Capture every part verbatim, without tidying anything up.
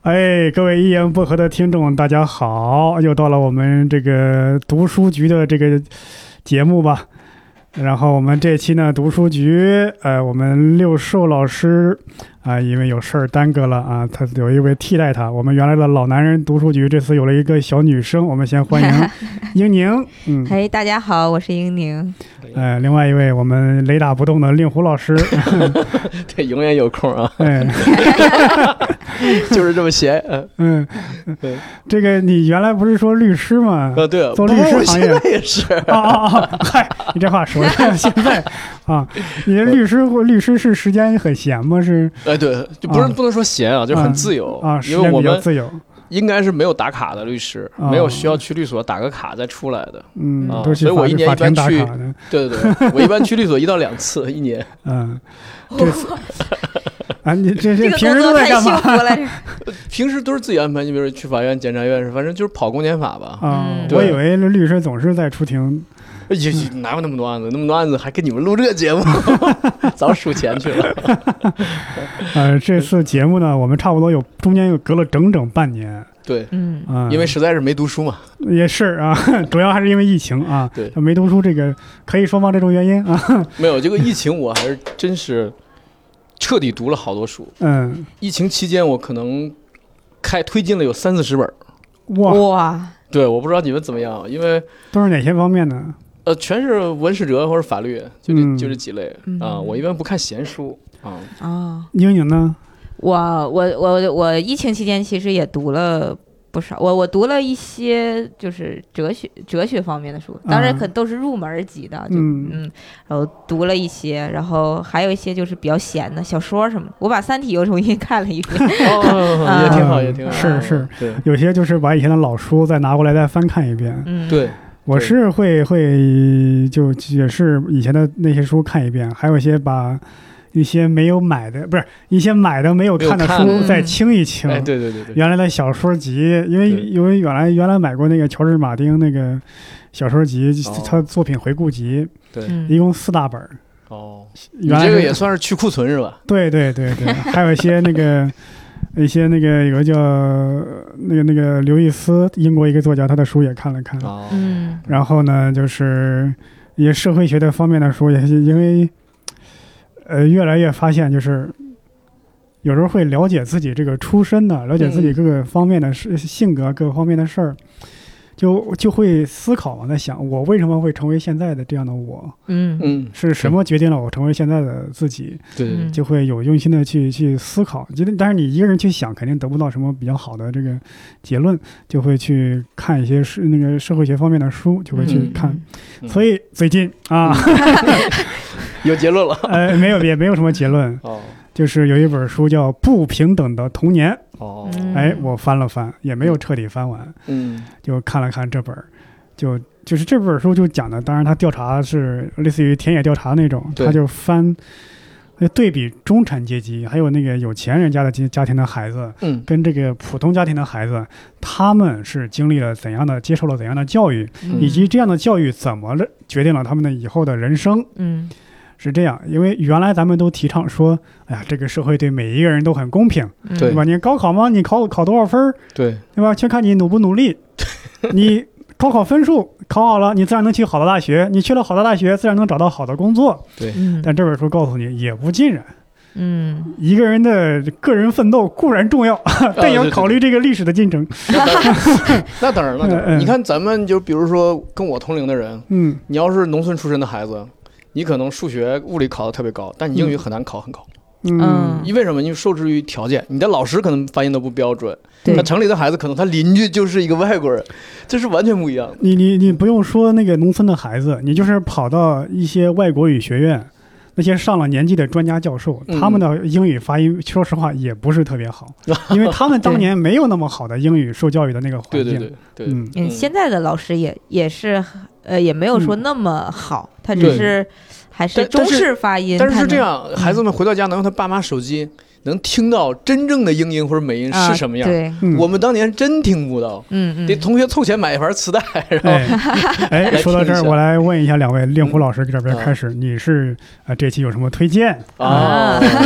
哎，各位一言不合的听众，大家好！又到了我们这个读书局的这个节目吧。然后我们这期呢，读书局，呃，我们六寿老师啊、呃，因为有事儿耽搁了啊，他有一位替代他。我们原来的老男人读书局这次有了一个小女生，我们先欢迎英宁。嗯， 嘿，大家好，我是英宁。 呃，另外一位我们雷打不动的令狐老师。 对，永远有空啊。 哎。 就是这么闲。 嗯嗯，对，这个你原来不是说律师吗？ 啊，对啊， 做律师行业也是。 啊啊啊！嗨，你这话说的，现在啊，你的律师或律师是时间很闲吗？是？ 哎，对，就不是、啊、不能说闲啊，就是很自由啊， 因为我们自由。 应该是没有打卡的律师，啊、没有需要去律所打个卡再出来的。 嗯， 啊、 都所以我一年一般去。 对对对，我一般去律所一到两次一年。 嗯，这次啊，你这这平时都在干嘛？ 平时都是自己安排，你比如去法院、检察院，反正就是跑公检法吧。 啊、嗯，我以为律师总是在出庭。 也哪有那么多案子？那么多案子还跟你们录这个节目，早数钱去了。 呃，这次节目呢，我们差不多有中间又隔了整整半年。 对， 嗯， 啊、 因为实在是没读书嘛。 也是啊，主要还是因为疫情啊。 对， 没读书这个可以说吗？这种原因啊？ 没有，这个疫情我还是真是彻底读了好多书。 嗯， 疫情期间我可能开推进了有三四十本。 哇哇！ 对，我不知道你们怎么样，因为都是哪些方面呢？ 呃，全是文史哲或者法律，就这、 嗯、 就这几类啊、 嗯呃。我一般不看闲书啊。 啊， 英宁呢？ 我我我我疫情期间其实也读了不少，我我读了一些就是哲学哲学方面的书，当然可都是入门级的，就嗯嗯，然后读了一些，然后还有一些就是比较闲的小说什么的。我把《三体》又重新看了一遍， 哦，也挺好，也挺好。 是是， 对， 有些就是把以前的老书再拿过来再翻看一遍。 嗯， 对。 我是会会就也是以前的那些书看一遍，还有一些把一些没有买的不是一些买的没有看的书再清一清。 哎，对对对对， 原来的小说集，因为因为原来原来买过那个乔治马丁那个小说集， 哦、 他作品回顾集， 对， 一共四大本。 哦， 原来你这个也算是去库存是吧？ 对对对对，还有一些那个。一些那个有个叫那个那个刘易斯，英国一个作家，他的书也看了看。 哦， 嗯， 然后呢，就是一些社会学的方面的书，也是因为呃越来越发现，就是有时候会了解自己这个出身的，了解自己各个方面的事、嗯、性格各个方面的事儿。就就会思考嘛，在想我为什么会成为现在的这样的我？ 嗯嗯， 是什么决定了我成为现在的自己？ 对、 嗯， 就会有用心的去去思考。但是你一个人去想，肯定得不到什么比较好的这个结论，就会去看一些是那个社会学方面的书，就会去看。 嗯、 所以最近啊， 有结论了？ 呃，没有，也没有什么结论。 哦。 就是有一本书叫《不平等的童年》。 哦， 哎，我翻了翻，也没有彻底翻完。 嗯， 就看了看这本，就就是这本书就讲的，当然他调查是类似于田野调查那种，他就翻对比中产阶级还有那个有钱人家的家庭的孩子， 嗯， 跟这个普通家庭的孩子，他们是经历了怎样的，接受了怎样的教育， 嗯、 以及这样的教育怎么了决定了他们的以后的人生。 嗯。 是这样，因为原来咱们都提倡说，哎呀，这个社会对每一个人都很公平， 嗯、 对吧？你高考嘛，你考考多少分， 对对吧？全看你努不努力。你高考分数考好了，你自然能去好的大学，你去了好的大学，自然能找到好的工作。 对， 嗯、 但这本书告诉你，也不尽然。 嗯， 一个人的个人奋斗固然重要，啊、但也要考虑这个历史的进程。 那当然，那当然。你看咱们就比如说跟我同龄的人， 嗯， 你要是农村出身的孩子。你可能数学、物理考得特别高，但你英语很难考很高。 嗯， 因为什么？因为受制于条件，你的老师可能发音都不标准。 对， 那城里的孩子可能他邻居就是一个外国人，这是完全不一样的。 你你你不用说那个农村的孩子，你就是跑到一些外国语学院，那些上了年纪的专家教授， 嗯、 他们的英语发音，说实话也不是特别好，因为他们当年没有那么好的英语受教育的那个环境。 对对对对， 嗯， 嗯，现在的老师也也是。呃，也没有说那么好，嗯、他只是还是中式发音。 但是是这样，孩子们回到家能用他爸妈手机，能听到真正的英音或者美音是什么样。 啊、对、 嗯， 我们当年真听不到。 嗯嗯， 得同学凑钱买一盘磁带，然后哎，哎说到这儿，我来问一下两位，令狐老师这边开始，嗯、你是啊、呃、这期有什么推荐啊？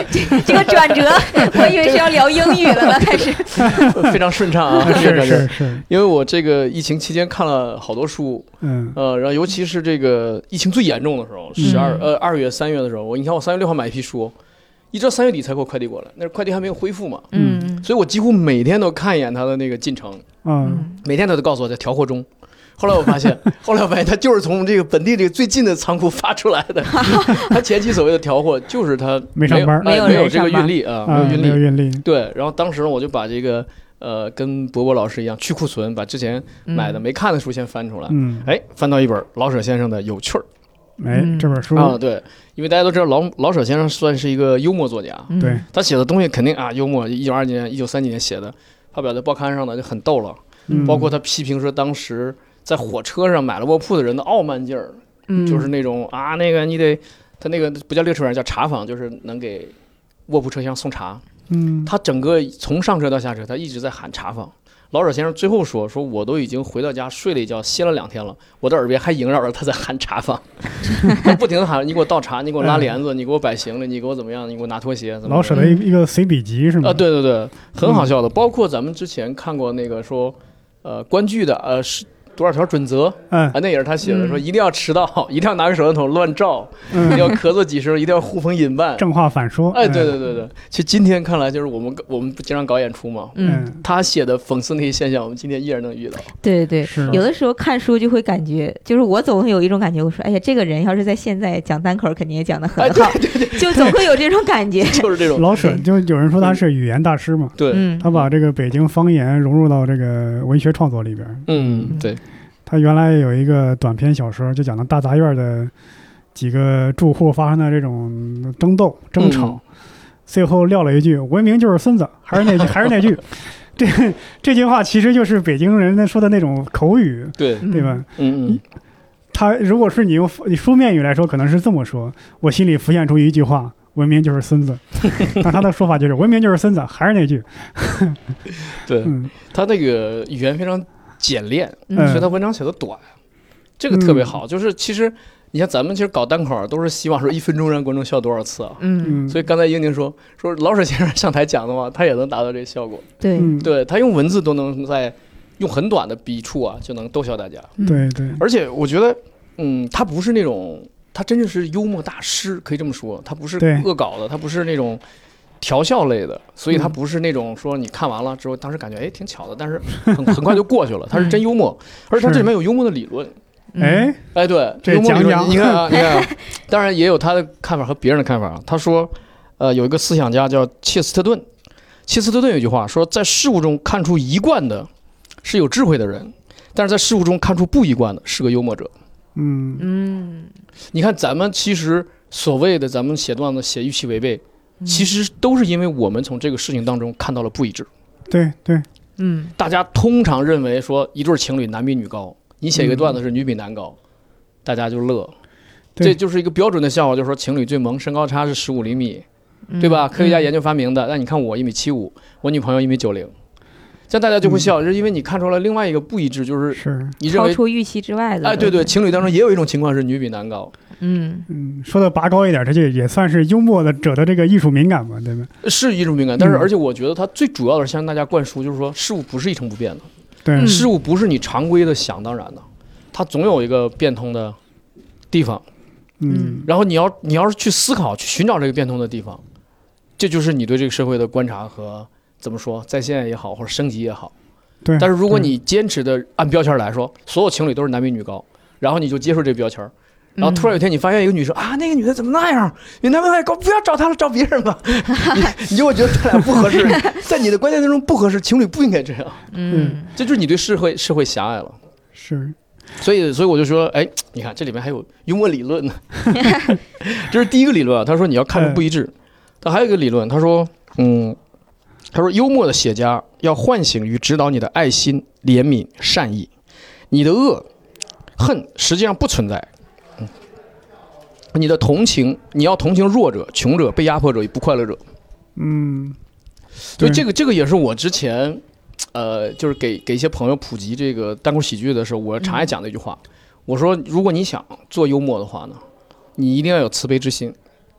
这这个转折，我以为是要聊英语了呢，开始非常顺畅啊， 是是是， 因为我这个疫情期间看了好多书， 嗯呃，然后尤其是这个疫情最严重的时候，十二呃二月三月的时候，我你看我三月六号买一批书，一直到三月底才给我快递过来，那快递还没有恢复嘛， 嗯， 所以我几乎每天都看一眼它的那个进程， 嗯， 每天他都告诉我在调货中。后来我发现，后来我发现他就是从这个本地这个最近的仓库发出来的。他前期所谓的调货，就是他没上班， 没有、 哎、 没有这个运力啊， 啊， 没有运力。 没有运力。 对，然后当时我就把这个呃，跟博博老师一样去库存，把之前买的没看的书先翻出来。嗯，哎，翻到一本老舍先生的《有趣儿》。 哎，这本书啊，对，因为大家都知道老老舍先生算是一个幽默作家， 对他写的东西肯定啊幽默。一九二几年、一九三几年写的，发表在报刊上的就很逗了。嗯，包括他批评说当时在火车上买了卧铺的人的傲慢劲儿，嗯，就是那种啊，那个你得，他那个不叫列车员，叫茶坊，就是能给卧铺车厢送茶。嗯，他整个从上车到下车，他一直在喊茶坊。老舍先生最后说：“说我都已经回到家睡了一觉，歇了两天了，我的耳边还萦绕着他在喊茶坊，他不停地喊：你给我倒茶，你给我拉帘子，你给我摆行李，你给我怎么样，你给我拿拖鞋。怎么” 老舍的一个随笔集是吗？ 啊，对对对，很好笑的。包括咱们之前看过那个说，呃，关雎的呃是。多少条准则？嗯，啊，那也是他写的，说一定要迟到，一定要拿个手电筒乱照，嗯、一定要咳嗽几声，一定要呼朋引伴， 正话反说。 哎，对对对对，其实今天看来，就是我们我们不经常搞演出嘛，嗯，他写的讽刺那些现象，我们今天依然能遇到。 对对对，有的时候看书就会感觉，就是我总会有一种感觉，我说，哎呀，这个人要是在现在讲单口，肯定也讲得很好， 哎、对对对， 就总会有这种感觉。 就是这种。 老舍就有人说他是语言大师嘛， 对， 嗯、 他把这个北京方言融入到这个文学创作里边。 嗯，对。 他原来有一个短篇小说，就讲到大杂院的几个住户发生的这种争斗、争吵，嗯、最后撂了一句“文明就是孙子”，还是那句，还是那句。这这句话其实就是北京人说的那种口语， 对对吧？ 嗯嗯。 他如果是你用你书面语来说，可能是这么说，我心里浮现出一句话：“文明就是孙子”，但他的说法就是“文明就是孙子”，还是那句。 对，嗯、他那个语言非常简练，所以他文章写的短，嗯、这个特别好。就是其实你像咱们其实搞单口都是希望说一分钟让观众笑多少次啊。嗯，所以刚才英宁说说老舍先生上台讲的话，他也能达到这个效果。 对， 嗯、 对他用文字都能在用很短的笔触啊，就能逗笑大家。 对对， 而且我觉得，嗯，他不是那种，他真的是幽默大师，可以这么说，他不是恶搞的，他不是那种。调笑类的，所以他不是那种说你看完了之后，当时感觉哎挺巧的，但是很很快就过去了。他是真幽默，而且他这里面有幽默的理论。 哎哎，对，幽默理论，你看啊，你看啊，当然也有他的看法和别人的看法。他说，呃，有一个思想家叫切斯特顿，切斯特顿有一句话说，在事物中看出一贯的是有智慧的人，但是在事物中看出不一贯的是个幽默者。 嗯嗯， 你看咱们其实所谓的咱们写段子写预期违背。其实都是因为我们从这个事情当中看到了不一致。 对对， 嗯， 大家通常认为说一对情侣男比女高，你写一个段子是女比男高，嗯、大家就乐，这就是一个标准的笑话，就是说情侣最萌，身高差是十五厘米，嗯、对吧？科学家研究发明的。那、嗯、你看我一米七五，我女朋友一米九零，这样大家就会笑，嗯、就是因为你看出来另外一个不一致，就是你认为超出预期之外的。 哎，对对，情侣当中也有一种情况是女比男高。 嗯嗯，说的拔高一点，这就也算是幽默的者的这个艺术敏感嘛，对吧？ 是艺术敏感，但是而且我觉得它最主要的是向大家灌输，就是说事物不是一成不变的， 对， 事物不是你常规的想当然的，它总有一个变通的地方， 嗯， 然后你要你要是去思考，去寻找这个变通的地方，这就是你对这个社会的观察和怎么说再现也好，或者升级也好， 对。 但是如果你坚持的按标签来说，所有情侣都是男比女高，然后你就接受这个标签。然后突然有一天你发现一个女生、嗯、啊，那个女的怎么那样？你男朋友高，不要找她了，找别人吧。你你就会觉得他俩不合适，在你的观念当中不合适，情侣不应该这样。 嗯， 这就是你对社会社会狭隘了。 是， 所以所以我就说，哎，你看这里面还有幽默理论呢。这是第一个理论啊，他说你要看出不一致。他还有一个理论，他说，嗯，他说幽默的写家要唤醒与指导你的爱心、怜悯、善意，你的恶、恨实际上不存在。你的同情，你要同情弱者、穷者、被压迫者与不快乐者。 嗯， 所以这个这个也是我之前，呃，就是给给一些朋友普及这个单口喜剧的时候，我常爱讲的一句话。嗯、我说，如果你想做幽默的话呢，你一定要有慈悲之心。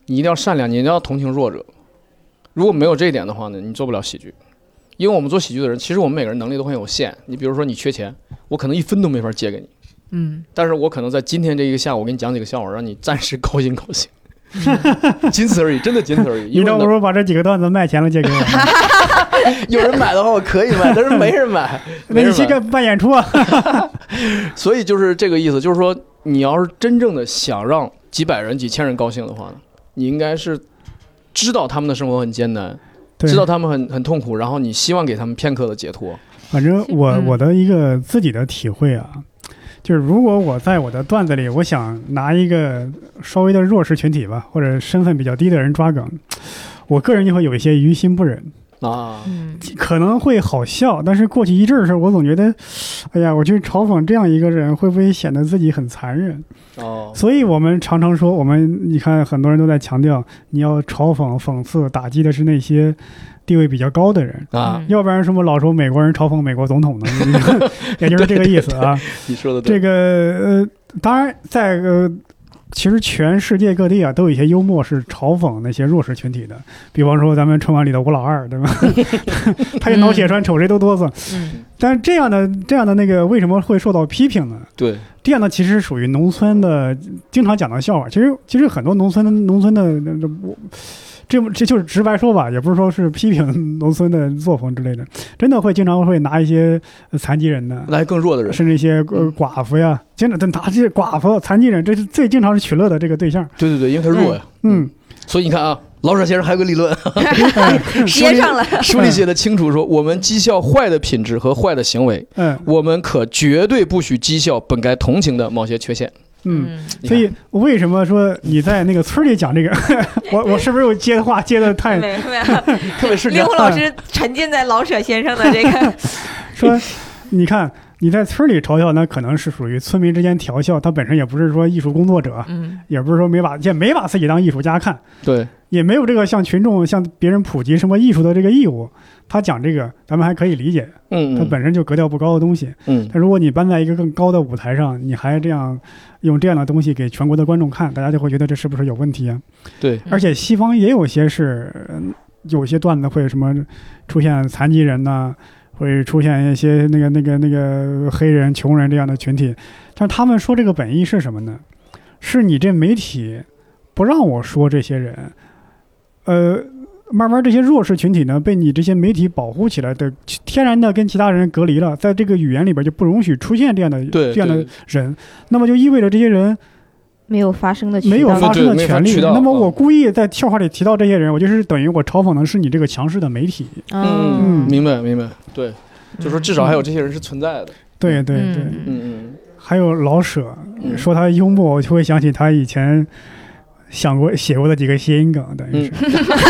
你一定要善良，你一定要同情弱者。如果没有这一点的话呢，你做不了喜剧。因为我们做喜剧的人，其实我们每个人能力都很有限。你比如说你缺钱，我可能一分都没法借给你， 嗯， 但是我可能在今天这一个下午，我给你讲几个笑话，让你暂时高兴高兴，仅此而已，真的仅此而已。 你倒不如把这几个段子卖钱了借给我。 有人买的话，我可以买，但是没人买。 那你去干办演出啊？ 所以就是这个意思，就是说，你要是真正的想让几百人、几千人高兴的话呢，你应该是知道他们的生活很艰难。知道他们很很痛苦，然后你希望给他们片刻的解脱。 反正我我的一个自己的体会啊，就是如果我在我的段子里，我想拿一个稍微的弱势群体吧，或者身份比较低的人抓梗，我个人就会有一些于心不忍啊， 可能会好笑，但是过去一阵儿的时候，我总觉得，哎呀，我去嘲讽这样一个人，会不会显得自己很残忍？ 哦， 所以我们常常说，我们你看很多人都在强调，你要嘲讽、讽刺、打击的是那些地位比较高的人啊， 要不然什么老说美国人嘲讽美国总统呢？也就是这个意思啊。 你说的对。 这个呃，当然在呃。其实全世界各地啊，都有一些幽默是嘲讽那些弱势群体的，比方说咱们春晚里的吴老二，对吧？他一脑血栓，瞅谁都哆嗦。 嗯。 但是这样的这样的那个为什么会受到批评呢？ 对， 这样的其实属于农村的经常讲的笑话。其实其实很多农村的农村的我。这这就是直白说吧，也不是说是批评农村的作风之类的，真的会经常会拿一些残疾人的， 来更弱的人， 甚至一些、呃、寡妇呀，经常拿这些寡妇、残疾人，这是最经常是取乐的这个对象。 对对对，因为他弱呀。 嗯，嗯所以你看啊，老舍先生还有个理论， 接上了， 书里写的清楚说，我们讥笑坏的品质和坏的行为， 嗯， 我们可绝对不许讥笑本该同情的某些缺陷。 嗯，所以为什么说你在那个村里讲这个，我我是不是有接的话接的太没有没有， 特别是令狐老师沉浸在老舍先生的这个说，你看你在村里嘲笑，那可能是属于村民之间调笑，他本身也不是说艺术工作者， 嗯， 也不是说没把也没把自己当艺术家看， 对， 也没有这个向群众向别人普及什么艺术的这个义务。他讲这个，咱们还可以理解， 嗯， 他本身就格调不高的东西， 嗯， 但如果你搬在一个更高的舞台上，你还这样用这样的东西给全国的观众看，大家就会觉得这是不是有问题啊？ 对， 而且西方也有些是，有些段子会什么出现残疾人呐、啊，会出现一些那个那个那个黑人、穷人这样的群体，但是他们说这个本意是什么呢？是你这媒体不让我说这些人，呃。慢慢这些弱势群体呢被你这些媒体保护起来的，天然的跟其他人隔离了，在这个语言里边就不容许出现这样的这样的人，那么就意味着这些人没有发声的没有发声的权利。那么我故意在笑话里提到这些人，我就是等于我嘲讽的是你这个强势的媒体。 嗯，嗯明白明白，对，就说至少还有这些人是存在的。 嗯、对对对， 嗯嗯， 还有老舍说他幽默，我就会想起他以前。想过写过的几个谐音梗，等于是，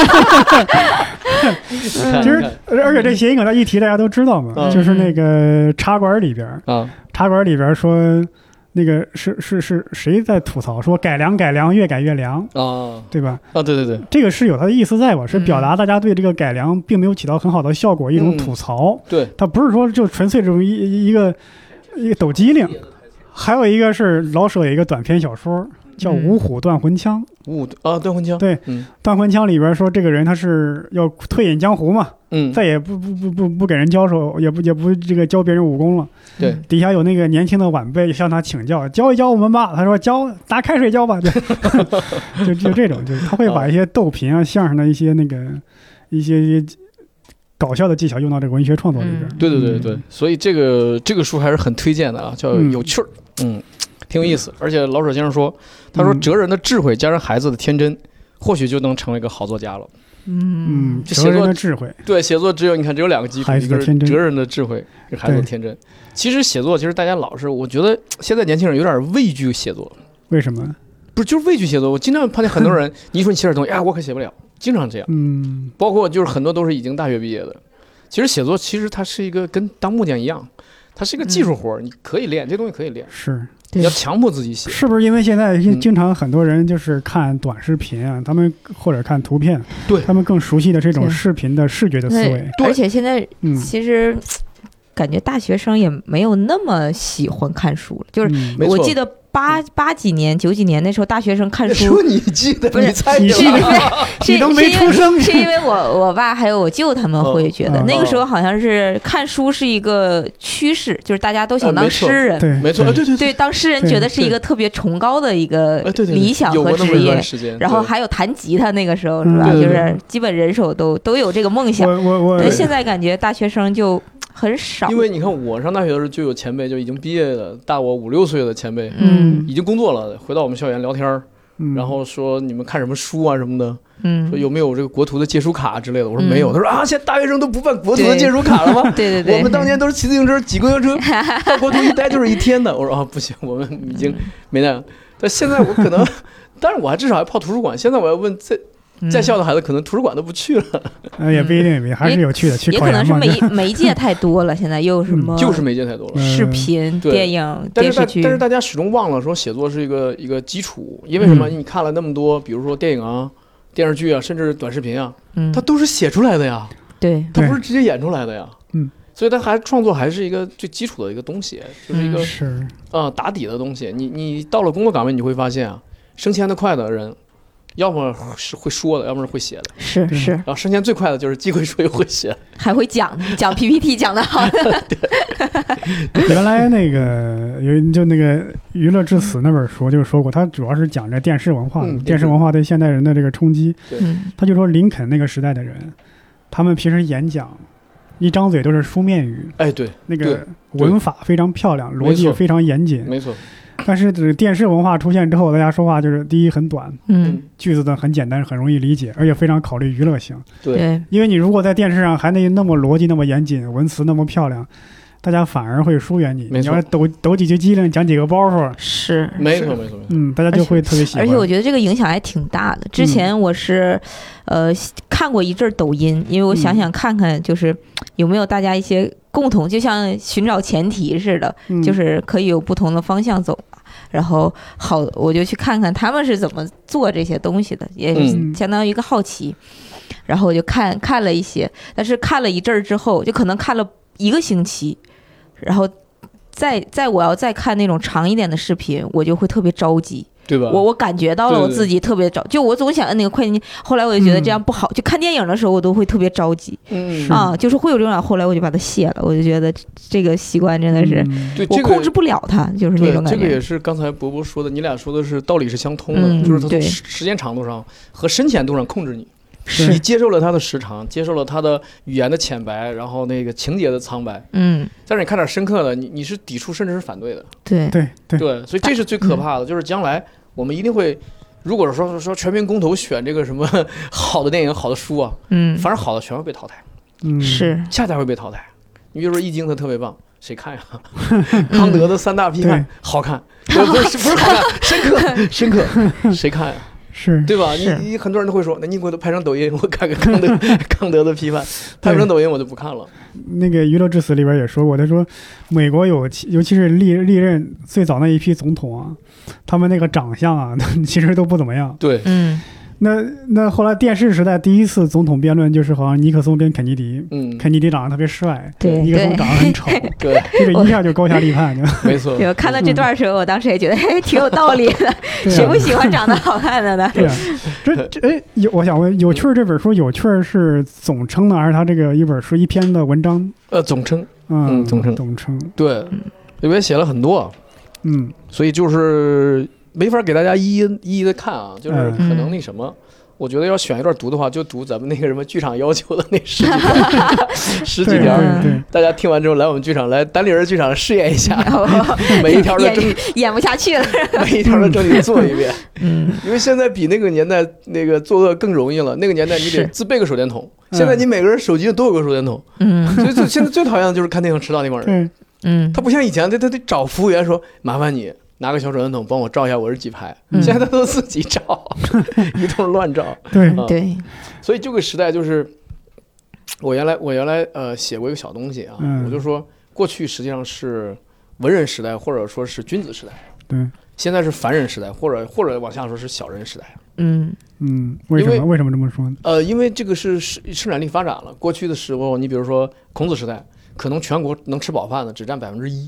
其实而且这谐音梗他一提大家都知道嘛，嗯、就是那个茶馆里边， 啊、 茶馆里边说那个是是是谁在吐槽说改良改良越改越凉啊， 对吧？ 啊，对对对， 这个是有它的意思在吧？是表达大家对这个改良并没有起到很好的效果，嗯、一种吐槽。 对， 它不是说就纯粹这种一一个一个抖机灵。还有一个是老舍有一个短篇小说。叫五虎断魂枪， 五啊断魂枪， 对， 嗯， 断魂枪里边说这个人他是要退隐江湖嘛， 嗯， 再也不不不不不给人交手，也不也不这个教别人武功了， 对， 底下有那个年轻的晚辈向他请教，教一教我们吧，他说教拿开水教吧，就就就这种，就是他会把一些逗贫啊、相声的一些那个一些一些搞笑的技巧用到这个文学创作里边， 对对对对，嗯、所以这个这个书还是很推荐的啊，叫有趣儿，嗯。嗯挺有意思，而且老舍先生说，他说哲人的智慧加上孩子的天真，或许就能成为一个好作家了。 嗯，哲人的智慧， 对，写作只有你看只有两个基础，一个是哲人的智慧，一个孩子的天真。其实写作，其实大家老是，我觉得现在年轻人有点畏惧写作。 为什么？ 不是就是畏惧写作。我经常碰见很多人，你一说你写点东西，哎，我可写不了，经常这样。 嗯， 包括就是很多都是已经大学毕业的。其实写作其实它是一个跟当木匠一样，它是一个技术活，嗯、你可以练，这东西可以练。 是。 你要强迫自己写， 是不是因为现在经常很多人就是看短视频啊，嗯、他们或者看图片， 对他们更熟悉的这种视频的视觉的思维。 而且现在其实、嗯、感觉大学生也没有那么喜欢看书了，就是我记得八八几年、九几年那时候大学生看书， 说你记得不是你猜你是因为是你都没出生， 是因为我我爸还有我舅他们会觉得、 哦、 那个时候好像是看书是一个趋势，就是大家都想当诗人， 对， 没错，对对对，当诗人觉得是一个特别崇高的一个理想和职业，然后还有弹吉他，那个时候是吧？就是基本人手都都有这个梦想。 我我我， 但现在感觉大学生就很少， 因为你看我上大学的时候就有前辈就已经毕业的，大我五六岁的前辈， 嗯， 已经工作了，回到我们校园聊天， 嗯、 然后说你们看什么书啊什么的， 嗯， 说有没有这个国图的借书卡之类的，我说没有，嗯、他说啊，现在大学生都不办国图的借书卡了吗？ 对对对， 我们当年都是骑自行车、挤公交车，到国图一待就是一天的。我说啊，不行，我们已经没那样。但现在我可能，但是我还至少还泡图书馆。现在我要问在。在校的孩子可能图书馆都不去了， 嗯、也不一定，还是有去的，去也可能是媒媒介太多了，现在又什么、 嗯、就是媒介太多了， 视频、电影、 电视剧。 但是大家始终忘了说写作是一个一个基础，因为什么？你看了那么多，比如说电影啊、电视剧啊，甚至短视频啊， 嗯， 它都是写出来的呀， 对， 它不是直接演出来的呀， 嗯， 所以它还创作还是一个最基础的一个东西，就是一个、 嗯、是啊、呃、打底的东西。你你到了工作岗位，你会发现啊，升迁的快的人。要么是会说的，要么是会写的， 是是。 然后升迁最快的就是既会说又会写， 还会讲讲 P P T 讲得好的。 原来那个有就那个《娱乐至死》那本书就是说过，他主要是讲这电视文化的、嗯，电视文化对现代人的这个冲击。他就说林肯那个时代的人，他们平时演讲一张嘴都是书面语， 哎，对， 那个文法非常漂亮，逻辑非常严谨， 没错。 但是这电视文化出现之后，大家说话就是第一很短， 嗯， 句子呢很简单，很容易理解，而且非常考虑娱乐性。 对， 因为你如果在电视上还那那么逻辑那么严谨，文词那么漂亮，大家反而会疏远你。你要抖抖几句机灵，讲几个包袱， 是， 没错没错， 嗯，大家就会特别喜欢。 而且我觉得这个影响还挺大的。之前我是，嗯、呃，看过一阵抖音，因为我想想看看，就是有没有大家一些共同，就像寻找前提似的， 嗯、 就是可以有不同的方向走。然后好，我就去看看他们是怎么做这些东西的，也相当于一个好奇。嗯、然后我就看看了一些，但是看了一阵儿之后，就可能看了一个星期，然后再再我要再看那种长一点的视频，我就会特别着急。 对吧？ 我我感觉到了我自己特别着，就我总想按那个快进，后来我就觉得这样不好。嗯、就看电影的时候，我都会特别着急， 嗯啊，就是会有这种。后来我就把它卸了，我就觉得这个习惯真的是， 嗯、 我控制不了它，就是那种感觉。 这个也是刚才伯伯说的，你俩说的是道理是相通的， 嗯、 就是从时间长度上和深浅度上控制你。 是你接受了它的时长，接受了它的语言的浅白，然后那个情节的苍白， 嗯， 但是你看点深刻的，你你是抵触甚至是反对的， 对对对对，所以这是最可怕的，嗯、就是将来我们一定会，如果说说全民公投选这个什么好的电影、好的书啊， 嗯， 反正好的全会被淘汰， 嗯， 是恰恰会被淘汰。你比如说《易经》，它特别棒，谁看呀？康德的三大批判，好看，不是不是好看，深刻深刻，谁看呀？ 是对吧？你你很多人都会说，那你给我都拍成抖音，我看看康德康德的批判，拍成抖音我就不看了。 那个《娱乐至死》里边也说过，他说美国有，尤其是历历任最早那一批总统啊，他们那个长相啊，其实都不怎么样。 对， 嗯。 那那后来电视时代第一次总统辩论就是好像尼克松跟肯尼迪， 嗯， 肯尼迪长得特别帅， 对， 尼克松长得很丑， 对， 这个一下就高下立判， 没错。 我看到这段的时候，我当时也觉得哎挺有道理的，谁不喜欢长得好看的呢？ 对啊，这这哎有我想问，有趣儿这本书有趣儿是总称呢，还是他这个一本书一篇的文章？ 呃，总称， 嗯， 总称， 总称， 对，里边写了很多， 嗯， 所以就是没法给大家一一一一的看啊，就是可能那什么。嗯，我觉得要选一段读的话，就读咱们那个什么剧场要求的那十几条，十几条。大家听完之后来我们剧场，来单立人剧场试验一下，每一条的整演不下去了， 每一条的整理做一遍。 嗯， 因为现在比那个年代那个作恶更容易了。那个年代你得自备个手电筒，现在你每个人手机上都有个手电筒。嗯，所以最现在最讨厌的就是看电影迟到那帮人。 嗯， 他不像以前，他他得找服务员说麻烦你。拿个小手电筒帮我照一下我是几排，嗯、现在他都自己照，一通乱照。 对、 嗯、对， 所以这个时代就是我原来我原来呃写过一个小东西啊，嗯、我就说过去实际上是文人时代或者说是君子时代， 对， 现在是凡人时代，或者或者往下说是小人时代。 嗯嗯，为什么为什么这么说呢？ 呃，因为这个是生产力发展了。过去的时候，你比如说孔子时代，可能全国能吃饱饭的只占百分之一。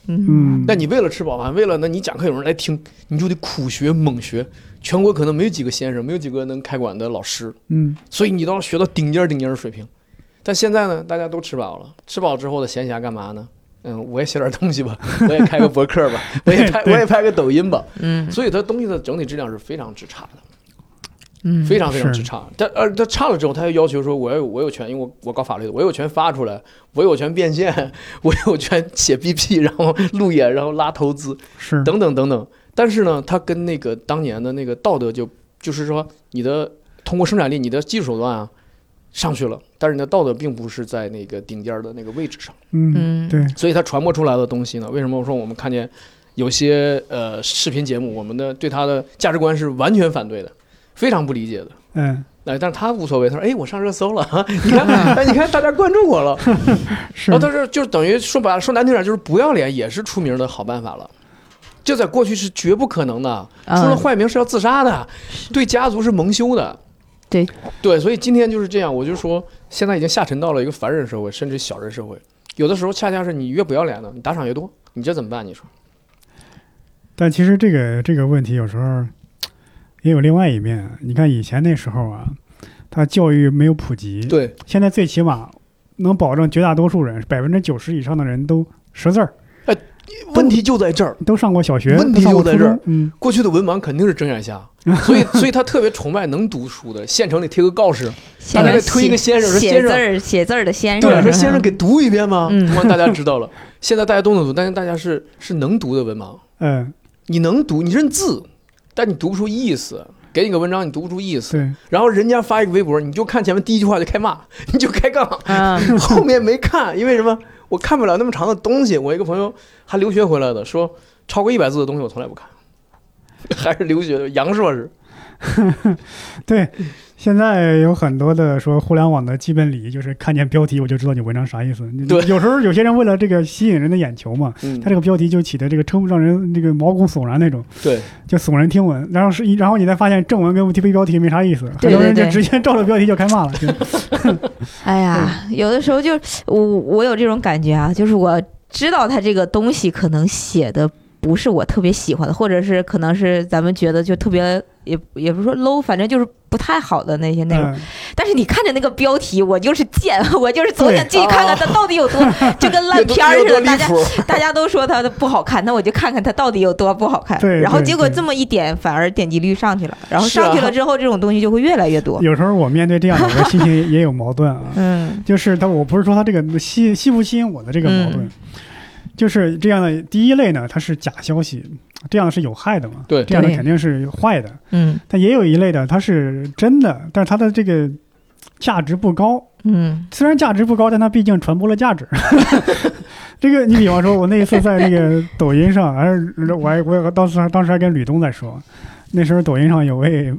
嗯， 那你为了吃饱饭，为了那你讲课有人来听，你就得苦学猛学。全国可能没有几个先生，没有几个能开馆的老师， 嗯， 所以你都要学到顶尖顶尖的水平。但现在呢，大家都吃饱了，吃饱之后的闲暇干嘛呢？嗯，我也写点东西吧，我也开个博客吧，我也拍我也拍个抖音吧。 嗯， 所以它东西的整体质量是非常之差的。 嗯， 非常非常之差。但呃，他差了之后，他又要求说，我有我有权，因为我我搞法律的，我有权发出来，我有权变现，我有权写 B P， 然后路演，然后拉投资， 是等等等等。但是呢，他跟那个当年的那个道德就就是说，你的通过生产力，你的技术手段啊上去了，但是你的道德并不是在那个顶尖的那个位置上。 嗯，对。 所以它传播出来的东西呢，为什么我说我们看见有些呃视频节目，我们的对他的价值观是完全反对的。非常不理解的， 嗯， 哎，但是他无所谓，他说，哎，我上热搜了，你看，哎，你看大家关注我了， 是， 然后他说，就等于说白了，说难听点，就是不要脸也是出名的好办法了，这在过去是绝不可能的，出了坏名是要自杀的，对家族是蒙羞的， 对， 对，所以今天就是这样，我就说，现在已经下沉到了一个凡人社会，甚至小人社会，有的时候恰恰是你越不要脸的，你打赏越多，你这怎么办？你说？ 但其实这个这个问题有时候。也有另外一面，你看以前那时候啊，他教育没有普及， 对， 现在最起码能保证绝大多数人，百分之九十以上的人都识字儿。 哎，问题就在这儿， 都上过小学， 问题就在这儿。 嗯， 过去的文盲肯定是睁眼瞎，所以所以他特别崇拜能读书的，县城里贴个告示，大家给推一个先生，说先生写字写字的先生， 对，说先生给读一遍吗？ 嗯， 大家知道了。现在大家都能读，但是大家是是能读的文盲。 嗯， 你能读，你认字，但你读不出意思。给你个文章，你读不出意思， 对， 然后人家发一个微博，你就看前面第一句话就开骂，你就开杠， 嗯、 后面没看，因为什么？我看不了那么长的东西。我一个朋友还留学回来的，说超过一百字的东西我从来不看，还是留学的杨硕士。 对，现在有很多的说互联网的基本礼仪就是看见标题我就知道你文章啥意思。 对， 有时候有些人为了这个吸引人的眼球嘛， 嗯、 他这个标题就起的这个称让人这个毛骨悚然那种， 对， 就耸人听闻。然后是，然后你才发现正文跟 T P 标题没啥意思， 对对对， 很多人就直接照着标题就开骂了。 哎呀，有的时候就我我有这种感觉啊，就是我知道他这个东西可能写的不是我特别喜欢的，或者是可能是咱们觉得就特别也也不是说 low， 反正就是不太好的那些内容。嗯、但是你看着那个标题，我就是贱，我就是总想进去看看它到底有多，就跟烂片似的。大家大家都说它不好看，那我就看看它到底有多不好看。 对， 然后结果这么一点，反而点击率上去了。然后上去了之后，这种东西就会越来越多。 有时候我面对这样的我心情也有矛盾啊。 嗯， 就是他，我不是说他这个吸吸不吸引我的这个矛盾。嗯，就是这样的，第一类呢，它是假消息，这样是有害的嘛？ 对， 这样的肯定是坏的。 嗯， 但也有一类的，它是真的，但是它的这个价值不高。 嗯， 虽然价值不高，但它毕竟传播了价值。这个，你比方说，我那一次在那个抖音上，还是我还我当时当时还跟吕东在说，那时候抖音上有位。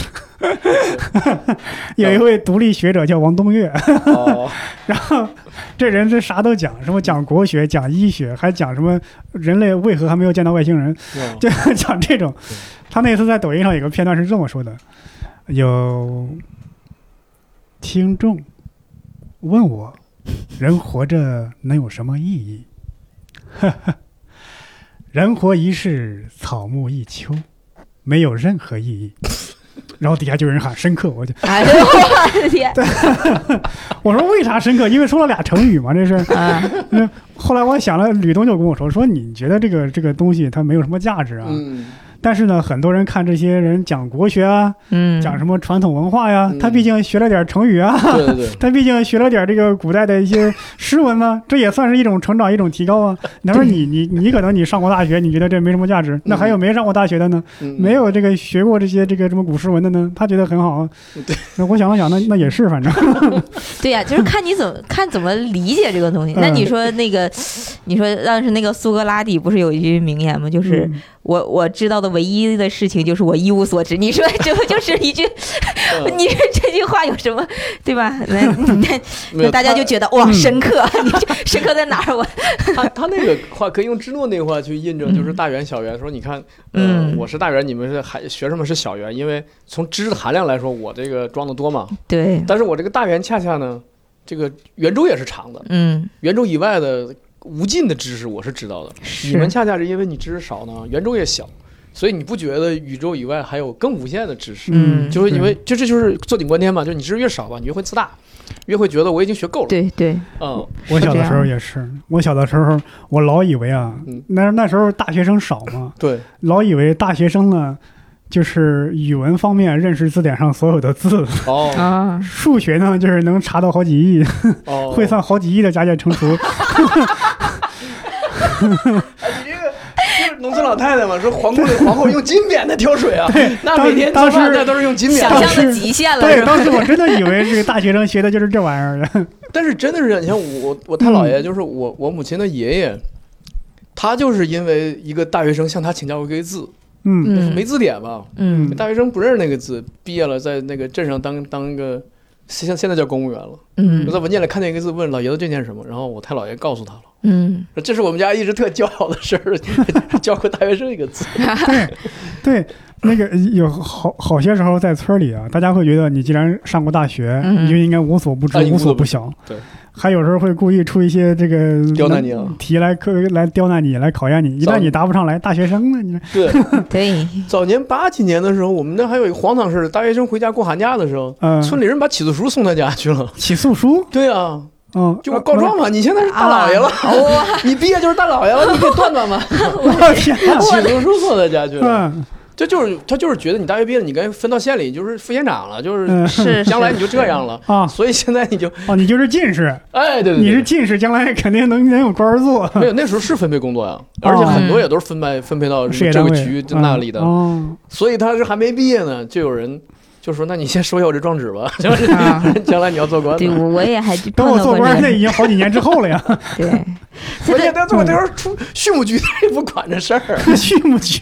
有一位独立学者叫王东岳， 哦、 然后这人这啥都讲，什么讲国学、讲医学，还讲什么人类为何还没有见到外星人， 哦、 就讲这种。他那次在抖音上有个片段是这么说的：有听众问我，人活着能有什么意义？人活一世，草木一秋，没有任何意义。然后底下就有人喊深刻，我就哎呦我的天！ 我说为啥深刻？因为说了俩成语嘛，这是。 啊、 那后来我想了，吕东就跟我说说你觉得这个这个东西它没有什么价值啊？ 嗯。 但是呢，很多人看这些人讲国学啊， 嗯， 讲什么传统文化呀， 嗯、 他毕竟学了点成语啊， 对对对， 他毕竟学了点这个古代的一些诗文呢、啊，这也算是一种成长，一种提高啊。他说你你你可能你上过大学，你觉得这没什么价值，那还有没上过大学的呢？ 嗯、 没有这个学过这些这个什么古诗文的呢？他觉得很好啊。 对， 那我想了想，那那也是，反正。 对呀、啊，就是看你怎么看怎么理解这个东西。那你说那个，你说当时那个苏格拉底不是有一句名言吗？就是。嗯我我知道的唯一的事情就是我一无所知。你说这不就是一句？你这句话有什么对吧？那那那大家就觉得哇深刻，你就深刻在哪儿？我他他那个话可以用芝诺那个话去印证，就是大圆小圆。说你看，嗯、呃，我是大圆，你们是还学生们是小圆，因为从知识含量来说，我这个装的多嘛。 对。 但是我这个大圆恰恰呢，这个圆周也是长的。 嗯。 圆周以外的。 无尽的知识我是知道的，你们恰恰是因为你知识少呢，圆周也小，所以你不觉得宇宙以外还有更无限的知识？ 嗯， 就是因为就这就是坐顶观天嘛，就是你知识越少吧，你越会自大，越会觉得我已经学够了。 对对， 嗯， 我小的时候也是，我小的时候我老以为啊， 嗯、 那那时候大学生少嘛， 对， 老以为大学生呢。就是语文方面认识字典上所有的字哦， 啊， 数学呢就是能查到好几亿，哦、会算好几亿的加减乘除。哎， 你这个就是农村老太太嘛，说皇宫里皇后用金扁的挑水啊，那每天做饭那都是用金扁。 想象的极限了。 对，当时我真的以为这个大学生学的就是这玩意儿的。 但是真的是，你像我我太姥爷，就是我我母亲的爷爷，他就是因为一个大学生向他请教过一个字。嗯，没字典吧？嗯，大学生不认识那个字，毕业了在那个镇上当当一个，现现在叫公务员了。嗯，我在文件里看见一个字，问老爷子这念什么，然后我太姥爷告诉他了。嗯，这是我们家一直特骄傲的事儿，教过大学生一个字。 对，对，那个有好好些时候在村里啊，大家会觉得你既然上过大学，嗯、你就应该无所不知、啊、无所不晓。 对。 还有时候会故意出一些这个刁难你啊题来来刁难你，来考验你。一旦你答不上来，大学生呢？你对对。 早年八几年的时候，我们那还有一个荒唐事，大学生回家过寒假的时候，嗯、村里人把起诉书送他家去了。 起诉书？ 对啊， 嗯， 就告状嘛。你现在是大老爷了，啊、你毕业就是大老爷了，你可以断断嘛。 我天， 起诉书送他家去了。嗯，这就是他就是觉得你大学毕业了，你该分到县里就是副县长了，就是是将来你就这样了啊，所以现在你就哦，你就是进士， 哎，对对， 你是进士，将来肯定能能有官做。 没有，那时候是分配工作呀，而且很多也都是分配分配到这个局那里的，所以他是还没毕业呢，就有人就说：“那你先收下我这状纸吧，将来你要做官。” 对，我也还等我做官，那已经好几年之后了呀。 对， 关键他做的时候出畜牧局，他也不管这事儿。 畜牧局，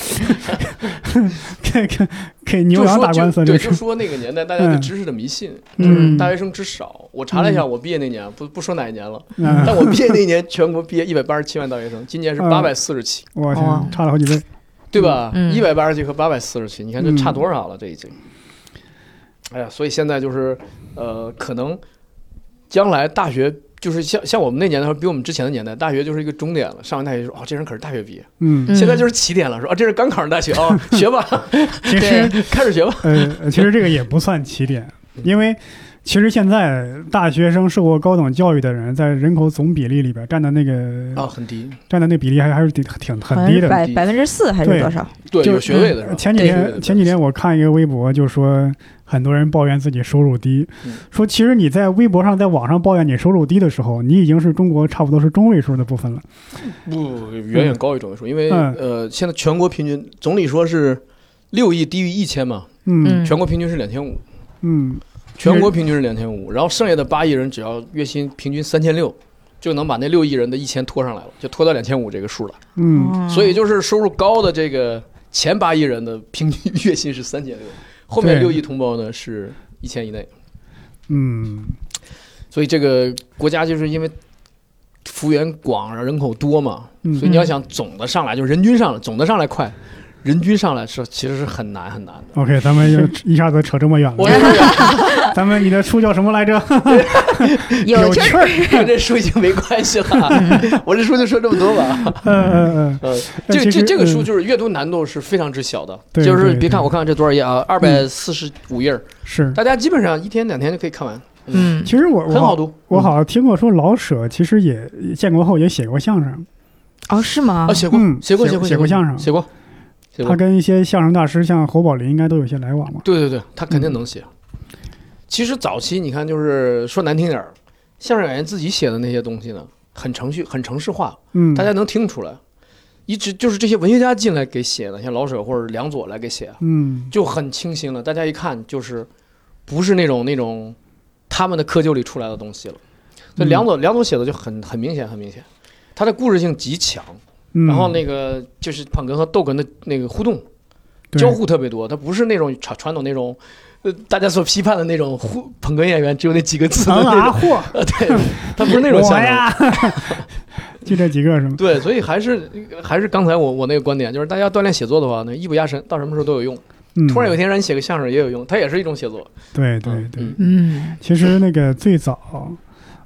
给给给牛羊打官司。 对，就说那个年代大家对知识的迷信，就是大学生之少。我查了一下，我毕业那年不不说哪一年了，但我毕业那年全国毕业一百八十七万大学生，今年是八百四十七。 我天，差了好几倍， 对吧？一百八十七和八百四十七，你看这差多少了？这已经。哎呀，所以现在就是，呃，可能将来大学就是像像我们那年代，比我们之前的年代，大学就是一个终点了。上完大学说，哦，这人可是大学毕业。嗯，现在就是起点了，说啊，这是刚考上大学啊，学吧， 其实开始学吧。 呃，其实这个也不算起点，因为其实现在大学生受过高等教育的人，在人口总比例里边占的那个啊很低， 占的那比例还还是挺挺很低的， 百百分之四还是多少？ 对，有学位的是吧？ 前几天前几天我看一个微博，就说很多人抱怨自己收入低，嗯、说其实你在微博上、在网上抱怨你收入低的时候，你已经是中国差不多是中位数的部分了。 不，远远高于中位数，因为、嗯、呃，现在全国平均总理说是六亿低于一千嘛，嗯，全国平均是两千五，嗯。全国平均是两千五，然后剩下的八亿人只要月薪平均三千六，就能把那六亿人的一千拖上来了，就拖到两千五这个数了。嗯，所以就是收入高的这个前八亿人的平均月薪是三千六，后面六亿同胞呢是一千以内。嗯，所以这个国家就是因为幅员广，人口多嘛，嗯、所以你要想总的上来，就人均上来，总的上来快。人均上来是其实是很难很难的。 OK， 咱们一下子扯这么远了。咱们你的书叫什么来着？ 有趣儿。 跟这书已经没关系了，我这书就说这么多吧。 嗯嗯嗯。 这这这个书就是阅读难度是非常之小的，就是别看我看看这多少页啊，二百四十五页， 是大家基本上一天两天就可以看完。 嗯， 其实我很好读。 我好像听过说老舍其实也建国后也写过相声。 哦，是吗？ 啊，写过，写过，写过， 写过相声， 写过。 他跟一些相声大师，像侯宝林，应该都有些来往嘛。 对对对，他肯定能写。嗯、其实早期你看，就是说难听点儿，相声演员自己写的那些东西呢，很程序、很程式化，嗯，大家能听出来。一直就是这些文学家进来给写的，像老舍或者梁左来给写，嗯，就很清新了。大家一看就是不是那种那种他们的窠臼里出来的东西了。所以梁左、嗯、梁左写的就很很明显，很明显，他的故事性极强。然后那个就是捧哏和逗哏的那个互动交互特别多，它不是那种传传统那种呃大家所批判的那种捧哏演员只有那几个字的那种，呃对，它不是那种相声， 就这几个是吗？ 对，所以还是还是刚才我我那个观点，就是大家锻炼写作的话呢，艺不压身，到什么时候都有用。嗯、突然有一天让你写个相声也有用，它也是一种写作。 对对对，嗯，其实那个最早。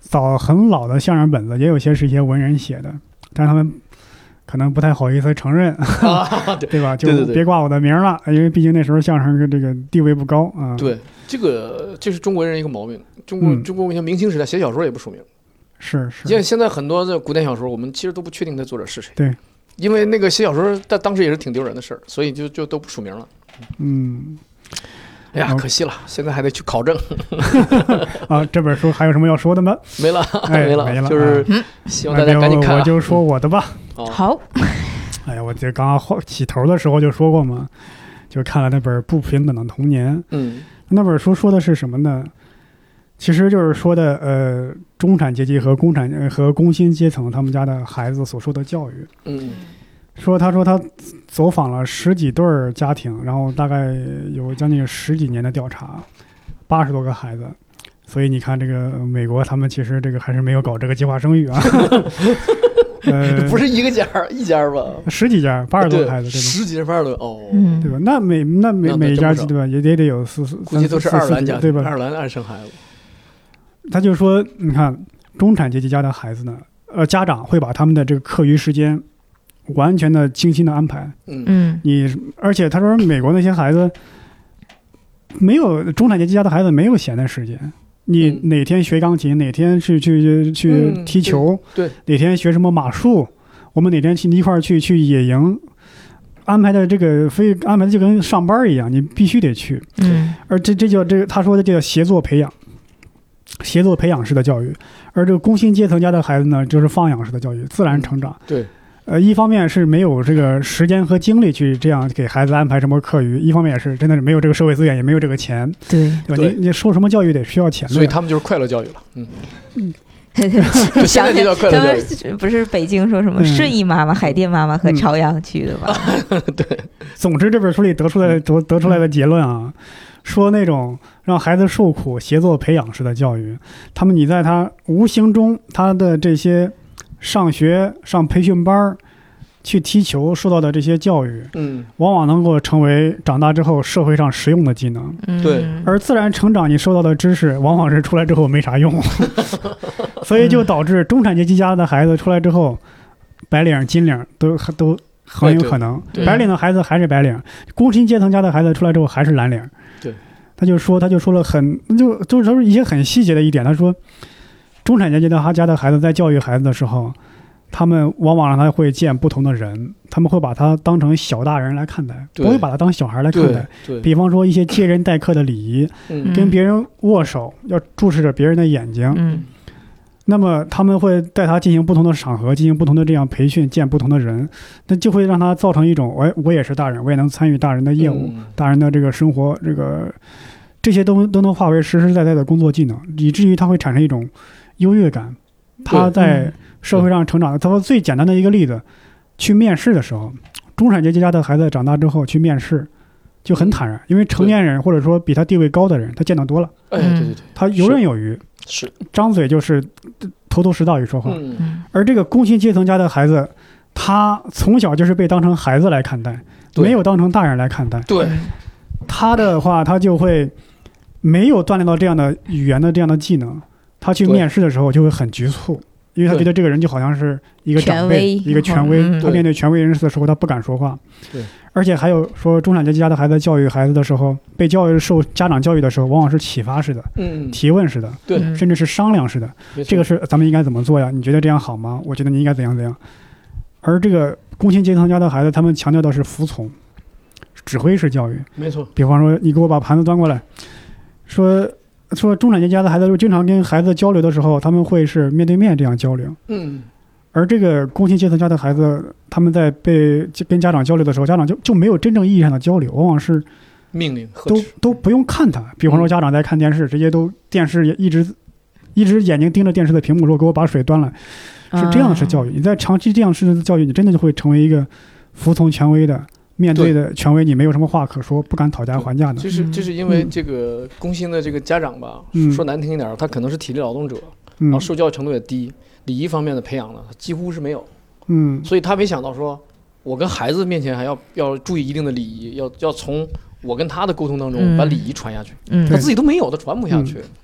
早很老的相声本子，也有些是一些文人写的，但是他们可能不太好意思承认， 啊、对, 对吧？就别挂我的名了，因为毕竟那时候相声这个地位不高啊、嗯。 对，这个这是中国人一个毛病。中国、嗯、中国像明清时代写小说也不署名， 是是。 像现在很多的古典小说，我们其实都不确定那作者是谁。 对， 因为那个写小说在当时也是挺丢人的事儿，所以就就都不署名了。 嗯。 哎呀，可惜了，现在还得去考证。 啊，这本书还有什么要说的吗？ 没了， 哎、 没了， 没了， 就是希望大家赶紧看、啊。 我就说我的吧。 好。 哎呀，我这刚刚起头的时候就说过嘛，就看了那本《不平等的童年》。 嗯， 那本书说的是什么呢？其实就是说的呃，中产阶级和工产和工薪阶层他们家的孩子所受的教育。 嗯。 说他说他走访了十几对家庭，然后大概有将近十几年的调查，八十多个孩子，所以你看这个美国他们其实这个还是没有搞这个计划生育啊。呃， 不是一个家一家吧？ 十几家，八十多个孩子，对吧？ 十几家，八十多哦， 对吧？那每那每每一家对吧，也也得有四四， 估计都是爱尔兰家对吧？ 爱尔兰爱生孩子。 他就说，你看中产阶级家的孩子呢，呃，家长会把他们的这个课余时间完全的精心的安排， 嗯， 你而且他说美国那些孩子没有中产阶级家的孩子没有闲的时间，你哪天学钢琴，哪天去去去踢球、 嗯、对, 对， 哪天学什么马术，我们哪天去一块儿去去野营，安排的这个非安排的就跟上班一样，你必须得去， 嗯， 而这这叫这个他说的这叫协作培养。协作培养式的教育，而这个工薪阶层家的孩子呢，就是放养式的教育，自然成长。 嗯、对。 呃，一方面是没有这个时间和精力去这样给孩子安排什么课余，一方面也是真的是没有这个社会资源，也没有这个钱， 对， 对吧？你你受什么教育得需要钱的， 所以他们就是快乐教育了，嗯嗯。 现在就叫快乐教育。 不是北京说什么顺义妈妈、海淀妈妈和朝阳区的吧？ 嗯、对。 总之这本书里得出来得得出来的结论啊，说那种让孩子受苦、协作培养式的教育，他们你在他无形中他的这些。上学上培训班去踢球受到的这些教育， 嗯， 往往能够成为长大之后社会上实用的技能， 嗯， 对。 而自然成长你受到的知识，往往是出来之后没啥用，所以就导致中产阶级家的孩子出来之后，白领、金领都都很有可能，白领的孩子还是白领，工薪阶层家的孩子出来之后还是蓝领。 对， 他就说，他就说了很，就就是说一些很细节的一点，他说。中产阶级的他家的孩子在教育孩子的时候，他们往往让他会见不同的人，他们会把他当成小大人来看待，不会把他当小孩来看待。比方说一些接人待客的礼仪， 嗯、 跟别人握手要注视着别人的眼睛。 嗯， 那么他们会带他进行不同的场合，进行不同的这样培训，见不同的人，那就会让他造成一种，我我也是大人，我也能参与大人的业务， 嗯、 大人的这个生活，这个这些都都能化为实实在在的工作技能，以至于他会产生一种。优越感，他在社会上成长的。他说最简单的一个例子，去面试的时候，中产阶级家的孩子长大之后去面试，就很坦然，因为成年人或者说比他地位高的人，他见得多了， 哎，对对对， 他游刃有余， 是张嘴就是头头是道一说话。 嗯， 而这个工薪阶层家的孩子，他从小就是被当成孩子来看待，没有当成大人来看待。 对， 他的话，他就会没有锻炼到这样的语言的这样的技能。他去面试的时候就会很局促，因为他觉得这个人就好像是一个长辈，一个权威。他面对权威人士的时候，他不敢说话。 对， 而且还有说，中产阶级家的孩子教育孩子的时候，被教育受家长教育的时候，往往是启发式的， 嗯， 提问式的， 对， 甚至是商量式的。这个是咱们应该怎么做呀？你觉得这样好吗？我觉得你应该怎样怎样。而这个工薪阶层家的孩子，他们强调的是服从、指挥式教育。 没错。 比方说，你给我把盘子端过来，说。说中产阶级家的孩子就经常跟孩子交流的时候，他们会是面对面这样交流。 嗯， 而这个工薪阶层家的孩子，他们在被跟家长交流的时候，家长就就没有真正意义上的交流，往往是命令， 都都不用看他。比方说家长在看电视，直接都电视一直一直眼睛盯着电视的屏幕，说给我把水端来，是这样式教育。你在长期这样式的教育，你真的就会成为一个服从权威的。面对的权威，你没有什么话可说，不敢讨价还价的。 就是就是因为这个工薪的这个家长吧， 嗯、 说难听一点，他可能是体力劳动者，嗯、然后受教育程度也低，礼仪方面的培养呢，几乎是没有。 嗯， 所以他没想到说，我跟孩子面前还要要注意一定的礼仪，要要从我跟他的沟通当中把礼仪传下去。 嗯， 他自己都没有，他传不下去。 嗯、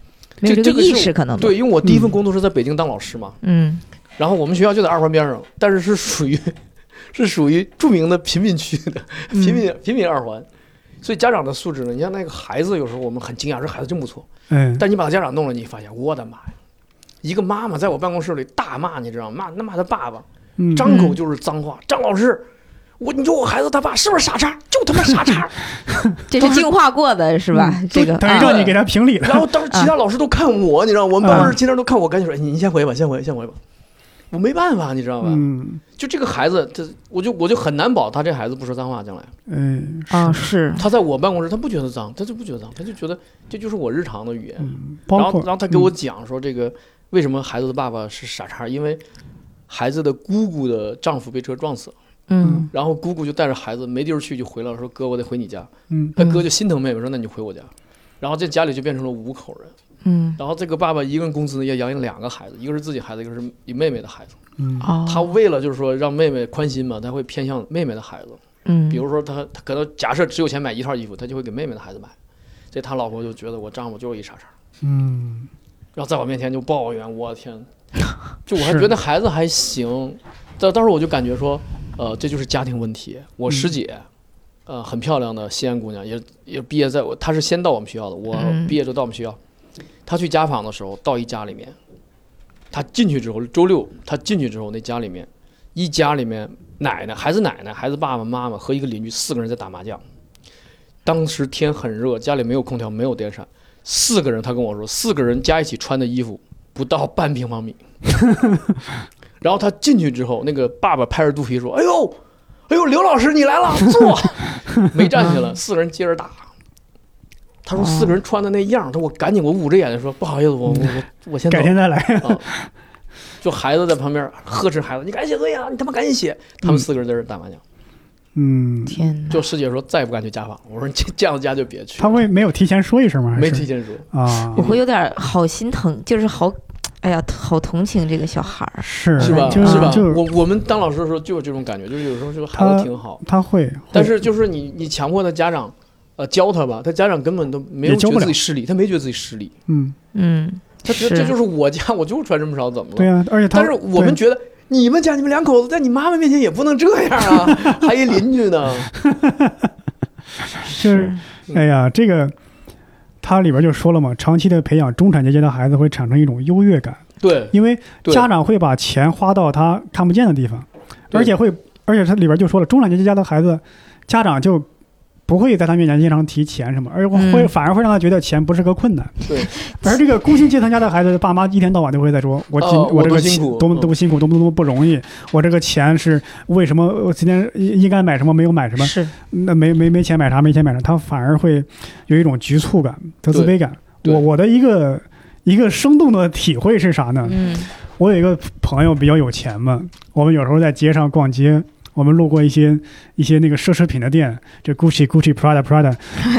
没有这个意识可能对，因为我第一份工作是在北京当老师嘛， 嗯， 然后我们学校就在二环边上，但是是属于是属于著名的贫民区的贫民、嗯、贫民二环，所以家长的素质呢，你像那个孩子，有时候我们很惊讶，这孩子真不错，嗯，但你把他家长弄了，你发现我的妈呀，一个妈妈在我办公室里大骂，你知道吗？骂那骂他爸爸，嗯、张口就是脏话，张老师。我你说我孩子他爸是不是傻叉？就他妈傻叉， 这是净化过的是吧？嗯、这个等于让你给他评理了。 然后当时其他老师都看我，啊、你知道，我们办公室其他人都看我，赶紧说：“你先回吧，先回，先回吧。”我没办法，你知道吧？嗯，就这个孩子，这我就我就很难保他这孩子不说脏话，将来。 嗯啊是。 他在我办公室，他不觉得脏，他就不觉得脏，他就觉得这就是我日常的语言。嗯、然后然后他给我讲说，这个、嗯、为什么孩子的爸爸是傻叉？因为孩子的姑姑的丈夫被车撞死了。嗯，然后姑姑就带着孩子没地儿去，就回来了，说哥，我得回你家。嗯，他哥就心疼妹妹，说那你回我家。然后这家里就变成了五口人。嗯，然后这个爸爸一个人工资也养两个孩子，一个是自己孩子，一个是妹妹的孩子。嗯，他为了就是说让妹妹宽心嘛，他会偏向妹妹的孩子。嗯，比如说他他可能假设只有钱买一套衣服，他就会给妹妹的孩子买。这他老婆就觉得我丈夫就是一傻叉。嗯，然后在我面前就抱怨，我天，就我还觉得孩子还行，但当时我就感觉说。呃，这就是家庭问题。我师姐，嗯、呃，很漂亮的西安姑娘，也也毕业在我，她是先到我们学校的，我毕业就到我们学校。她去家访的时候，到一家里面，她进去之后，周六她进去之后，那家里面，一家里面奶奶、孩子奶奶、孩子爸爸妈妈和一个邻居四个人在打麻将。当时天很热，家里没有空调，没有电扇，四个人，她跟我说，四个人加一起穿的衣服不到半平方米。然后他进去之后，那个爸爸拍着肚皮说：“哎呦，哎呦，刘老师你来了，坐。”没站起来，四个人接着打。他说四个人穿的那样，他说我赶紧我捂着眼睛说不好意思，我我我我先走， 改天再来。 啊、就孩子在旁边呵斥孩子：“你赶紧写作业啊，你他妈赶紧写。”他们四个人在这打麻将。 嗯， 天哪！ 就师姐说再也不敢去家访，我说这这样的家就别去。 他会没有提前说一声吗？ 没提前说啊， 我会有点好心疼，就是好。哎呀，好同情这个小孩儿， 是是吧？ 就是吧？ 就我我们当老师的时候就有这种感觉，就是有时候这个孩子挺好， 他会， 但是就是你你强迫他家长，呃，教他吧，他家长根本都没有觉得自己失礼，他没觉得自己失礼， 嗯嗯， 他觉得这就是我家，我就是穿这么少，怎么了？ 对啊，而且他， 但是我们觉得你们家你们两口子在你妈妈面前也不能这样啊，还一邻居呢， 就是哎呀，这个他里边就说了嘛，长期的培养中产阶级的孩子会产生一种优越感。 对， 因为家长会把钱花到他看不见的地方，而且会，而且他里边就说了，中产阶级家的孩子，家长就不会在他面前经常提钱什么，而会、嗯、反而会让他觉得钱不是个困难。 对， 而这个工薪阶层家的孩子，爸妈一天到晚都会在说，我今、 哦、 我这个钱多么多么辛苦，多么多么不容易，我这个钱是为什么？我今天应该买什么没有买什么？ 是， 那没没没钱买啥？没钱买啥？他反而会有一种局促感和自卑感。我我的一个。一个生动的体会是啥呢？嗯，我有一个朋友比较有钱嘛，我们有时候在街上逛街，我们路过一些一些那个奢侈品的店，就 Gucci Gucci Prada Prada，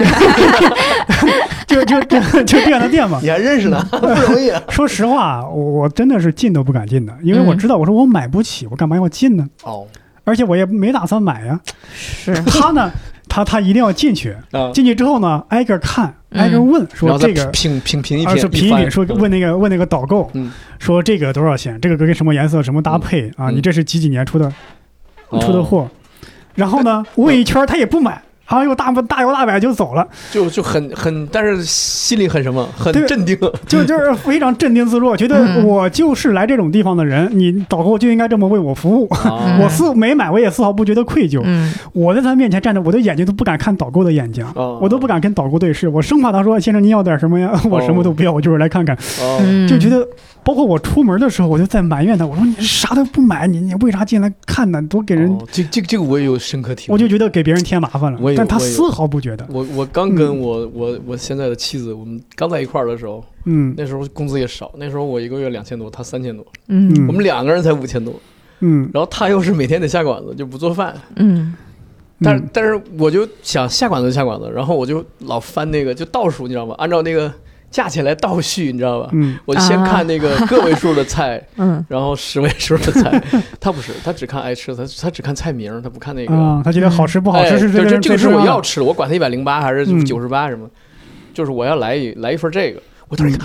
就就就就这样的店嘛。 你还认识呢，不容易、啊。 说实话，我我真的是进都不敢进的，因为我知道，我说我买不起，我干嘛要进呢？哦，而且我也没打算买呀。 是他呢。他他一定要进去，进去之后呢，挨个看，挨个问，说这个品品评一品，是品一品，说问那个问那个导购，说这个多少钱，这个跟什么颜色，什么搭配啊？你这是几几年出的出的货？然后呢，问一圈他也不买。然后又大大摇大摆就走了， 就就很很，但是心里很什么，很镇定， 就就是非常镇定自若，觉得我就是来这种地方的人，你导购就应该这么为我服务。嗯、我丝没买，我也丝毫不觉得愧疚。嗯、我在他面前站着，我的眼睛都不敢看导购的眼睛，哦、我都不敢跟导购对视，我生怕他说先生您要点什么呀？我什么都不要，我就是来看看，哦、就觉得。包括我出门的时候，我就在埋怨他，我说你啥都不买，你你为啥进来看呢？多给人。哦、 这这这个我也有深刻体会。 我就觉得给别人添麻烦了，但他丝毫不觉得。 我我刚跟我、嗯、我我现在的妻子，我们刚在一块儿的时候，嗯，那时候工资也少，那时候我一个月两千多，他三千多，嗯，我们两个人才五千多，嗯，然后他又是每天得下馆子，就不做饭，嗯。但是但是我就想下馆子下馆子，然后我就老翻那个就倒数，你知道吗？按照那个。架起来倒序，你知道吧？嗯，我先看那个个位数的菜，嗯，然后十位数的菜。他不是，他只看爱吃，他他只看菜名，他不看那个。 啊，他觉得好吃不好吃是这个。这个是我要吃的，我管他一百零八还是九十八什么，就是我要来一来一份这个。我当时看，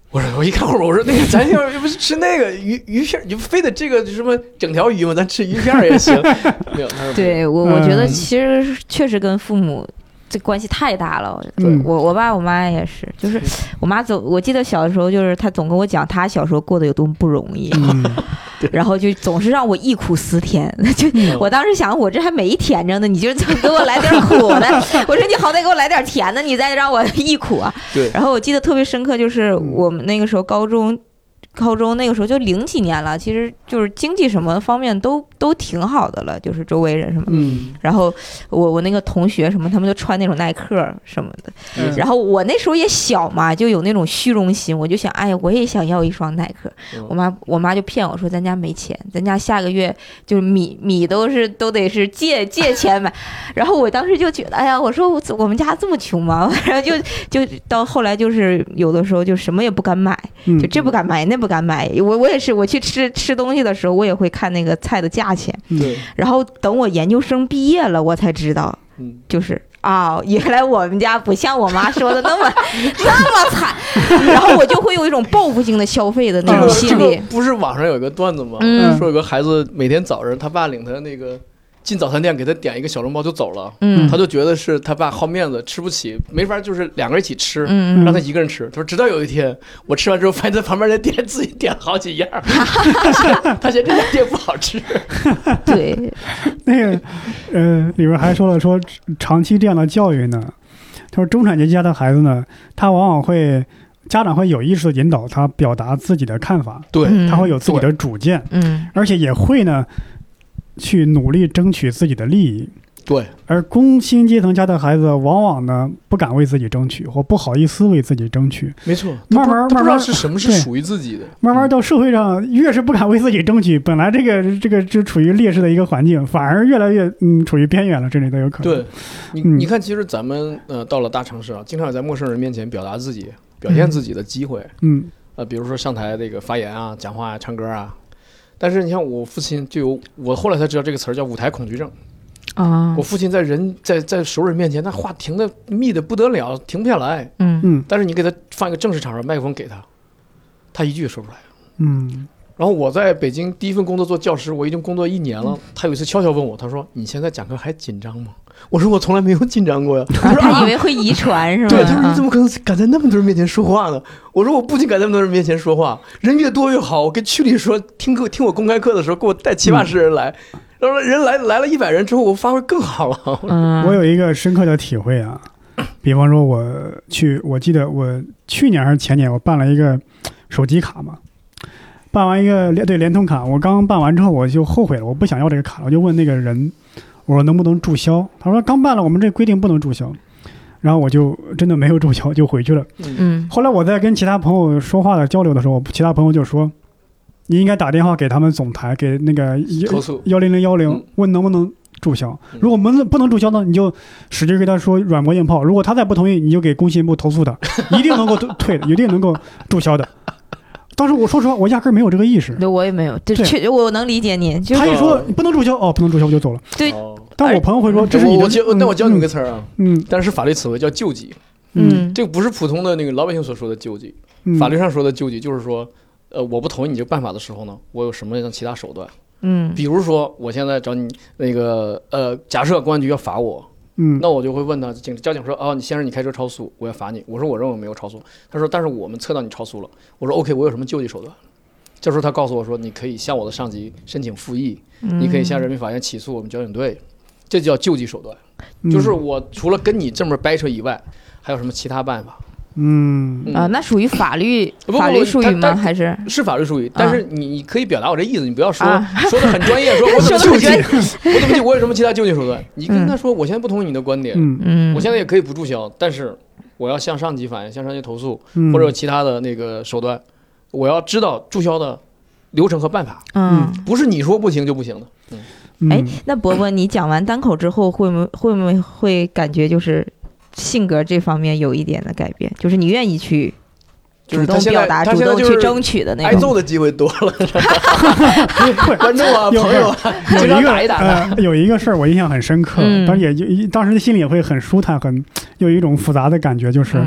我说我一看后边，我说那个咱要不是吃那个鱼鱼片，你非得这个什么整条鱼吗？咱吃鱼片也行。没有，他说对我我觉得其实确实跟父母这关系太大了。 嗯、 我我爸我妈也是，就是我妈总我记得小的时候，就是她总跟我讲她小时候过得有多么不容易。 嗯然后就总是让我忆苦思甜，就我当时想，我这还没甜着呢，你就给我来点苦的。我说你好歹给我来点甜的，你再让我忆苦啊。 对。 然后我记得特别深刻，就是我们那个时候高中。高中那个时候就零几年了，其实就是经济什么方面都都挺好的了，就是周围人什么， 嗯， 然后我我那个同学什么，他们都穿那种耐克什么的， 嗯、 然后我那时候也小嘛，就有那种虚荣心，我就想，哎呀，我也想要一双耐克。 嗯、 我妈我妈就骗我说，咱家没钱，咱家下个月就是米米都是都得是借借钱买，然后我当时就觉得，哎呀，我说我我们家这么穷吗？然后就就到后来就是有的时候就什么也不敢买，就这不敢买那不敢买，我我也是，我去吃吃东西的时候，我也会看那个菜的价钱。 对。 然后等我研究生毕业了，我才知道， 嗯， 就是啊、哦，原来我们家不像我妈说的那么那么惨。然后我就会有一种报复性的消费的那种心理。 这个不是网上有一个段子吗？ 嗯、 说有个孩子每天早上他爸领他那个。进早餐店给他点一个小笼包就走了， 嗯， 他就觉得是他爸好面子吃不起，没法就是两个人一起吃， 嗯， 让他一个人吃。他说直到有一天我吃完之后发现在旁边的店自己点了好几样，他嫌这家店不好吃。 对， 那个呃里边还说了说长期这样的教育呢，他说中产阶级家的孩子呢，他往往会家长会有意识的引导他表达自己的看法， 对， 他会有自己的主见， 嗯， 而且也会呢。去努力争取自己的利益， 对。 而工薪阶层家的孩子往往呢不敢为自己争取，或不好意思为自己争取。 没错， 慢慢慢慢是什么是属于自己的。 慢慢到社会上，越是不敢为自己争取，本来这个这个就处于劣势的一个环境，反而越来越嗯处于边缘了，这里都有可能。 对，你、嗯、你看，其实咱们呃到了大城市啊，经常在陌生人面前表达自己、表现自己的机会。 嗯， 呃，比如说上台这个发言啊、讲话啊、唱歌啊。但是你看我父亲就有，我后来才知道这个词儿叫舞台恐惧症啊。 我父亲在人在在熟人面前，他话停的密的不得了，停不下来。 嗯嗯。 但是你给他放一个正式场合，麦克风给他，他一句也说不出来。 嗯。 然后我在北京第一份工作做教师，我已经工作一年了。他有一次悄悄问我，他说：“你现在讲课还紧张吗？”我说：“我从来没有紧张过呀。 啊”他以为会遗传是吗？ 对，他说：“你怎么可能敢在那么多人面前说话呢？”我说：“我不仅敢在那么多人面前说话，人越多越好。我跟区里说，听课听我公开课的时候，给我带七八十人来，然后人来来了一百人之后，我发挥更好了。 嗯” 我有一个深刻的体会啊，比方说我去，我记得我去年还是前年，我办了一个手机卡嘛。办完一个对联通卡，我刚办完之后我就后悔了，我不想要这个卡了，我就问那个人，我说能不能注销？他说刚办了，我们这规定不能注销。然后我就真的没有注销，就回去了。 嗯。 后来我在跟其他朋友说话的交流的时候，其他朋友就说，你应该打电话给他们总台，给那个幺零零幺零，问能不能注销。如果我们不能注销呢，你就使劲跟他说软磨硬泡。如果他再不同意，你就给工信部投诉他，一定能够退的，一定能够注销的。当时我说实话，我压根儿没有这个意识。 对，我也没有。对，确我能理解你。就是、 他一说你不能注销，哦，不能注销，我就走了。 对。 但我朋友会说，这是你的。 我那我教你们个词儿啊， 嗯， 但是法律词汇叫救济。 嗯， 这个不是普通的那个老百姓所说的救济， 嗯、 法律上说的救济就是说，呃，我不同意你这个办法的时候呢，我有什么样的其他手段？ 嗯， 比如说我现在找你那个呃，假设公安局要罚我。 嗯， 那我就会问他，警交警说，哦，你先生你开车超速，我要罚你。我说我认为没有超速。他说，但是我们测到你超速了。我说 OK， 我有什么救济手段？这时候他告诉我说，你可以向我的上级申请复议， 嗯、 你可以向人民法院起诉我们交警队，这叫救济手段。嗯、就是我除了跟你这么掰扯以外，还有什么其他办法？ 嗯啊，那属于法律法律术语吗？还是是法律术语？但是你你可以表达我这意思，你不要说、 啊、 说的很专业，说我怎么救济，我怎么救，我有什么其他救济手段？你跟他说，我现在不同意你的观点， 嗯， 我现在也可以不注销，但是我要向上级反映，向上级投诉， 嗯、 或者有其他的那个手段，我要知道注销的流程和办法。 嗯， 不是你说不行就不行的。 嗯，哎，那伯伯，你讲完单口之后，会不会不会会感觉就是性格这方面有一点的改变？就是你愿意去主动表达、主动去争取的那种。 挨揍的机会多了，观众啊、朋友啊， 有一个打一打呃，有一个事儿我印象很深刻， 嗯、 当时也就当时心里也会很舒坦，很有一种复杂的感觉，就是，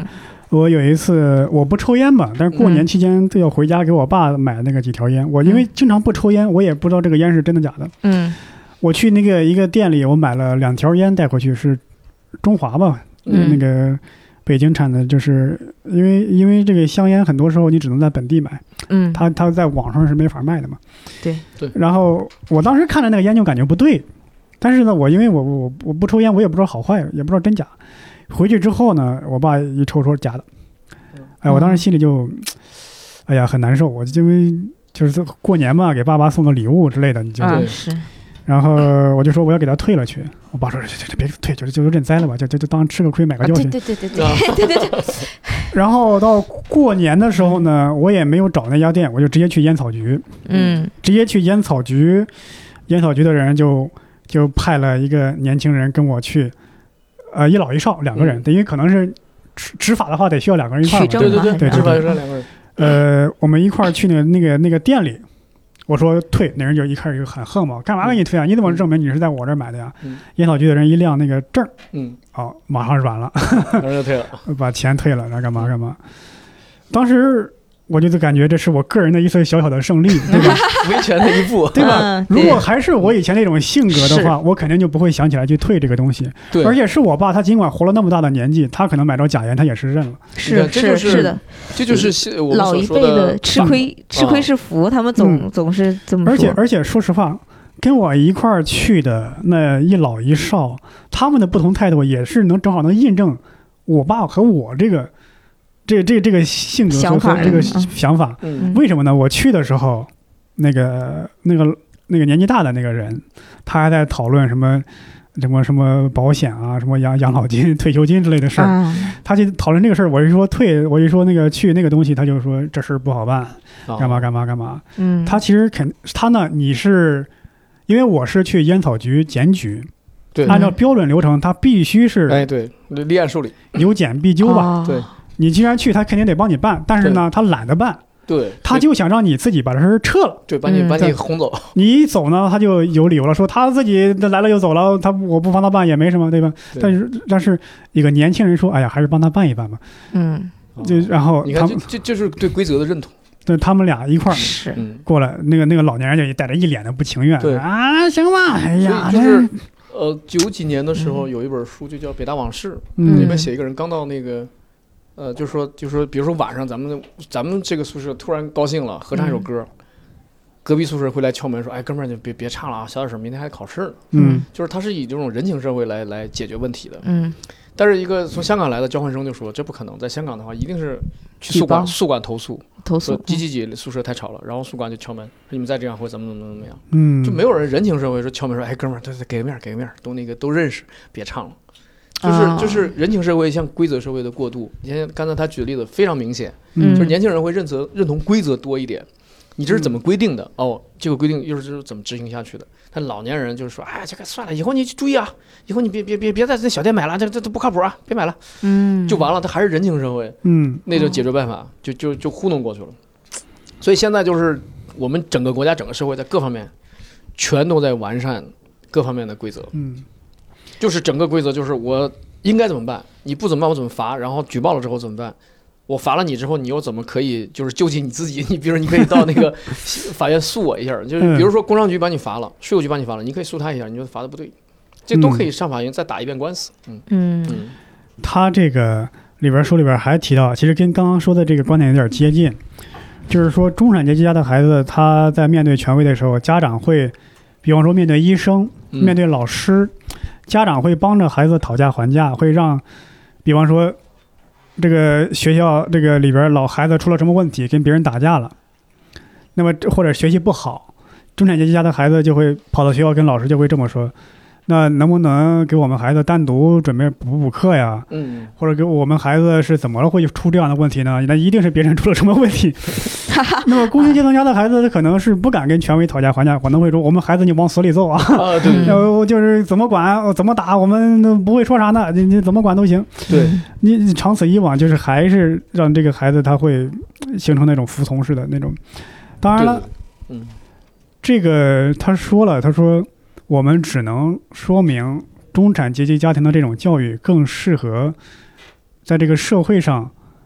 我有一次我不抽烟嘛，但是过年期间都要回家给我爸买那个几条烟。我因为经常不抽烟，我也不知道这个烟是真的假的。 嗯， 我去那个一个店里，我买了两条烟带回去，是中华吧， 嗯、 那个北京产的，就是因为因为这个香烟很多时候你只能在本地买， 嗯， 它它在网上是没法卖的嘛。 对对。 然后我当时看着那个烟就感觉不对，但是呢，我因为我我我不抽烟，我也不知道好坏，也不知道真假。回去之后呢，我爸一抽说假的，哎，我当时心里就，哎呀很难受。我就因为就是过年嘛，给爸爸送个礼物之类的，你就、 啊、是。 然后我就说我要给他退了去。我爸说这这别退，就就认栽了吧，就就就当吃个亏买个教训。 啊、对对对对对对对对。 然后到过年的时候呢，我也没有找那家店，我就直接去烟草局。 嗯， 直接去烟草局，烟草局的人就就派了一个年轻人跟我去。呃，一老一少两个人，等于、嗯、可能是执执法的话得需要两个人一块儿。 对对对对， 执法是两个人。 呃，我们一块儿去那个那个那个店里，我说退，那人就一开始就很横嘛，干嘛给你退啊？你怎么证明你是在我这儿买的呀？嗯、烟草局的人一亮那个证， 嗯， 哦，马上软了， 马上就退了， 把钱退了，然后干嘛干嘛。当时。我就感觉这是我个人的一次小小的胜利，对吧？ 维权的一步， 对吧？嗯、对，如果还是我以前那种性格的话，我肯定就不会想起来去退这个东西。 对， 而且是我爸，他尽管活了那么大的年纪，他可能买着假烟，他也是认了。 是是是的， 这就是我们老一辈的吃亏，吃亏是福，他们总、嗯、总是这么说。 而且而且说实话，跟我一块儿去的那一老一少，他们的不同态度也是能正好能印证我爸和我这个。这这这个性格和和这个想法， 嗯、 为什么呢？我去的时候，那个那个那个年纪大的那个人，他还在讨论什么什么什么保险啊，什么养养老金、退休金之类的事儿。 嗯、 他去讨论这个事儿，我一说退，我一说那个去那个东西，他就说这事儿不好办，干嘛干嘛干嘛。 嗯， 他其实肯他呢，你是因为我是去烟草局检举。 对， 按照标准流程，他必须是哎对立案受理， 有检必究吧？ 哦、 对。 你既然去，他肯定得帮你办，但是呢，他懒得办， 对， 他就想让你自己把这事撤了， 对，把你、嗯、把你轰走。 你一走呢，他就有理由了，说他自己来了又走了，他我不帮他办也没什么，对吧？对但是但是一个年轻人说，哎呀，还是帮他办一办吧。 嗯， 就然后你看，这这就是对规则的认同。 对，他们俩一块儿过来，那个那个老年人就带着一脸的不情愿， 对啊，行吧，哎呀， 就是呃，九几年的时候有一本书就叫《北大往事》， 嗯、 里面写一个人刚到那个。呃，就说就说，比如说晚上咱们咱们这个宿舍突然高兴了，合唱一首歌，嗯、隔壁宿舍会来敲门说：“哎，哥们儿，就别别唱了啊，小点声，明天还考试呢。” 嗯， 就是他是以这种人情社会来来解决问题的。 嗯， 但是一个从香港来的交换生就说，这不可能，在香港的话，一定是去宿管宿管投诉， 投诉几几几宿舍太吵了，然后宿管就敲门说：“你们再这样会怎么怎么怎么样。” 嗯， 就没有人人情社会说敲门说：“哎，哥们儿，对对，给个面，给个面，都那个都认识，别唱了。”就是就是人情社会向规则社会的过渡。你看刚才他举的例子非常明显， 嗯、 就是年轻人会认责认同规则多一点。你这是怎么规定的？嗯、哦，这个规定又是怎么执行下去的？但老年人就是说，哎，这个算了，以后你注意啊，以后你别别别别在这小店买了，这这这不靠谱啊，别买了， 嗯， 就完了。他还是人情社会， 嗯， 那种解决办法就就就糊弄过去了。所以现在就是我们整个国家整个社会在各方面全都在完善各方面的规则， 嗯。 就是整个规则就是我应该怎么办，你不怎么办我怎么罚，然后举报了之后怎么办，我罚了你之后你又怎么可以就是救济你自己，你比如说你可以到那个法院诉我一下，就是比如说工商局把你罚了，税务局把你罚了，你可以诉他一下，你觉得罚的不对，这都可以上法院再打一遍官司。嗯嗯， 嗯他这个里边书里边还提到，其实跟刚刚说的这个观点有点接近，就是说中产阶级家的孩子他在面对权威的时候，家长会比方说面对医生、 嗯、 面对老师，家长会帮着孩子讨价还价，会让比方说这个学校这个里边老孩子出了什么问题跟别人打架了，那么或者学习不好，中产阶级家的孩子就会跑到学校跟老师就会这么说，那能不能给我们孩子单独准备补补课呀？ 嗯， 或者给我们孩子是怎么会出这样的问题呢？那一定是别人出了什么问题。那么工薪阶层家的孩子可能是不敢跟权威讨价还价，可能会说我们孩子你往死里揍啊， 啊对， 呃就是怎么管怎么打，我们不会说啥呢，你你怎么管都行。 对， 你长此以往就是还是让这个孩子他会形成那种服从式的那种。当然了， 嗯， 这个他说了，他说我们只能说明中产阶级家庭的这种教育更适合在这个社会上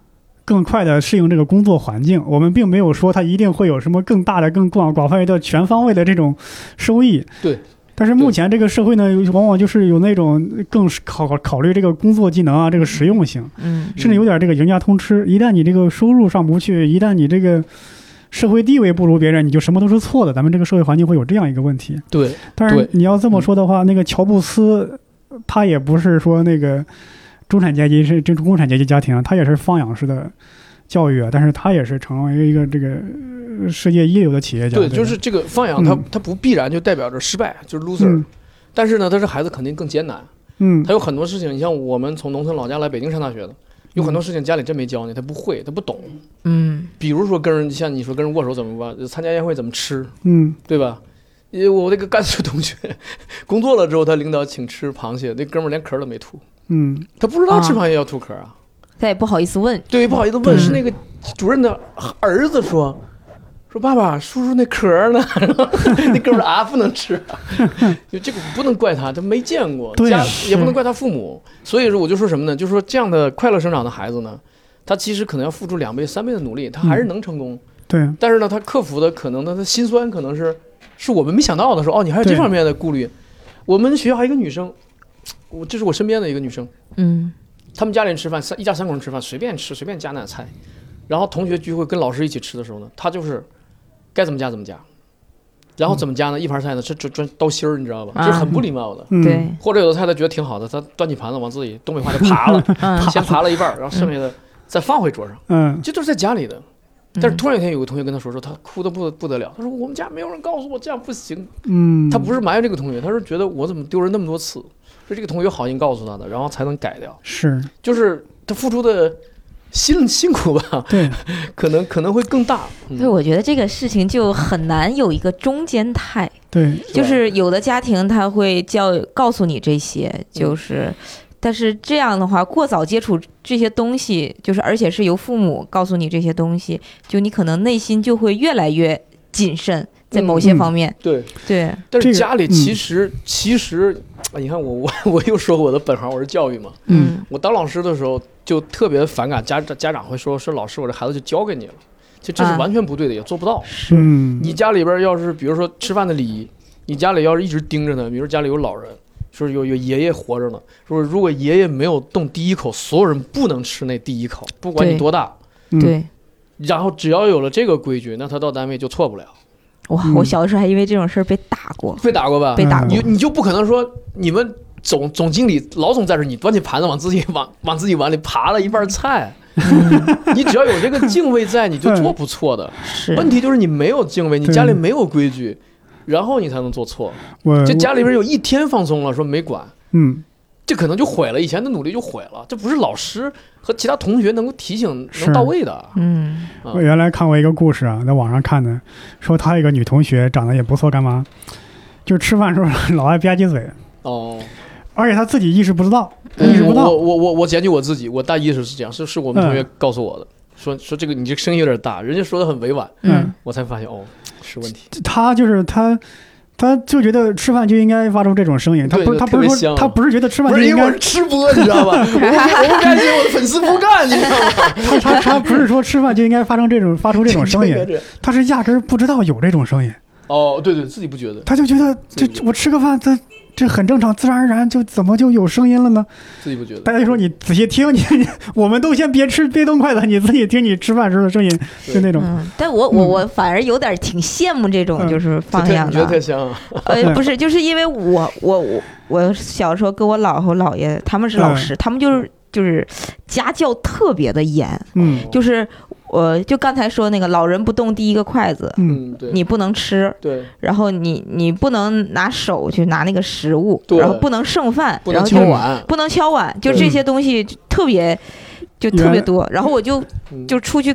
更快的适应这个工作环境。我们并没有说它一定会有什么更大的、更广广范围的、全方位的这种收益。 对。 但是目前这个社会呢，往往就是有那种更考考虑这个工作技能啊，这个实用性， 嗯， 甚至有点这个赢家通吃。一旦你这个收入上不去，一旦你这个社会地位不如别人，你就什么都是错的。咱们这个社会环境会有这样一个问题。 对， 但是你要这么说的话，那个乔布斯，他也不是说那个中产阶级是这中产阶级家庭，他也是放养式的教育啊，但是他也是成为一个这个世界一流的企业家。 对，就是这个放养，它、嗯、它不必然就代表着失败，就是 loser、嗯。但是呢，他这孩子肯定更艰难。 嗯， 他有很多事情，你像我们从农村老家来北京上大学的，有很多事情家里真没教你，他不会，他不懂。 嗯， 比如说跟人像你说跟人握手怎么办，参加宴会怎么吃， 嗯， 对吧？因为我那个甘肃同学工作了之后，他领导请吃螃蟹，那哥们儿连壳都没吐。 嗯， 他不知道吃螃蟹要吐壳啊。 他也不好意思问， 对，不好意思问，是那个主任的儿子说，说爸爸，叔叔那壳呢？那哥们儿啊，不能吃、啊，就这个不能怪他，他没见过， 对、啊， 家也不能怪他父母。所以说，我就说什么呢？就是说这样的快乐生长的孩子呢，他其实可能要付出两倍、三倍的努力，他还是能成功。 嗯、对， 但是呢，他克服的可能他的心酸，可能是是我们没想到的，说哦，你还有这方面的顾虑。我们学校还有一个女生，我这是我身边的一个女生， 嗯。 他们家里人吃饭，三一家三口人吃饭，随便吃，随便加那菜。然后同学聚会跟老师一起吃的时候呢，他就是该怎么加怎么加。然后怎么加呢？一盘菜呢是专刀芯儿，你知道吧？ 啊、 就是很不礼貌的。 对、 嗯。 或者有的菜他觉得挺好的，他端起盘子往自己东北话就扒了，先扒了一半，然后剩下的再放回桌上。 嗯。 这都是在家里的。但是突然有一天有个同学跟他说说，他哭得不不得了。他说我们家没有人告诉我这样不行。 嗯。 他不是埋怨这个同学，他是觉得我怎么丢人那么多次。是这个同学好心告诉他的，然后才能改掉。 是， 就是他付出的辛辛苦吧， 对， 可能可能会更大。 所以我觉得这个事情就很难有一个中间态。 对， 就是有的家庭他会教告诉你这些，就是，嗯、但是这样的话，过早接触这些东西，就是而且是由父母告诉你这些东西，就你可能内心就会越来越谨慎。在某些方面， 嗯、对对， 但是家里其实、嗯、其实，你看我我我又说我的本行我是教育嘛， 嗯， 我当老师的时候就特别反感家家长会说说老师我这孩子就交给你了，其实这是完全不对的，啊、也做不到。 是， 你家里边要是比如说吃饭的礼仪，你家里要是一直盯着呢，比如说家里有老人，说有有爷爷活着呢，说如果爷爷没有动第一口，所有人不能吃那第一口，不管你多大， 对， 嗯、然后只要有了这个规矩，那他到单位就错不了。 哇！我小的时候还因为这种事儿被打过， 被打过吧？ 被打过。 你你就不可能说你们总总经理老总在这，你端起盘子往自己往往自己碗里扒了一半菜，嗯、你只要有这个敬畏在，你就做不错的。 是。 问题就是你没有敬畏，你家里没有规矩，然后你才能做错。这家里边有一天放松了，说没管， 嗯， 这可能就毁了，以前的努力就毁了。这不是老师和其他同学能够提醒能到位的。 嗯， 我原来看过一个故事啊，在网上看的，说他一个女同学长得也不错，干嘛？就吃饭时候老爱吧唧嘴。 哦。 而且他自己意识不知道， 嗯、 意识不到。 我我我我检举我自己，我大一时是这样，是是我们同学告诉我的，嗯、说说这个你这个声音有点大，人家说的很委婉， 嗯， 我才发现哦是问题。 他就是他。他就觉得吃饭就应该发出这种声音，他不是他不是说他不是觉得吃饭就应该， 不是因为我是吃播，你知道吧？我不我不甘心我的粉丝不干，你知道吗？ 他他他不是说吃饭就应该发生这种发出这种声音，他是压根儿不知道有这种声音。 哦，对对，自己不觉得， 他就觉得这我吃个饭，这这很正常，自然而然就怎么就有声音了呢？ 自己不觉得。 大家就说你仔细听，你你我们都先别吃别动筷子，你自己听你吃饭时候的声音，就那种。 嗯、但我我我反而有点挺羡慕这种就是放养的。 你觉得特香啊？ 呃，不是，就是因为我我我我小时候跟我姥和姥爷他们是老师，嗯、他们就是就是家教特别的严， 嗯， 就是我、呃、就刚才说那个老人不动第一个筷子， 嗯，对， 你不能吃， 对， 然后你你不能拿手去拿那个食物，然后不能剩饭， 不能敲碗， 不能敲碗，就这些东西特别就特别多。然后我就就出去跟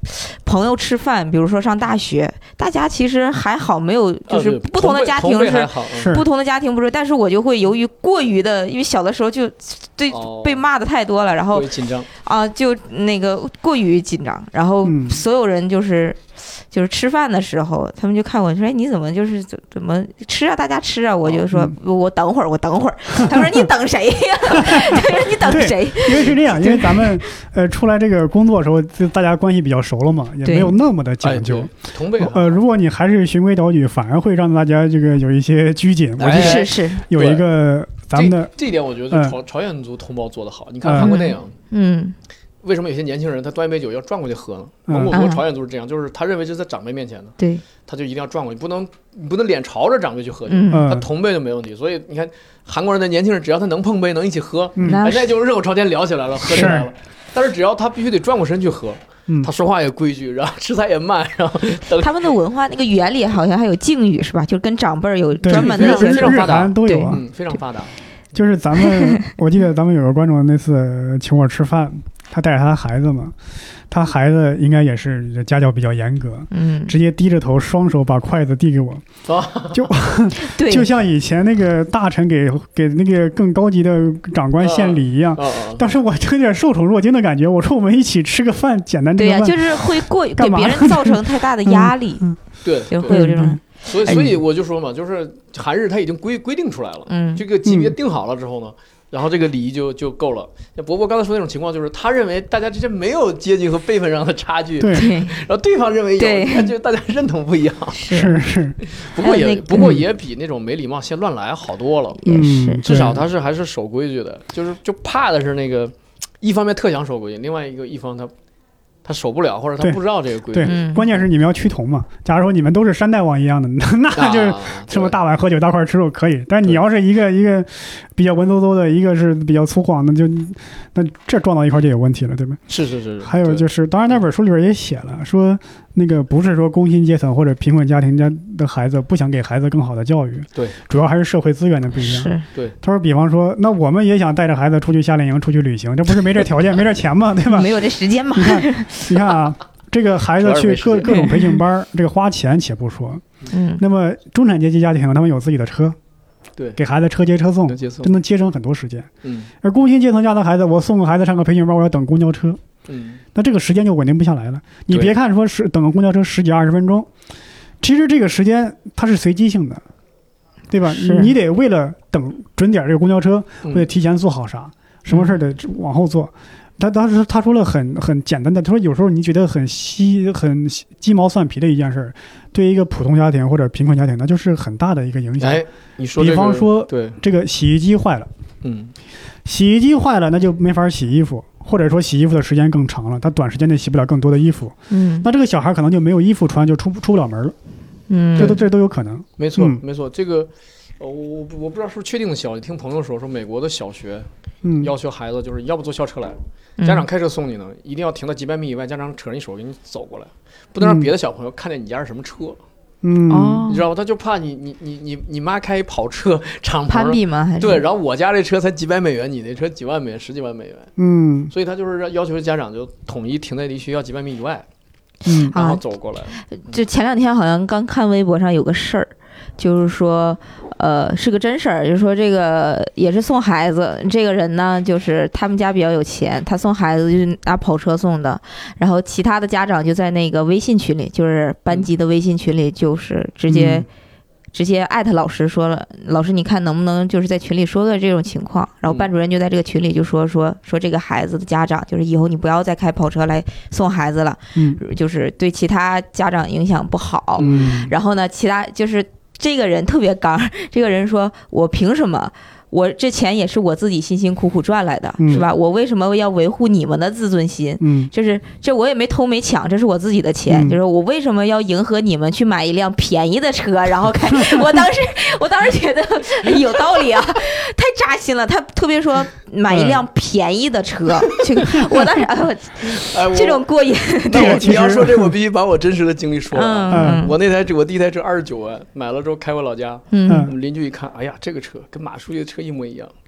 朋友吃饭，比如说上大学，大家其实还好，没有就是不同的家庭是、 嗯、 不同的家庭不是，但是我就会由于过于的，因为小的时候就对被骂的太多了，然后紧张啊，就那个过于紧张，然后所有人就是。就是吃饭的时候，他们就看我说：“哎，你怎么就是怎怎么吃啊？大家吃啊！”我就说：“嗯、我等会儿，我等会儿。”他说：“你等谁呀？你等谁？” 因为是这样，因为咱们呃出来这个工作的时候，就大家关系比较熟了嘛，也没有那么的讲究。 同辈呃，如果你还是循规蹈矩，反而会让大家这个有一些拘谨。我记得是是有一个咱们的这, 这一点，我觉得朝、嗯、朝鲜族同胞做得好。你看韩国电影， 嗯。 为什么有些年轻人他端一杯酒要转过去喝呢？蒙古族、朝鲜族是这样，就是他认为这是在长辈面前的， 对， 他就一定要转过去，不能你不能脸朝着长辈去喝酒， 嗯、 他同辈就没问题。所以你看韩国人的年轻人，只要他能碰杯，能一起喝， 嗯、 哎，那就热火朝天聊起来了，喝起来了。但是只要他必须得转过身去喝， 嗯、 他说话也规矩，然后吃菜也慢，然后他们的文化那个语言里好像还有敬语是吧？就跟长辈有专门的一些非常发达， 都有啊， 嗯，非常发达。 就是咱们，我记得咱们有个观众那次请我吃饭，他带着他的孩子嘛，他孩子应该也是家教比较严格， 嗯， 直接低着头，双手把筷子递给我，就对， 就像以前那个大臣给给那个更高级的长官献礼一样。当时我有点受宠若惊的感觉，我说我们一起吃个饭，简单吃个饭， 对呀、啊，就是会过给别人造成太大的压力， 嗯， 对， 就会有这种。 所以，所以我就说嘛，就是韩日他已经规规定出来了， 嗯， 这个级别定好了之后呢，然后这个礼仪就就够了。像伯伯刚才说那种情况，就是他认为大家之间没有阶级和辈分上的差距， 对， 然后对方认为有，那就大家认同不一样。 是是， 不过也不过也比那种没礼貌先乱来好多了， 也是， 至少他是还是守规矩的，就是就怕的是那个一方面特想守规矩，另外一个一方他。他守不了，或者他不知道这个规矩。 对，关键是你们要趋同嘛。假如说你们都是山大王一样的，那就是什么大碗喝酒、大块吃肉可以。但是你要是一个一个比较文绉绉的，一个是比较粗犷，那就那这撞到一块就有问题了，对吧？ 是是是。 还有就是，当然那本书里边也写了，说那个不是说工薪阶层或者贫困家庭家的孩子不想给孩子更好的教育， 对， 主要还是社会资源的不一样。 是， 对。 他说，比方说，那我们也想带着孩子出去夏令营、出去旅行，这不是没这条件、没这钱吗？对吧？ 没有这时间嘛。 你看，你看啊。这个孩子去各各种培训班，这个花钱且不说， 嗯， 那么中产阶级家庭他们有自己的车， 对， 给孩子车接车送，这能节省很多时间。 嗯， 而工薪阶层家的孩子，我送个孩子上个培训班，我要等公交车， 嗯， 那这个时间就稳定不下来了。你别看说是等个公交车十几二十分钟，其实这个时间它是随机性的，对吧？你得为了等准点这个公交车，为了提前做好啥，什么事得往后做。他当时他说了很很简单的，他说有时候你觉得很稀很鸡毛蒜皮的一件事，对于一个普通家庭或者贫困家庭，那就是很大的一个影响。 哎，你说、 这个，比方说， 对这个洗衣机坏了， 嗯， 洗衣机坏了，那就没法洗衣服，或者说洗衣服的时间更长了，他短时间内洗不了更多的衣服， 嗯， 那这个小孩可能就没有衣服穿，就出出不了门了， 嗯， 这都这都有可能。 没错，嗯、没错，这个。呃，我我不知道是不是确定的消息，听朋友说说美国的小学， 嗯， 要求孩子就是要不坐校车来， 嗯、 家长开车送你呢，一定要停到几百米以外，家长扯着你手给你走过来，不能让别的小朋友看见你家是什么车， 嗯， 你知道吗？他就怕你你你你你妈开跑车敞篷攀比吗？还是对，然后我家这车才几百美元，你那车几万美元、十几万美元， 嗯， 所以他就是要求家长就统一停在离学校几百米以外， 嗯， 然后走过来。 啊、就前两天好像刚看微博上有个事儿。就是说，呃，是个真事儿。就是说，这个也是送孩子，这个人呢，就是他们家比较有钱，他送孩子就是拿跑车送的。然后其他的家长就在那个微信群里，就是班级的微信群里，就是直接、嗯、直接艾特老师说了，老师你看能不能就是在群里说个这种情况。然后班主任就在这个群里就说说说这个孩子的家长，就是以后你不要再开跑车来送孩子了， 嗯， 就是对其他家长影响不好。 嗯， 然后呢，其他就是。这个人特别刚，这个人说：“我凭什么？我这钱也是我自己辛辛苦苦赚来的， 嗯、 是吧？我为什么要维护你们的自尊心？ 嗯， 就是这我也没偷没抢，这是我自己的钱。 嗯、 就是我为什么要迎合你们去买一辆便宜的车，然后开？我当时我当时觉得有道理啊，太扎心了。他特别说买一辆便宜的车，这个我当时哎，这种过瘾。 对，你要说这，我必须把我真实的经历说了。 嗯， 我那台车，我第一台车二十九万，买了之后开回老家， 嗯， 我们邻居一看，哎呀，这个车跟马书记的车一模一样，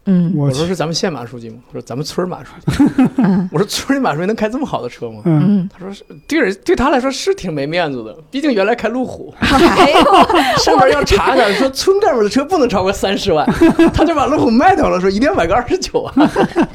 嗯， 我说是咱们县马书记吗？我说咱们村马书记。我说村里马书记能开这么好的车吗？ 嗯， 他说是，对人对他来说是挺没面子的，毕竟原来开路虎， 哎呦， 上面要查的，说村干部的车不能超过三十万，他就把路虎卖掉了，说一定要买个二十九万。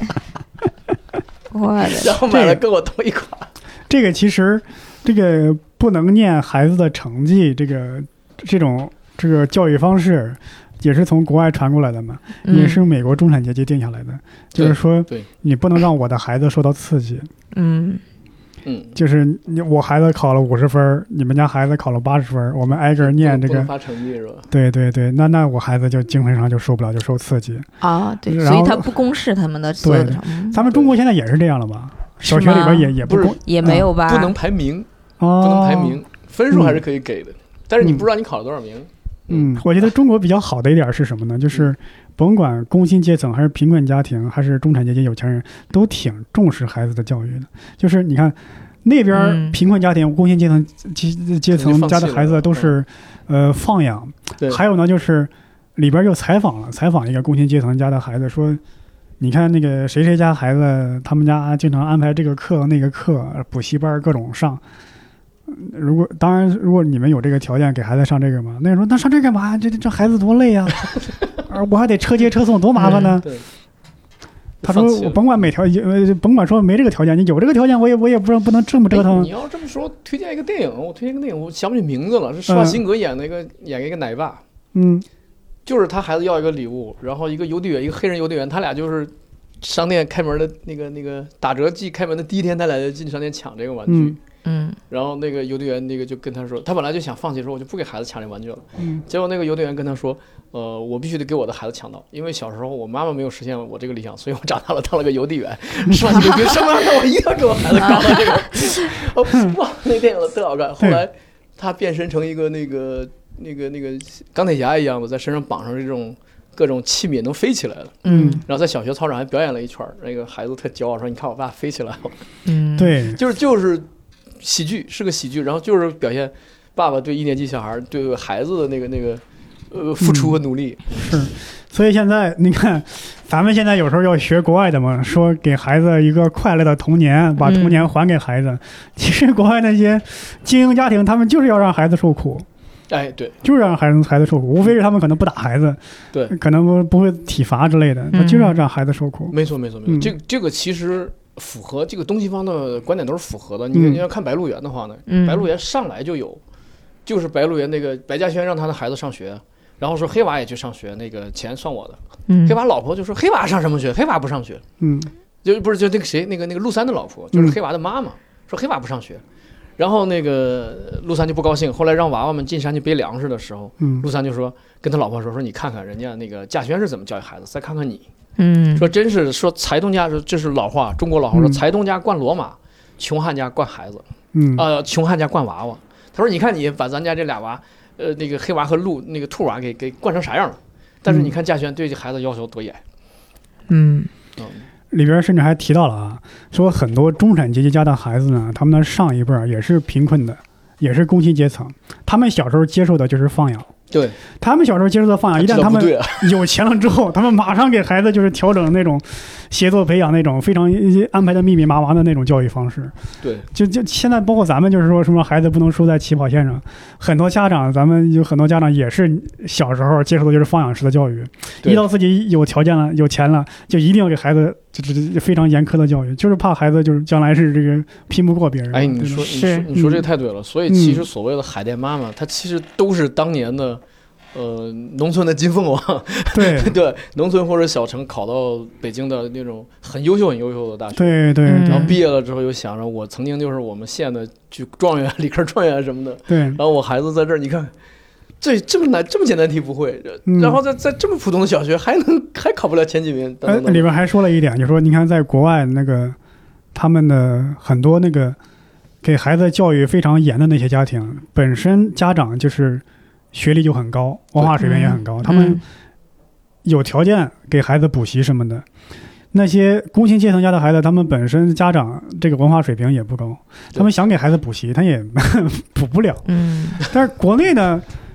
我的， 然后买了跟我同一款。 这个其实，这个不能念孩子的成绩，这个这种这个教育方式，也是从国外传过来的嘛， 嗯、 也是美国中产阶级定下来的。就是说，你不能让我的孩子受到刺激。 嗯嗯， 就是你我孩子考了五十分，你们家孩子考了八十分，我们挨个念这个， 不能发成绩是吧？ 对对对，那那我孩子就精神上就受不了，就受刺激啊。对，所以他不公示他们的所有的。 咱们中国现在也是这样了吧？小学里边也也不公， 也没有吧？ 不能排名， 哦、 不能排名，分数还是可以给的，嗯、但是你不知道你考了多少名。 嗯，我觉得中国比较好的一点是什么呢？就是甭管工薪阶层还是贫困家庭，还是中产阶级有钱人，都挺重视孩子的教育的。就是你看那边贫困家庭、嗯、工薪阶层阶阶层家的孩子都是、嗯、呃放养，还有呢就是里边就采访了，采访一个工薪阶层家的孩子说。你看那个谁谁家孩子，他们家经常安排这个课那个课，补习班各种上。如果当然，如果你们有这个条件给孩子上这个嘛，那说那上这干嘛？这这孩子多累呀、啊！我还得车接车送，多麻烦呢。 嗯、 他说我甭管每条呃，甭管说没这个条件，你有这个条件，我也我也不不能这么折腾。 你要这么说，推荐一个电影，我推荐一个电影，我想不起名字了，是施瓦辛格演的一个、嗯、演一个奶爸。 嗯。 就是他孩子要一个礼物，然后一个邮递员，一个黑人邮递员，他俩就是商店开门的那个那个打折季开门的第一天，他俩就进商店抢这个玩具。 嗯， 然后那个邮递员那个就跟他说，他本来就想放弃，说我就不给孩子抢这玩具了。 嗯， 结果那个邮递员跟他说，呃，我必须得给我的孩子抢到，因为小时候我妈妈没有实现我这个理想，所以我长大了当了个邮递员。是吧？你别什么？那我一定要给我孩子搞到这个。哦，哇，那电影特好看。后来他变身成一个那个。那个那个钢铁侠一样的，在身上绑上这种各种器皿，能飞起来了。 嗯， 然后在小学操场还表演了一圈，那个孩子特骄傲说：“你看我爸飞起来了。” 嗯， 对， 就是就是喜剧，是个喜剧，然后就是表现爸爸对一年级小孩对孩子的那个那个呃付出和努力。 嗯、是，所以现在你看，咱们现在有时候要学国外的嘛，说给孩子一个快乐的童年，把童年还给孩子。嗯、其实国外那些精英家庭，他们就是要让孩子受苦。 哎，对， 就是让孩子孩子受苦，无非是他们可能不打孩子， 对， 可能不不会体罚之类的，他、嗯、就是要让孩子受苦。 没错，没错，没错。嗯、这这个其实符合这个东西方的观点都是符合的。你、嗯、你要看《白鹿原》的话呢， 嗯， 白鹿原上来就有，就是白鹿原那个白嘉轩让他的孩子上学，然后说黑娃也去上学，那个钱算我的。 嗯， 黑娃老婆就说黑娃上什么学？黑娃不上学。 嗯， 就不是就那个谁，那个那个陆三的老婆，就是黑娃的妈妈，嗯、说黑娃不上学。然后那个陆三就不高兴，后来让娃娃们进山去背粮食的时候， 嗯， 陆三就说跟他老婆说说你看看人家那个嘉轩是怎么教育孩子，再看看你， 嗯， 说真是说财东家这是老话，中国老话说财东家惯骡马，穷汉家惯孩子， 嗯呃穷汉家惯娃娃。他说你看你把咱家这俩娃，呃那个黑娃和鹿那个兔娃给给惯成啥样了？但是你看嘉轩对这孩子要求多严， 嗯嗯。 里边甚至还提到了啊，说很多中产阶级家的孩子呢，他们的上一辈也是贫困的，也是工薪阶层，他们小时候接受的就是放养。 对， 他们小时候接受的放养，一旦他们有钱了之后，他们马上给孩子就是调整那种协作培养那种非常安排的密密麻麻的那种教育方式。 对， 就就现在包括咱们就是说什么孩子不能输在起跑线上，很多家长咱们有很多家长也是小时候接受的就是放养式的教育，一到自己有条件了有钱了，就一定要给孩子就是非常严苛的教育，就是怕孩子就是将来是这个拼不过别人。 哎，你说你说你说这太对了，所以其实所谓的海淀妈妈，她其实都是当年的。呃，农村的金凤凰， 对对，农村或者小城考到北京的那种很优秀、很优秀的大学， 对对， 然后毕业了之后又想着，我曾经就是我们县的就状元、理科状元什么的， 对， 然后我孩子在这儿，你看，这这么难、这么简单题不会， 嗯、 然后在在这么普通的小学还能还考不了前几名，等等等哎，里边还说了一点，就说你看，在国外那个他们的很多那个给孩子教育非常严的那些家庭，本身家长就是学历就很高，文化水平也很高，他们有条件给孩子补习什么的。那些工薪阶层家的孩子，他们本身家长这个文化水平也不高，他们想给孩子补习，他也补不了。 嗯， 但是国内呢，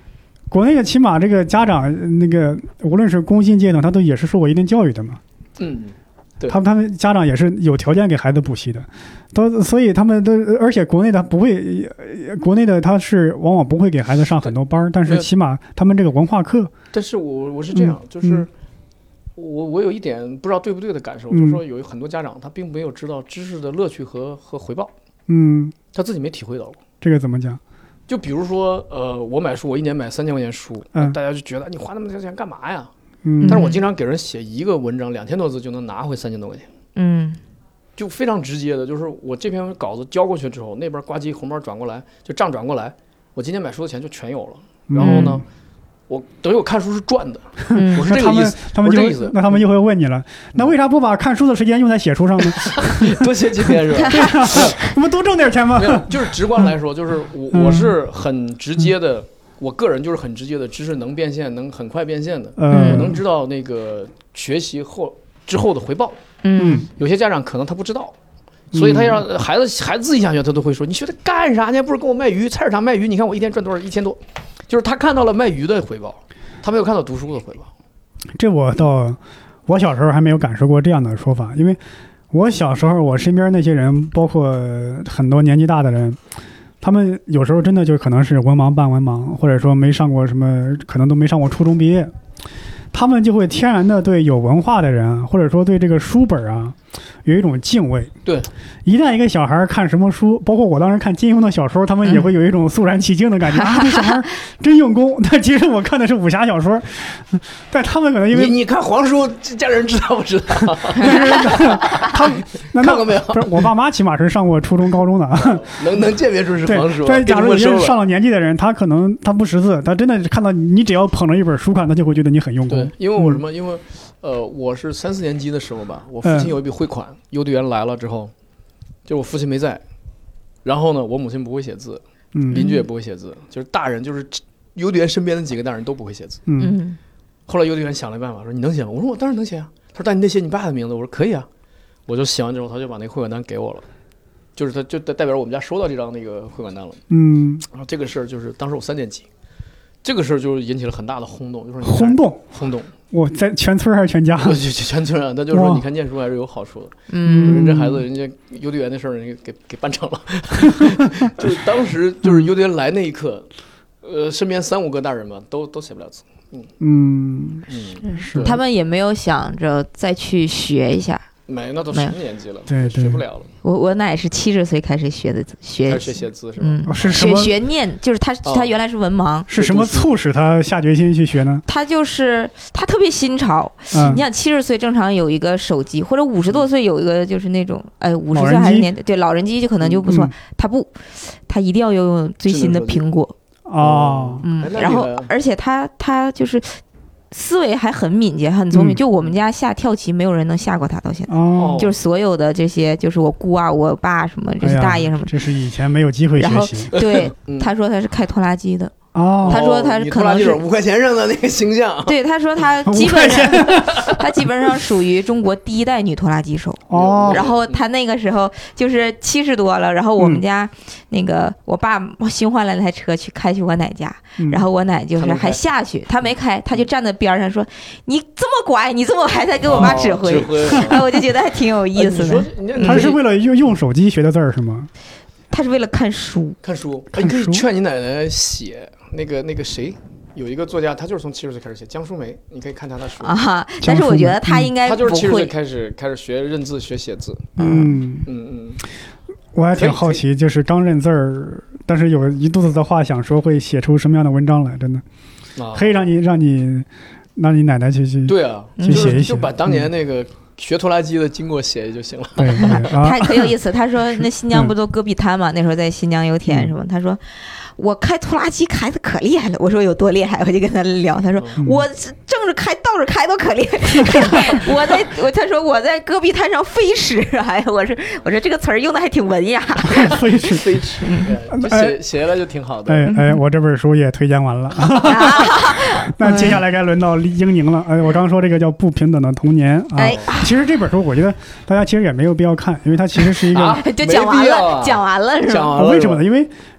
国内的起码这个家长那个无论是工薪阶层，他都也是受过一定教育的嘛。 嗯，对， 他们他们家长也是有条件给孩子补习的，都所以他们都而且国内的不会，国内的他是往往不会给孩子上很多班，但是起码他们这个文化课。 但是我我是这样，嗯、就是。嗯我我有一点不知道对不对的感受，嗯、就是说有很多家长他并没有知道知识的乐趣和和回报， 嗯， 他自己没体会到过。 这个怎么讲？ 就比如说，呃，我买书，我一年买三千块钱书，嗯、大家就觉得你花那么多钱干嘛呀？嗯，但是我经常给人写一个文章，两千多字就能拿回三千多块钱， 嗯， 就非常直接的，就是我这篇稿子交过去之后，那边呱唧红包转过来，就账转过来，我今天买书的钱就全有了，然后呢？嗯我等于我看书是赚的， 嗯、 我是这个意思。 他们他们就那他们就会问你了，那为啥不把看书的时间用在写书上呢？ 多写几篇是吧？ 对啊，我们多挣点钱嘛。 没有，就是直观来说，就是我、嗯、我是很直接的，我个人就是很直接的，知识能变现，能很快变现的，嗯、我能知道那个学习后之后的回报。 嗯， 有些家长可能他不知道。所以他让孩子孩子自己下学，他都会说：“你学他干啥呢？不是跟我卖鱼，菜市场卖鱼，你看我一天赚多少？一千多。”就是他看到了卖鱼的回报，他没有看到读书的回报。 这我倒，我小时候还没有感受过这样的说法，因为我小时候我身边那些人，包括很多年纪大的人，他们有时候真的就可能是文盲半文盲，或者说没上过什么，可能都没上过初中毕业，他们就会天然的对有文化的人，或者说对这个书本啊。有一种敬畏， 对，一旦一个小孩看什么书，包括我当时看金庸的小说，他们也会有一种肃然起敬的感觉、嗯、啊，这小孩真用功。但其实我看的是武侠小说，但他们可能因为你, 你看黄书，家人知道不知道？ 他们看过没有？ 不是，我爸妈起码是上过初中、高中的， 能能鉴别出是黄书。 但假如已经上了年纪的人，他可能他不识字，他真的看到你只要捧着一本书看，他就会觉得你很用功。 对，因为我什么？嗯、因为。呃，我是三四年级的时候吧，我父亲有一笔汇款，邮递员来了之后，就我父亲没在，然后呢，我母亲不会写字， 嗯， 邻居也不会写字，就是大人，就是邮递员身边的几个大人都不会写字， 嗯， 后来邮递员想了办法，说你能写吗？我说我当然能写啊。他说但你得写你爸的名字，我说可以啊。我就写完之后，他就把那个汇款单给我了，就是他就代表我们家收到这张那个汇款单了， 嗯， 然后这个事儿就是当时我三年级，这个事儿就引起了很大的轰动，就是轰动， 轰动。 我在全村还是全家？ 全村啊！他就说，你看念书还是有好处的。 嗯， 人这孩子，人家邮递员的事儿，人家给给办成了。就是当时就是邮递员来那一刻，呃，身边三五个大人嘛，都都写不了字。嗯嗯嗯， 是。 他们也没有想着再去学一下。 没，那都什么年纪了？ 对对， 学不了了。 我我奶是七十岁开始学的学， 开始学写字是吧？ 嗯， 是什么？ 学学念，就是他他原来是文盲。 是什么促使他下决心去学呢？ 他就是他特别新潮。 嗯， 你想七十岁正常有一个手机，或者五十多岁有一个就是那种哎五十岁还是年对老人机就可能就不错。 嗯、 他不，他一定要用最新的苹果。 哦， 嗯，然后而且他他就是。思维还很敏捷，很聪明。嗯、就我们家下跳棋，没有人能下过他，到现在。 哦， 就是所有的这些，就是我姑啊、我爸什么，这些大爷什么、 哎，这是以前没有机会学习。 对，他说他是开拖拉机的。 哦， 他说他可能是五块钱上的那个形象。 对，他说他基本上，他基本上属于中国第一代女拖拉机手。 哦， 然后他那个时候就是七十多了，然后我们家那个我爸新换了那台车去开去我奶家， 嗯、 然后我奶就是还下去，他没开，他就站在边上说：“你这么乖，你这么还在给我妈指挥。 哦”指挥哎，我就觉得还挺有意思的。 哎、 他是为了用用手机学的字儿是吗？ 他是为了看书， 看书。 看书你可以劝你奶奶写。那个那个谁，有一个作家，他就是从七十岁开始写，江淑梅，你可以看他的书啊。但是我觉得他应该、 嗯、他就是七十岁开始开始学认字、学写字。 嗯嗯嗯， 我还挺好奇，就是刚认字儿，但是有一肚子的话想说，会写出什么样的文章来？真的， 啊、 可以让你让你让你奶奶去去对啊， 去写一写， 就把当年那个。学拖拉机的经过写就行了。 对对、啊， 他很有意思。他说那新疆不都戈壁滩嘛？嗯、那时候在新疆油田什么？他说我开拖拉机开的可厉害了。我说有多厉害？我就跟他聊。他说、嗯、我正着开倒着开都可厉害。我在我他说我在戈壁滩上飞驰。哎呀，我说我说这个词儿用的还挺文雅。 飞驰飞驰，就写写下来就挺好的。 哎哎，我这本书也推荐完了。那接下来该轮到英宁了。哎，我刚说这个叫不平等的童年啊。 哎其实这本书我觉得大家其实也没有必要看，因为它其实是一个、啊、 就讲完了，讲完了是吧？ 讲完了为什么呢？因为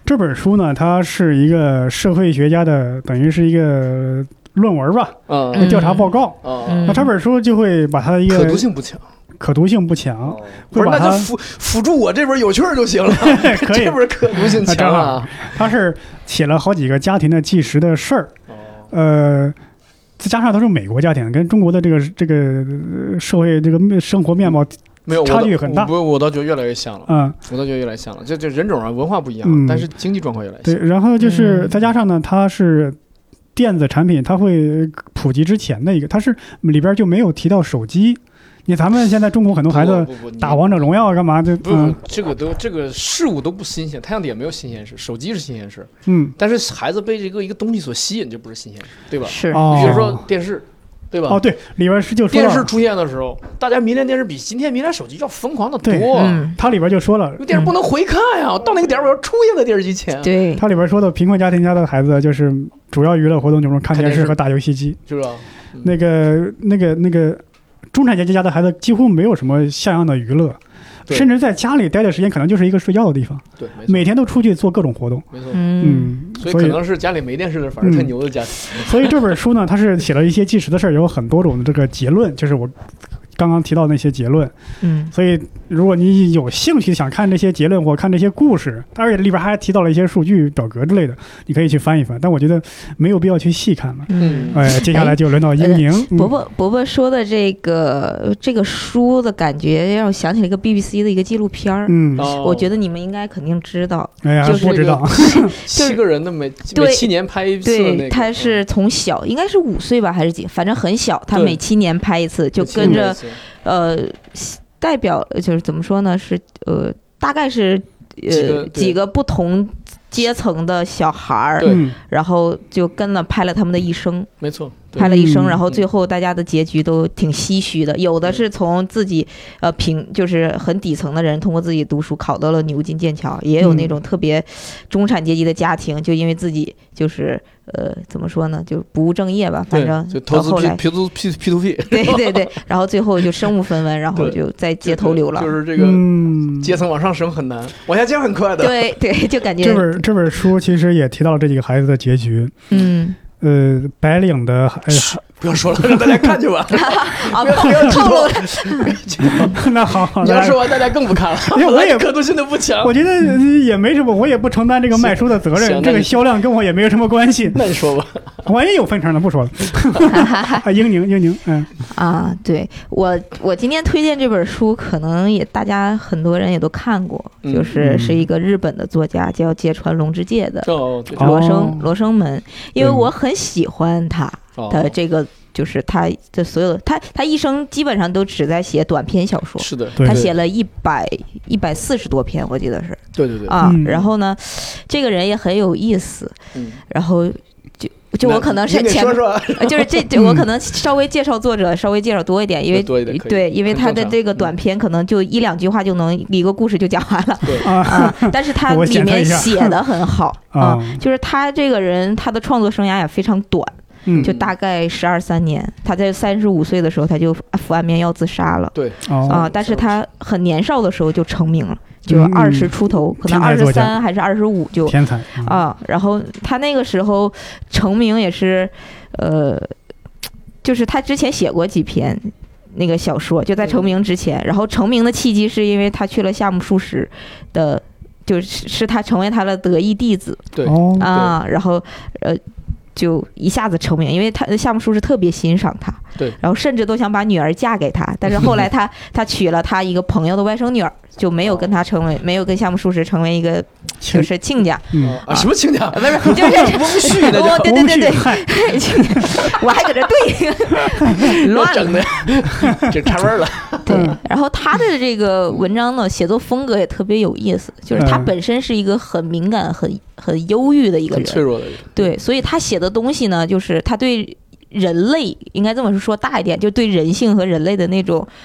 这本书呢，它是一个社会学家的，等于是一个论文吧， 嗯， 嗯调查报告。 嗯， 那这本书就会把它的一个可读性不强。 可读性不强， 哦、不是，那就辅辅助我这本有趣儿就行了。 可以， 这本可读性强啊。 他是写了好几个家庭的纪实的事儿，哦、呃，再加上都是美国家庭，跟中国的这个这个社会这个生活面貌没有差距很大。 不，我倒觉得越来越像了。嗯，我倒觉得越来越像了。这这人种啊，文化不一样，嗯、但是经济状况越来越像。 对，然后就是再加上呢，它是电子产品，它会普及之前的一个，它是里边就没有提到手机。你咱们现在中国很多孩子打王者荣耀干嘛？这不、嗯、这个都这个事物都不新鲜，太阳底下没有新鲜事，手机是新鲜事。 嗯， 但是孩子被这个一个东西所吸引，就不是新鲜事，对吧？ 是， 哦、 比如说电视，对吧？ 哦，对，里边是就说电视出现的时候，大家迷恋电视比今天迷恋手机要疯狂的多。 嗯，它里边就说了， 因为电视不能回看呀、啊，嗯、到那个点我要出现在电视机前。 对， 它里边说的贫困家庭家的孩子就是主要娱乐活动就是看电视和打游戏机， 是吧？ 嗯、那个那个那个。中产阶级家的孩子几乎没有什么像样的娱乐，甚至在家里待的时间可能就是一个睡觉的地方。 对， 每天都出去做各种活动。 没错， 嗯， 所以可能是家里没电视的反而特牛的家庭。 嗯、所以这本书呢，它是写了一些纪实的事儿，有很多种这个结论，就是我刚刚提到那些结论。 嗯， 所以如果你有兴趣想看这些结论或看这些故事，而且里边还提到了一些数据表格之类的，你可以去翻一翻。但我觉得没有必要去细看了。 嗯， 哎，接下来就轮到英宁。 呃、伯伯伯伯说的这个这个书的感觉，让我想起了一个 B B C 的一个纪录片儿。 嗯， 我觉得你们应该肯定知道。 哎呀， 就是不知道。 七个人的每每七年拍一次、那个。 对，他是从小应该是五岁吧，还是几？反正很小，他每七年拍一次，就跟着。呃，代表就是怎么说呢？是呃，大概是呃几个不同阶层的小孩儿，然后就跟了拍了他们的一生， 没错， 拍了一生，然后最后大家的结局都挺唏嘘的。有的是从自己呃平就是很底层的人，通过自己读书考到了牛津、剑桥，也有那种特别中产阶级的家庭，就因为自己就是呃怎么说呢，就不务正业吧，反正就投资 P to P P to P， 对对对，然后最后就身无分文，然后就在街头流浪， 就是这个阶层往上升很难，往下降很快的。 对对，就感觉这本这本书其实也提到了这几个孩子的结局。 嗯。 呃，白领的，呃， 不要说了，让大家看去吧。 啊， 不要透露。 那好，好， 你要说完，大家更不看了。 因为我也可读性都不强。 我觉得也没什么，我也不承担这个卖书的责任，这个销量跟我也没有什么关系。 那你说吧， 万一有分成的，不说了。啊，英宁，英宁，嗯。 啊，对我，我今天推荐这本书，可能也大家很多人也都看过， 嗯、 就是是一个日本的作家叫芥川龙之介的 《 罗生罗生门》，因为我很喜欢他的这个。就是他的所有，他他一生基本上都只在写短篇小说。 是的， 他写了一百一百四十多篇，我记得是。 对对对。 啊，然后呢，这个人也很有意思。 嗯。 然后就就我可能是前说说就是这这我可能稍微介绍作者稍微介绍多一点，因为对，因为他的这个短篇可能就一两句话就能一个故事就讲完了。 对啊，但是他里面写的很好啊，就是他这个人他的创作生涯也非常短。就大概十二三年，他在三十五岁的时候他就服安眠药自杀了。 对啊，但是他很年少的时候就成名了，就二十出头，可能二十三还是二十五就天才啊。然后他那个时候成名也是，呃，就是他之前写过几篇那个小说，就在成名之前。然后成名的契机是因为他去了夏目漱石的，就是是他成为他的得意弟子。 对啊，然后呃。就一下子成名，因为他夏目漱石特别欣赏他， 对， 然后甚至都想把女儿嫁给他，但是后来他他娶了他一个朋友的外甥女儿，就没有跟他成为，没有跟夏目漱石成为一个就是亲家。 嗯啊，什么亲家？ 不是，就是翁婿那叫。 对对对对，我还搁这对乱了，这差味儿了。 对，然后他的这个文章呢，写作风格也特别有意思，就是他本身是一个很敏感、很很忧郁的一个人， 很脆弱的人。 对，所以他写的东西呢，就是他对人类应该这么说大一点，就对人性和人类的那种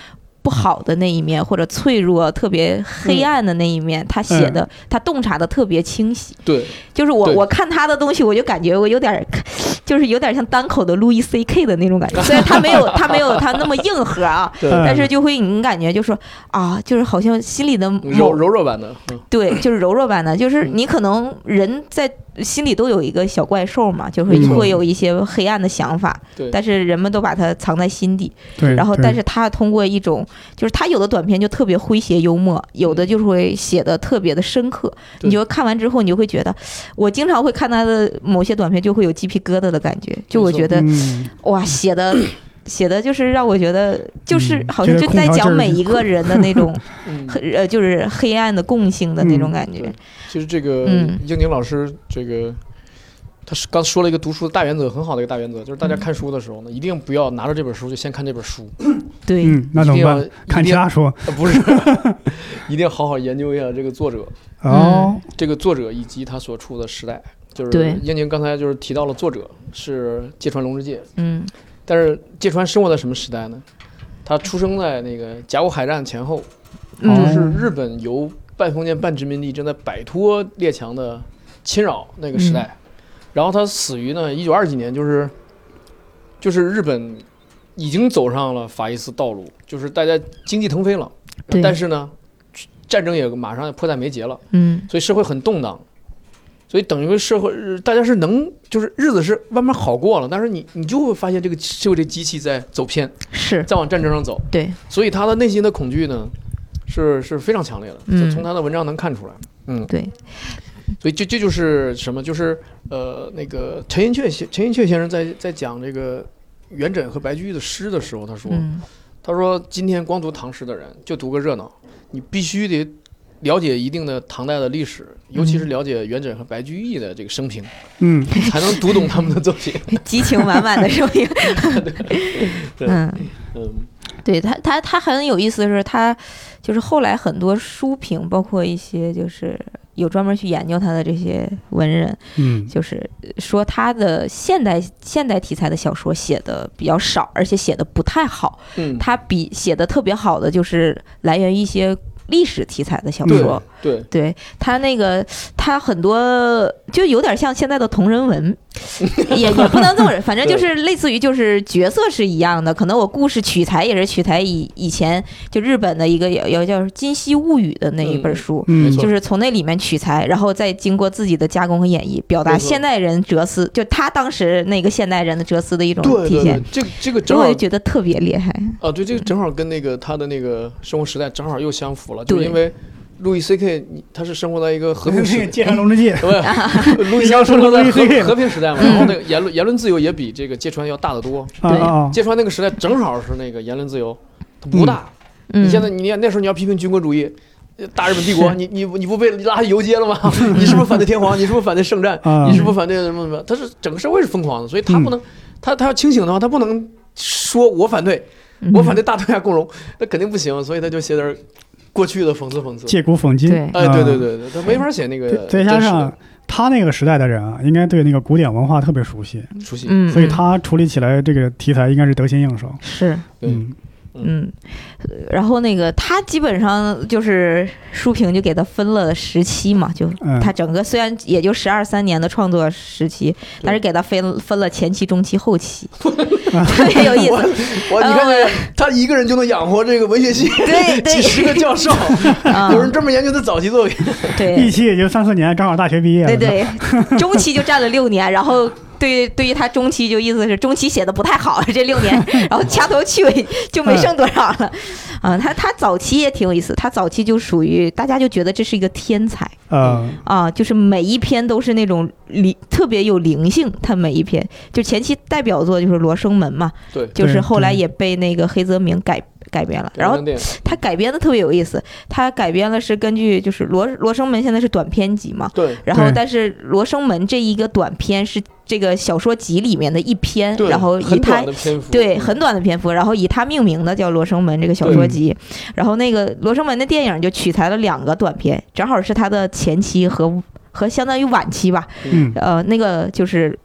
不好的那一面或者脆弱特别黑暗的那一面，他写的他洞察的特别清晰。 对， 就是我我看他的东西，我就感觉我有点就是有点像单口的路易 C K 的那种感觉，虽然他没有他没有他那么硬核啊，但是就会你感觉就说啊，就是好像心里的柔柔弱版的， 对，就是柔弱版的，就是你可能人在心里都有一个小怪兽嘛，就会会有一些黑暗的想法， 嗯、 但是人们都把它藏在心底。 对， 然后但是他通过一种，就是他有的短片就特别诙谐幽默，有的就是会写的特别的深刻，你就看完之后你就会觉得，我经常会看他的某些短片就会有鸡皮疙瘩的感觉，就我觉得、嗯、哇写的。写的就是让我觉得，就是好像就在讲每一个人的那种，呃、嗯，就是黑暗的共性的那种感觉。 嗯、其实这个英宁老师，这个他是刚说了一个读书的大原则，很好的一个大原则，就是大家看书的时候呢，一定不要拿着这本书就先看这本书。 对， 嗯，那怎么办？看其他书？ 呃、不是，一定要好好研究一下这个作者哦， 这个作者以及他所处的时代。就是英宁刚才就是提到了作者是芥川龙之介， 嗯。 但是芥川生活在什么时代呢？他出生在那个甲午海战前后， 嗯、 就是日本由半封建半殖民地正在摆脱列强的侵扰那个时代。嗯、然后他死于呢一九二几年，就是就是日本已经走上了法西斯道路，就是大家经济腾飞了，但是呢战争也马上迫在眉睫了， 嗯， 所以社会很动荡。所以等于社会大家是能就是日子是慢慢好过了，但是你你就会发现这个社会这机器在走偏， 是在往战争上走。 对， 所以他的内心的恐惧呢是是非常强烈的，就从他的文章能看出来。嗯， 对。 所以这这就是什么？就是呃那个陈寅恪陈寅恪先生在在讲这个元稹和白居易的诗的时候，他说、嗯、他说今天光读唐诗的人就读个热闹，你必须得了解一定的唐代的历史，尤其是了解元稹和白居易的这个生平， 嗯， 才能读懂他们的作品。 激情满满的生平。 对， 嗯嗯， 对他他他很有意思的是，他就是后来很多书评，包括一些就是有专门去研究他的这些文人， 嗯， 就是说他的现代现代题材的小说写的比较少，而且写的不太好。 嗯， 他比写的特别好的就是来源于一些历史题材的小说。 对 对, 对，他那个他很多就有点像现在的同人文，也也不能这么，反正就是类似于就是角色是一样的，可能我故事取材也是取材以以前就日本的一个有有叫《今昔物语》的那一本书， 嗯， 就是从那里面取材，然后再经过自己的加工和演绎，表达现代人哲思，就他当时那个现代人的哲思的一种体现。 对对对，这个这个正好我就觉得特别厉害。 啊，对，这个正好跟那个他的那个生活时代正好又相符了，就因为路易 C K 他是生活在一个和平时代， 芥川龙之介， 对，路易生活在和和平时代嘛，然后那个言论言论自由也比这个芥川要大得多。 对， 芥川那个时代正好是那个言论自由它不大。 嗯、 你现在你那时候你要批评军国主义，大日本帝国，你你你不被拉下游街了吗？你是不是反对天皇？你是不是反对圣战？你是不是反对什么什么？他是整个社会是疯狂的，所以他不能，嗯、他他要清醒的话，他不能说我反对，我反对大东亚共荣，那肯定不行，所以他就写点过去的讽刺讽刺， 借古讽今。 对， 哎，对对对对，他没法写那个。 再加上他那个时代的人啊，应该对那个古典文化特别熟悉， 熟悉， 嗯， 所以他处理起来这个题材应该是得心应手。 是， 嗯。 嗯，然后那个他基本上就是书评就给他分了时期嘛，就他整个虽然也就十二三年的创作时期，但是给他分分了前期、中期、后期，特别有意思。 我, 我你看看他一个人就能养活这个文学系对对几十个教授，有人专门研究他早期作品。 对， 一期也就三四年，正好大学毕业了。 对对，中期就占了六年，然后。对，对于他中期就意思是中期写的不太好，这六年，然后掐头去尾就没剩多少了，啊，他他早期也挺有意思，他早期就属于大家就觉得这是一个天才， 啊啊，就是每一篇都是那种灵特别有灵性，他每一篇就前期代表作就是《罗生门》嘛， 对， 就是后来也被那个黑泽明改。改编了，然后他改编的特别有意思，他改编了是根据就是罗罗生门现在是短篇集嘛， 对， 然后但是罗生门这一个短篇是这个小说集里面的一篇，然后以他对很短的篇幅，然后以他命名的叫罗生门这个小说集，然后那个罗生门的电影就取材了两个短篇，正好是他的前期和和相当于晚期吧， 嗯， 呃，那个就是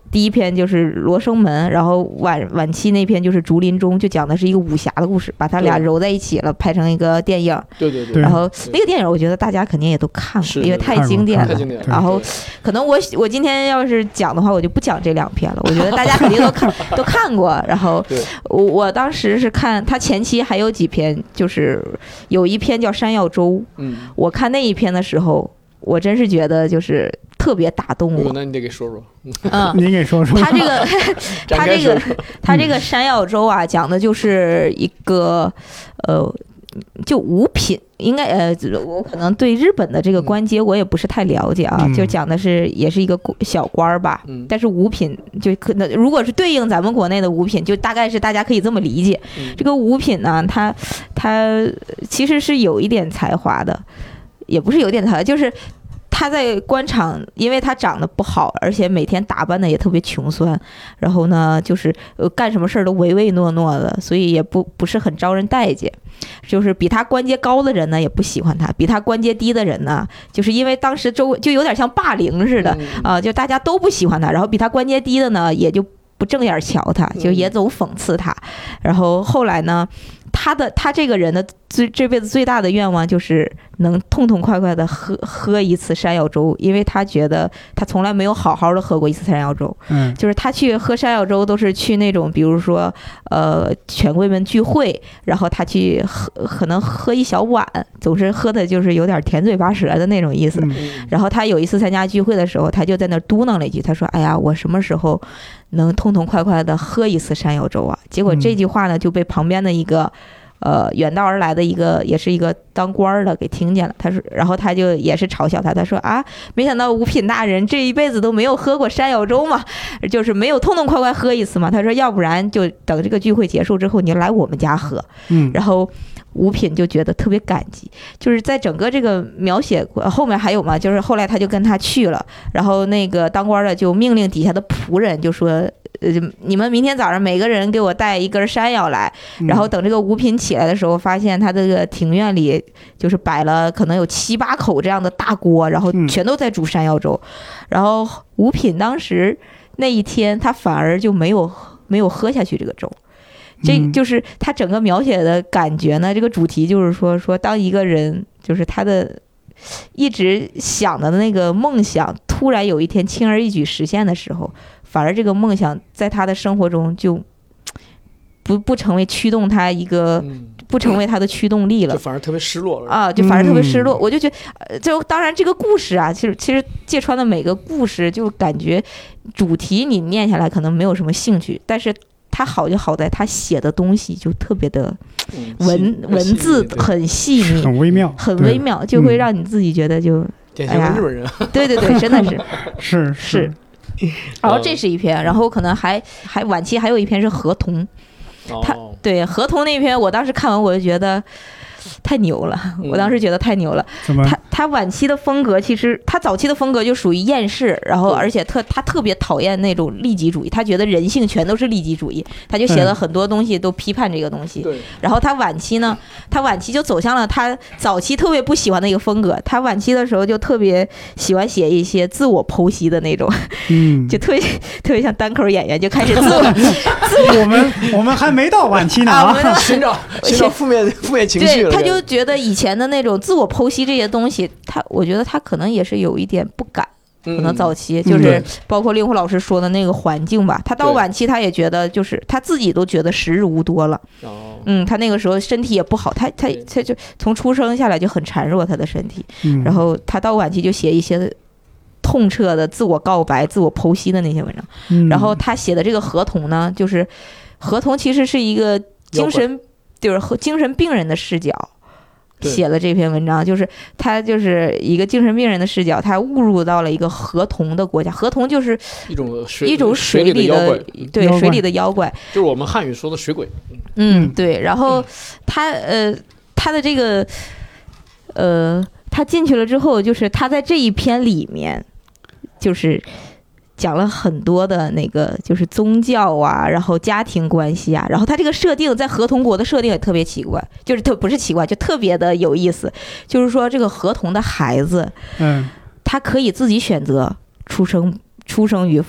第一篇就是罗生门，然后晚晚期那篇就是竹林中，就讲的是一个武侠的故事，把它俩揉在一起了，拍成一个电影。 对对对。 然后那个电影我觉得大家肯定也都看过，因为太经典了。然后可能我我今天要是讲的话，我就不讲这两篇了，我觉得大家肯定都看都看过。然后我我当时是看他前期还有几篇，就是有一篇叫山药粥，嗯，我看那一篇的时候，我真是觉得就是特别打动我。 那你得给说说。 嗯， 你给说说。 他这个，他这个，他这个山药粥啊，讲的就是一个，呃，就五品，应该呃，我可能对日本的这个官阶我也不是太了解啊，嗯、就讲的是也是一个小官吧，嗯、但是五品就可能如果是对应咱们国内的五品，就大概是大家可以这么理解。嗯、这个五品呢，他他其实是有一点才华的，也不是有点才华，就是他在官场，因为他长得不好，而且每天打扮的也特别穷酸，然后呢，就是呃干什么事儿都唯唯诺诺的，所以也不不是很招人待见。就是比他官阶高的人呢，也不喜欢他；比他官阶低的人呢，就是因为当时周就有点像霸凌似的啊、呃，就大家都不喜欢他。然后比他官阶低的呢，也就不正眼瞧他，就也总讽刺他。然后后来呢，他的他这个人的最这辈子最大的愿望就是能痛痛快快的喝喝一次山药粥，因为他觉得他从来没有好好的喝过一次山药粥。嗯，就是他去喝山药粥都是去那种比如说呃权贵们聚会，然后他去喝可能喝一小碗，总是喝的就是有点甜嘴巴舌的那种意思。嗯、然后他有一次参加聚会的时候，他就在那嘟囔了一句，他说：“哎呀，我什么时候能痛痛快快的喝一次山药粥啊？”结果这句话呢就被旁边的一个呃远道而来的一个也是一个当官的给听见了。他说，然后他就也是嘲笑他，他说啊，没想到五品大人这一辈子都没有喝过山药粥嘛，就是没有痛痛快快喝一次嘛。他说要不然就等这个聚会结束之后你来我们家喝。嗯，然后五品就觉得特别感激，就是在整个这个描写后面还有嘛，就是后来他就跟他去了，然后那个当官的就命令底下的仆人就说，呃，你们明天早上每个人给我带一根山药来。然后等这个五品起来的时候，发现他这个庭院里就是摆了可能有七八口这样的大锅，然后全都在煮山药粥。然后五品当时那一天他反而就没有没有喝下去这个粥。这就是他整个描写的感觉呢，这个主题就是说说当一个人就是他的一直想的那个梦想突然有一天轻而易举实现的时候，反而这个梦想在他的生活中就不不成为驱动他一个、嗯、不成为他的驱动力了， 就反而特别失落了啊，就反而特别失落。嗯、我就觉得，就当然这个故事啊，其实其实芥川的每个故事就感觉主题你念下来可能没有什么兴趣，但是他好就好在他写的东西就特别的文、嗯、文字很细腻， 很微妙， 很微妙，就会让你自己觉得就、嗯、 典型的日本人、 哎。对对对，真的是是是。然后这是一篇，然后可能还还晚期还有一篇是河童，他对河童那篇，我当时看完我就觉得太牛了，我当时觉得太牛了。他他晚期的风格，其实他早期的风格就属于厌世，然后而且特他特别讨厌那种利己主义，他觉得人性全都是利己主义，他就写了很多东西都批判这个东西。 对。 然后他晚期呢，他晚期就走向了他早期特别不喜欢的一个风格。他晚期的时候就特别喜欢写一些自我剖析的那种，嗯，就特别特别像单口演员，就开始自我自我。我们我们还没到晚期呢啊， 寻找寻找负面负面情绪了。 对，他就觉得以前的那种自我剖析这些东西，他我觉得他可能也是有一点不敢，可能早期、嗯、就是包括令狐老师说的那个环境吧。他到晚期他也觉得就是他自己都觉得时日无多了。嗯，他那个时候身体也不好，他他他就从出生下来就很孱弱他的身体、嗯，然后他到晚期就写一些痛彻的自我告白、自我剖析的那些文章。嗯、然后他写的这个河童呢，就是河童其实是一个精神就是精神病人的视角。写了这篇文章，就是他就是一个精神病人的视角，他误入到了一个河童的国家。河童就是一种水一种水里的对水里的妖怪， 就是我们汉语说的水鬼。 嗯，对。然后他呃他的这个呃他进去了之后，就是他在这一篇里面就是讲了很多的那个就是宗教啊，然后家庭关系啊，然后他这个设定在河童国的设定也特别奇怪，就是特不是奇怪，就特别的有意思。就是说这个河童的孩子，嗯，他可以自己选择出生出生与否，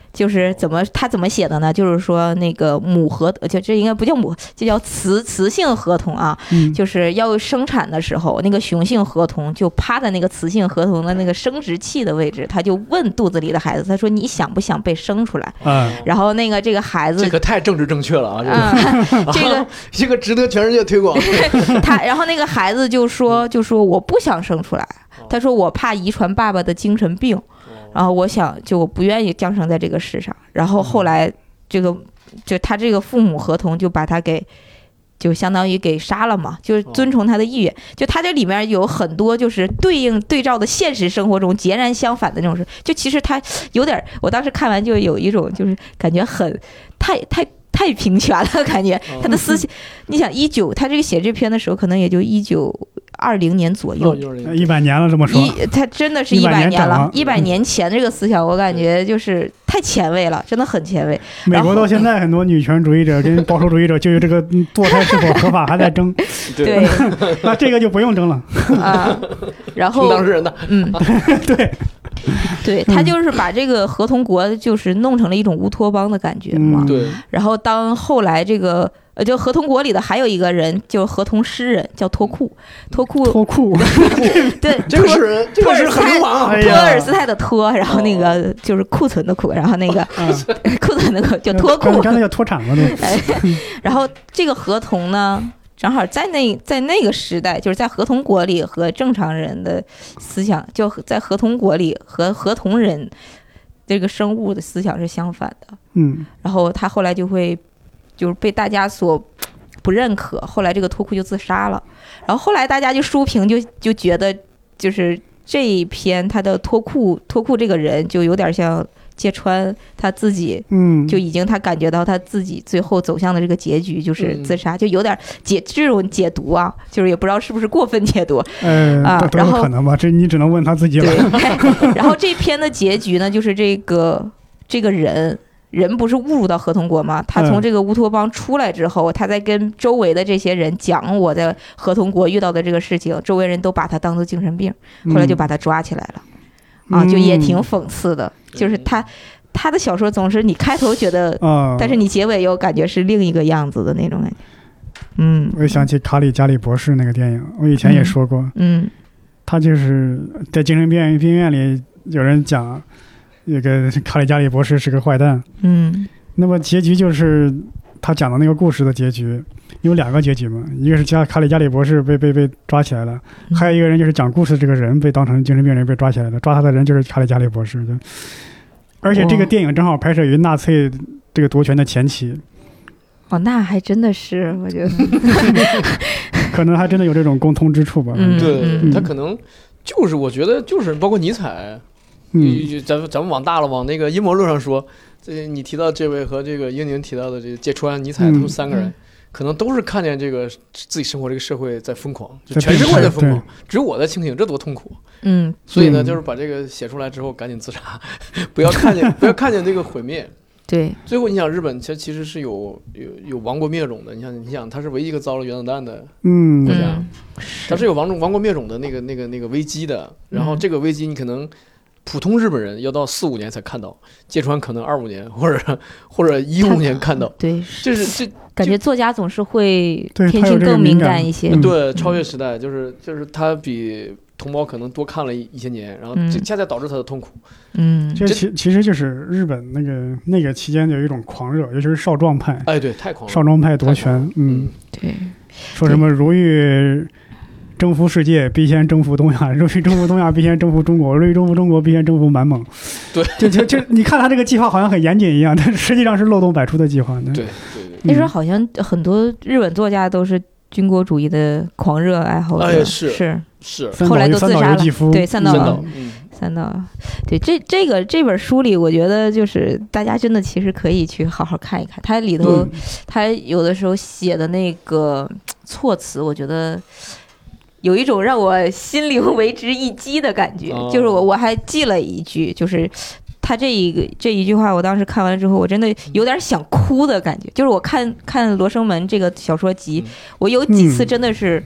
就是怎么他怎么写的呢？就是说那个母合，就这应该不叫母，这叫雌雌性合同啊。嗯，就是要生产的时候，那个雄性合同就趴在那个雌性合同的那个生殖器的位置，他就问肚子里的孩子，他说你想不想被生出来？嗯，然后那个这个孩子， 这个太政治正确了啊！ 嗯，这个这个值得全世界推广。 他然后那个孩子就说就说我不想生出来，他说我怕遗传爸爸的精神病。然后我想，就我不愿意降生在这个世上。然后后来，这个就他这个父母合同就把他给，就相当于给杀了嘛，就是遵从他的意愿。就他这里面有很多就是对应对照的现实生活中截然相反的那种事。就其实他有点，我当时看完就有一种就是感觉很太太太平权了，感觉他的思想。你想一九，他这个写这篇的时候，可能也就一九。二零年左右， 一百年了，这么说， 一他真的是一百年了，一百年前这个思想，我感觉就是太前卫了，真的很前卫。 美国到现在很多女权主义者跟保守主义者就有这个堕胎是否合法还在争， 对， 那这个就不用争了啊。然后当事人的， 嗯， 对。 对他就是把这个合同国就是弄成了一种乌托邦的感觉嘛。 对。 然后当后来这个呃，就合同国里的还有一个人，就合同诗人叫托库，托库， 托库， 对， 这个诗人，这个是很流氓， 托尔斯泰的托，然后那个就是库存的库，然后那个库存的库叫托库， 刚才叫脱产了都。 然后这个合同呢？正好在那在那个时代，就是在合同国里和正常人的思想，就在合同国里和合同人这个生物的思想是相反的。 嗯， 然后他后来就会就是被大家所不认可，后来这个托库就自杀了。然后后来大家就书评就就觉得，就是这一篇他的托库托库这个人就有点像芥川他自己， 嗯， 就已经他感觉到他自己最后走向的这个结局就是自杀，嗯、就有点解这种解读啊，就是也不知道是不是过分解读， 呃啊，都有可能吧，这你只能问他自己了。 然后这篇的结局呢，就是这个这个人。人不是误入到合同国吗？他从这个乌托邦出来之后，他在跟周围的这些人讲我在合同国遇到的这个事情，周围人都把他当作精神病，后来就把他抓起来了。嗯、啊，就也挺讽刺的，嗯、就是他他的小说总是你开头觉得， 嗯、 但是你结尾又感觉是另一个样子的那种感觉。嗯， 我想起卡里加里博士那个电影，我以前也说过， 嗯， 他就是在精神病病院里，有人讲。那个卡里加里博士是个坏蛋， 嗯， 那么结局就是他讲的那个故事的结局，有两个结局嘛，一个是加卡里加里博士被被被抓起来了，嗯、还有一个人就是讲故事这个人被当成精神病人被抓起来了，抓他的人就是卡里加里博士，就而且这个电影正好拍摄于纳粹这个夺权的前期。 哦，那还真的是，我觉得可能还真的有这种共通之处吧。 嗯、 对、 嗯、 他可能就是我觉得就是包括尼采。 嗯， 咱们咱们往大了，往那个阴谋论上说，这你提到这位和这个英宁提到的这个芥川、尼采，他们三个人、嗯、可能都是看见这个自己生活这个社会在疯狂，就全社会在疯狂，只有我在清醒，这多痛苦。 嗯， 所以呢，就是把这个写出来之后，赶紧自杀，不要看见不要看见这个毁灭。 对， 最后你想，日本其实其实是有有有亡国灭种的。你想，你想，它是唯一一个遭了原子弹的国家， 嗯、 它是有亡亡国灭种的那个那个那个危机的。然后这个危机，你可能。普通日本人要到四五年才看到，芥川可能二五年或者或者一五年看到。 对， 就是这感觉作家总是会天性更敏感一些。 对，超越时代，就是就是他比同胞可能多看了一些年，然后这恰恰导致他的痛苦。 嗯，这其其实就是日本那个那个期间有一种狂热，尤其是少壮派。 哎，对，太狂热。 少壮派夺权，嗯， 对， 说什么如欲。征服世界必先征服东亚，如欲征服东亚必先征服中国，如欲征服中国必先征服满蒙。 对， 就就就你看他这个计划好像很严谨一样，但实际上是漏洞百出的计划。 对对对， 那时候好像很多日本作家都是军国主义的狂热爱好者， 哎、是是是， 后来都自杀了。对， 三岛， 嗯，三岛，对这这个这本书里，我觉得就是大家真的其实可以去好好看一看，它里头它有的时候写的那个措辞，我觉得。有一种让我心灵为之一击的感觉，就是我我还记了一句，就是他这一个这一句话，我当时看完了之后，我真的有点想哭的感觉。就是我看看《罗生门》这个小说集，我有几次真的是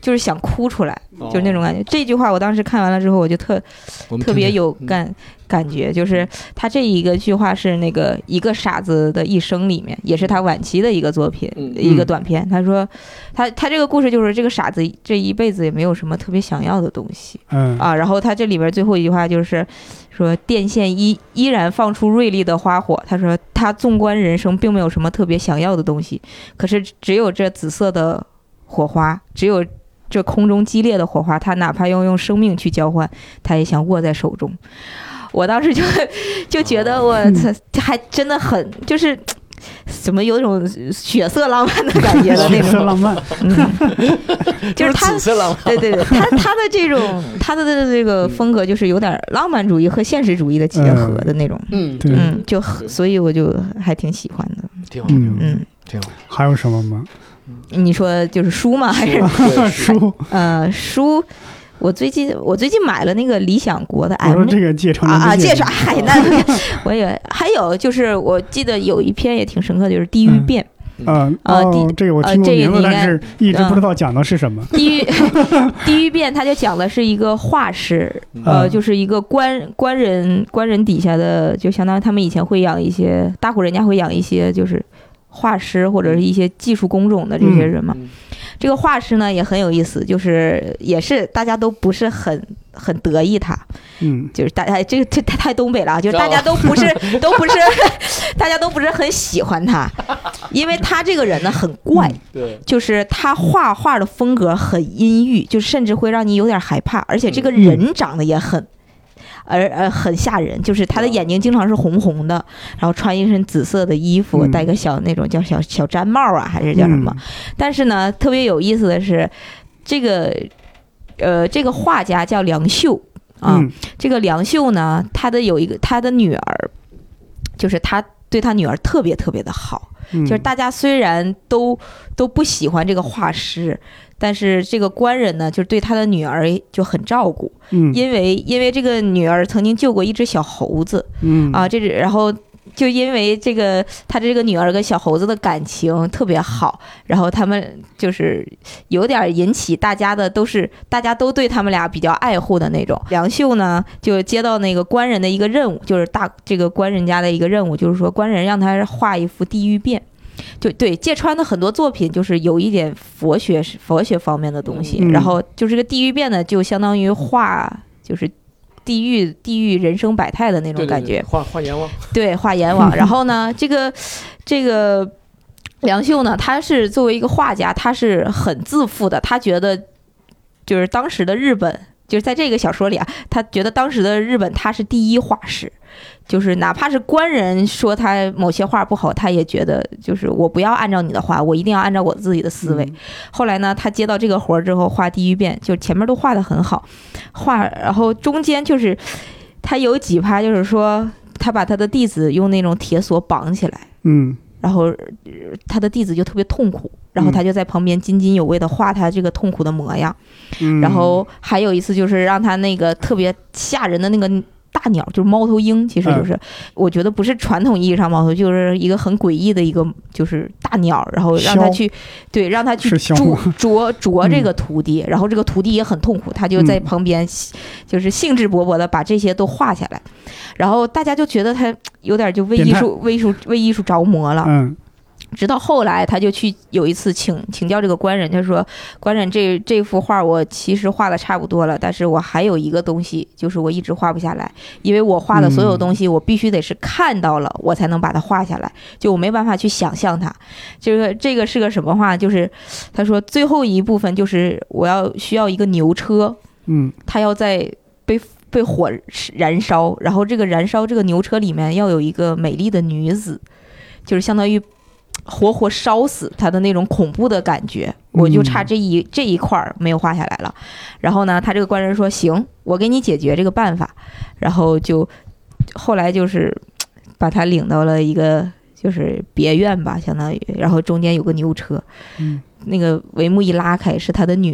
就是想哭出来， 哦、 就是那种感觉。这句话我当时看完了之后，我就特特别有感、嗯、感觉，就是他这一个句话是那个一个傻子的一生里面，也是他晚期的一个作品，嗯、一个短片。他说，他他这个故事就是这个傻子这一辈子也没有什么特别想要的东西， 嗯啊，然后他这里边最后一句话就是说，电线依依然放出锐利的花火。他说，他纵观人生，并没有什么特别想要的东西，可是只有这紫色的火花，只有这空中激烈的火花，他哪怕要用生命去交换，他也想握在手中。我当时就就觉得我操，还真的很就是怎么有种血色浪漫的感觉的那种。 血色浪漫， 嗯，就是他，对对对，他他的这种他的这个风格就是有点浪漫主义和现实主义的结合的那种， 嗯嗯，就所以我就还挺喜欢的， 挺好， 嗯， 挺好。 还有什么吗？ 你说就是书吗？还是书？ 呃，书。我最近我最近买了那个理想国的 M， 我说这个介绍啊，介绍，嗨，那我也还有就是我记得有一篇也挺深刻的，就是《地狱变》。 嗯啊，哦，这个我听过名字，但是一直不知道讲的是什么。 地狱地狱变，它就讲的是一个画师，呃，就是一个官官人官人底下的，就相当于他们以前会养一些大户人家会养一些就是画师或者是一些技术工种的这些人嘛。嗯，这个画师呢也很有意思，就是也是大家都不是很很得意他， 嗯， 就是大家这个这太太东北了，就是大家都不是都不是大家都不是很喜欢他，因为他这个人呢很怪， 对， 就是他画画的风格很阴郁，就甚至会让你有点害怕，而且这个人长得也很。而呃很吓人，就是他的眼睛经常是红红的，然后穿一身紫色的衣服，戴个小那种叫小小毡帽啊，还是叫什么？但是呢，特别有意思的是，这个呃这个画家叫梁秀啊，这个梁秀呢，他的有一个他的女儿，就是他对他女儿特别特别的好，就是大家虽然都都不喜欢这个画师。但是这个官人呢，就是对他的女儿就很照顾，嗯，因为因为这个女儿曾经救过一只小猴子，嗯啊，这只然后就因为这个他这个女儿跟小猴子的感情特别好，然后他们就是有点引起大家的都是大家都对他们俩比较爱护的那种。梁秀呢就接到那个官人的一个任务，就是大这个官人家的一个任务，就是说官人让他画一幅地狱变。就对芥川的很多作品就是有一点佛学佛学方面的东西，嗯、然后就这个地狱变呢，就相当于画就是地狱地狱人生百态的那种感觉， 对对对，画画阎王， 对，画阎王。然后呢，这个这个梁秀呢，他是作为一个画家，他是很自负的，他觉得就是当时的日本。就是在这个小说里啊，他觉得当时的日本他是第一画师，就是哪怕是官人说他某些画不好，他也觉得就是我不要按照你的画，我一定要按照我自己的思维。嗯、后来呢，他接到这个活之后画地狱变，就前面都画得很好，画然后中间就是他有几趴就是说他把他的弟子用那种铁索绑起来， 嗯。 然后他的弟子就特别痛苦，然后他就在旁边津津有味的画他这个痛苦的模样。嗯、然后还有一次就是让他那个特别吓人的那个大鸟，就是猫头鹰，其实就是、嗯、我觉得不是传统意义上猫头，就是一个很诡异的一个就是大鸟，然后让他去对让他去啄啄啄这个徒弟、嗯，然后这个徒弟也很痛苦，他就在旁边就是兴致勃勃的把这些都画下来。然后大家就觉得他有点就为艺术、为艺术、为艺术着魔了。嗯，直到后来，他就去有一次请请教这个官人，他说：“官人，这这幅画我其实画的差不多了，但是我还有一个东西，就是我一直画不下来，因为我画的所有东西，我必须得是看到了，我才能把它画下来，就我没办法去想象它。这个这个是个什么画？就是他说最后一部分就是我要需要一个牛车，嗯，他要在被。”被火燃烧，然后这个燃烧这个牛车里面要有一个美丽的女子，就是相当于活活烧死她的那种恐怖的感觉。我就差这一这一块没有画下来了。然后呢，他这个官人说：“行，我给你解决这个办法。”然后就后来就是把他领到了一个就是别院吧，相当于，然后中间有个牛车，嗯，那个帷幕一拉开是他的女儿。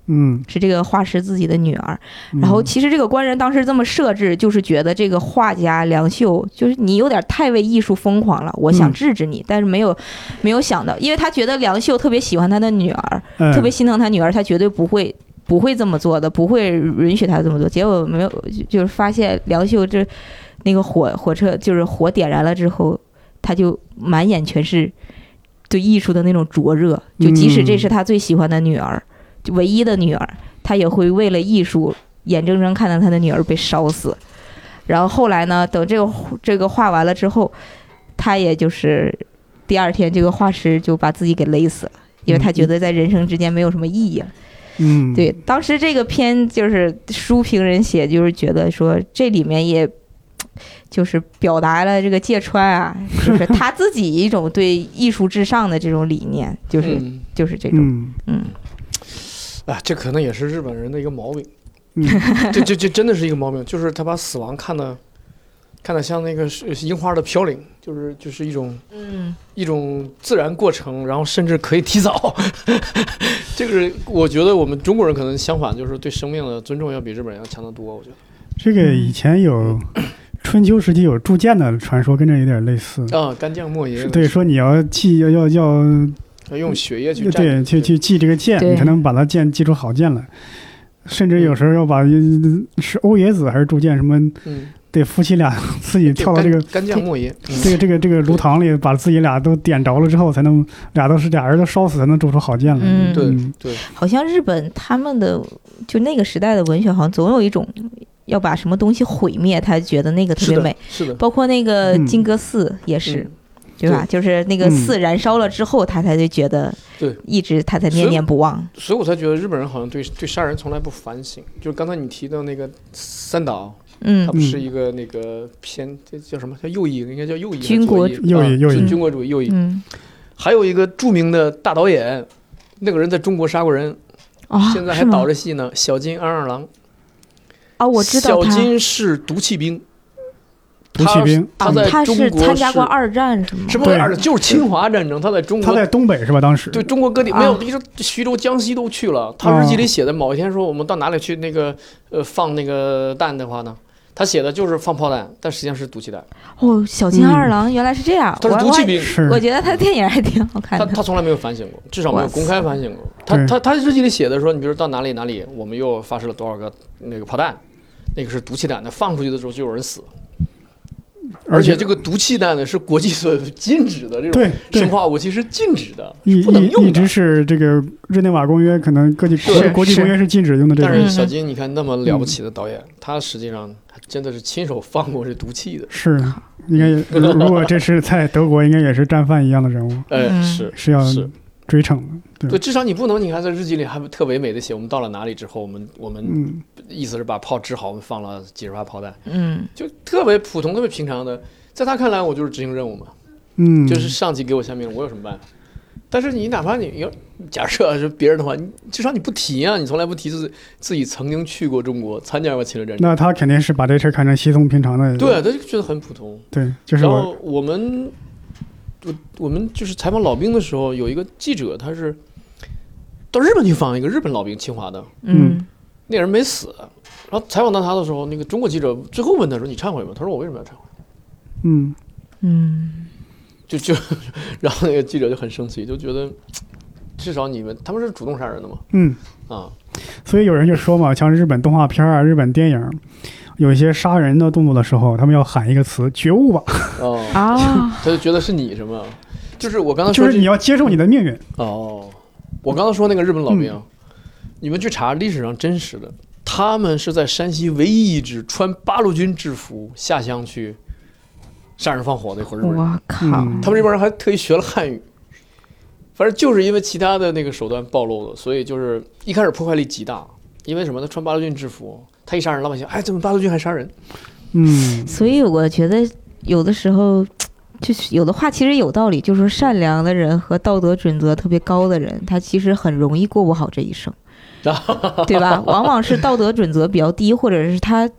嗯， 是这个画师自己的女儿。 嗯、 然后其实这个官人当时这么设置，就是觉得这个画家梁秀就是你有点太为艺术疯狂了，我想制止你，嗯、但是没有没有想到，因为他觉得梁秀特别喜欢他的女儿，嗯、特别心疼他女儿，他绝对不会不会这么做的，不会允许他这么做。结果没有，就是发现梁秀这那个火火车就是火点燃了之后，他就满眼全是对艺术的那种灼热，就即使这是他最喜欢的女儿，就唯一的女儿，他也会为了艺术眼睁睁看到他的女儿被烧死。然后后来呢，等这个这个画完了之后，他也就是第二天这个画师就把自己给勒死了，因为他觉得在人生之间没有什么意义了。 嗯， 对，当时这个片就是书评人写，就是觉得说这里面也。就是表达了这个芥川啊，就是他自己一种对艺术至上的这种理念，就是、嗯、就是这种，嗯，嗯啊，这可能也是日本人的一个毛病，嗯，这这这真的是一个毛病，就是他把死亡看的看的像那个樱花的飘零，就是就是一种嗯一种自然过程，然后甚至可以提早。这个我觉得我们中国人可能相反，就是对生命的尊重要比日本人要强得多。我觉得这个以前有。春秋时期有铸剑的传说，跟这有点类似啊。干将莫邪， 对，说你要记要要要要用血液去对去去记这个剑，你才能把它剑记出好剑来。甚至有时候要把是欧冶子还是铸剑什么，嗯，得夫妻俩自己跳到这个干将莫邪这个这个这个炉膛里，把自己俩都点着了之后，才能俩都是俩人都烧死，才能铸出好剑来。 嗯， 对对。 好像日本他们的就那个时代的文学，好像总有一种。要把什么东西毁灭，他觉得那个特别美， 是的，是的， 包括那个金阁寺也是，嗯、对吧？对，就是那个寺燃烧了之后，嗯、他才就觉得， 对， 一直他才念念不忘。 所以，所以我才觉得日本人好像对对杀人从来不反省。就是刚才你提到那个三岛，嗯，他不是一个那个偏，这叫什么？叫右翼，应该叫右翼， 军国右翼，右翼， 军国主义右翼。 嗯， 还有一个著名的大导演，那个人在中国杀过人， 哦， 现在还导着戏呢，小津安二郎。 啊、哦，我知道他。小津是毒气兵， 毒气兵， 他在中国、 啊、他是参加过二战是吗？ 什么二战？就是侵华战争，他在中国， 他在东北是吧？当时对中国各地、啊、没有，你说徐州、江西都去了。他日记里写的，某一天说我们到哪里去那个呃放那个弹的话呢？他写的就是放炮弹，但实际上是毒气弹。 哦，小津二郎原来是这样， 他是毒气兵。 我, 我觉得他电影还挺好看的。 他他从来没有反省过，至少没有公开反省过。他他他日记里写的说，你比如到哪里哪里，我们又发射了多少个那个炮弹。那个是毒气弹的，放出去的时候就有人死，而且这个毒气弹呢是国际所禁止的，这种生化武器是禁止的，不能用的。 一直是这个日内瓦公约，可能各地国际公约是禁止用的这种。 但是小津，你看那么了不起的导演，嗯、他实际上真的是亲手放过这毒气的。 是，应该如果这是在德国，应该也是战犯一样的人物。 哎、嗯，是是要追惩的。对, 对，至少你不能，你看在日记里还特唯美的写，我们到了哪里之后，我们我们、嗯、意思是把炮支好，我们放了几十发炮弹， 嗯， 就特别普通、特别平常的，在他看来，我就是执行任务嘛， 嗯， 就是上级给我下命令，我有什么办法？但是你哪怕你要假设是别人的话，你至少你不提啊，你从来不提自己自己曾经去过中国，参加过侵略战争， 那他肯定是把这事看成稀松平常的， 对，他就觉得很普通， 对，就是然后我们我我们就是采访老兵的时候，有一个记者，他是。到日本去访一个日本老兵，清华的， 嗯， 那人没死，然后采访到他的时候，那个中国记者最后问他说：“你忏悔吗？”他说：“我为什么要忏悔？” 嗯嗯， 就就，然后那个记者就很生气，就觉得至少你们他们是主动杀人的嘛， 嗯啊， 所以有人就说嘛，像日本动画片啊、日本电影，有一些杀人的动作的时候，他们要喊一个词“觉悟吧”， 哦啊， 他就觉得是你什么，就是我刚才说，就是你要接受你的命运， 哦。我刚刚说那个日本老兵、嗯，你们去查历史上真实的，他们是在山西唯一一支穿八路军制服下乡去杀人放火的一伙日本人。 我靠！ 嗯、他们这帮人还特意学了汉语，反正就是因为其他的那个手段暴露了，所以就是一开始破坏力极大。因为什么？他穿八路军制服，他一杀人，老百姓哎，怎么八路军还杀人？ 嗯， 所以我觉得有的时候。就是有的话其实有道理，就是说善良的人和道德准则特别高的人，他其实很容易过不好这一生，对吧？往往是道德准则比较低，或者是他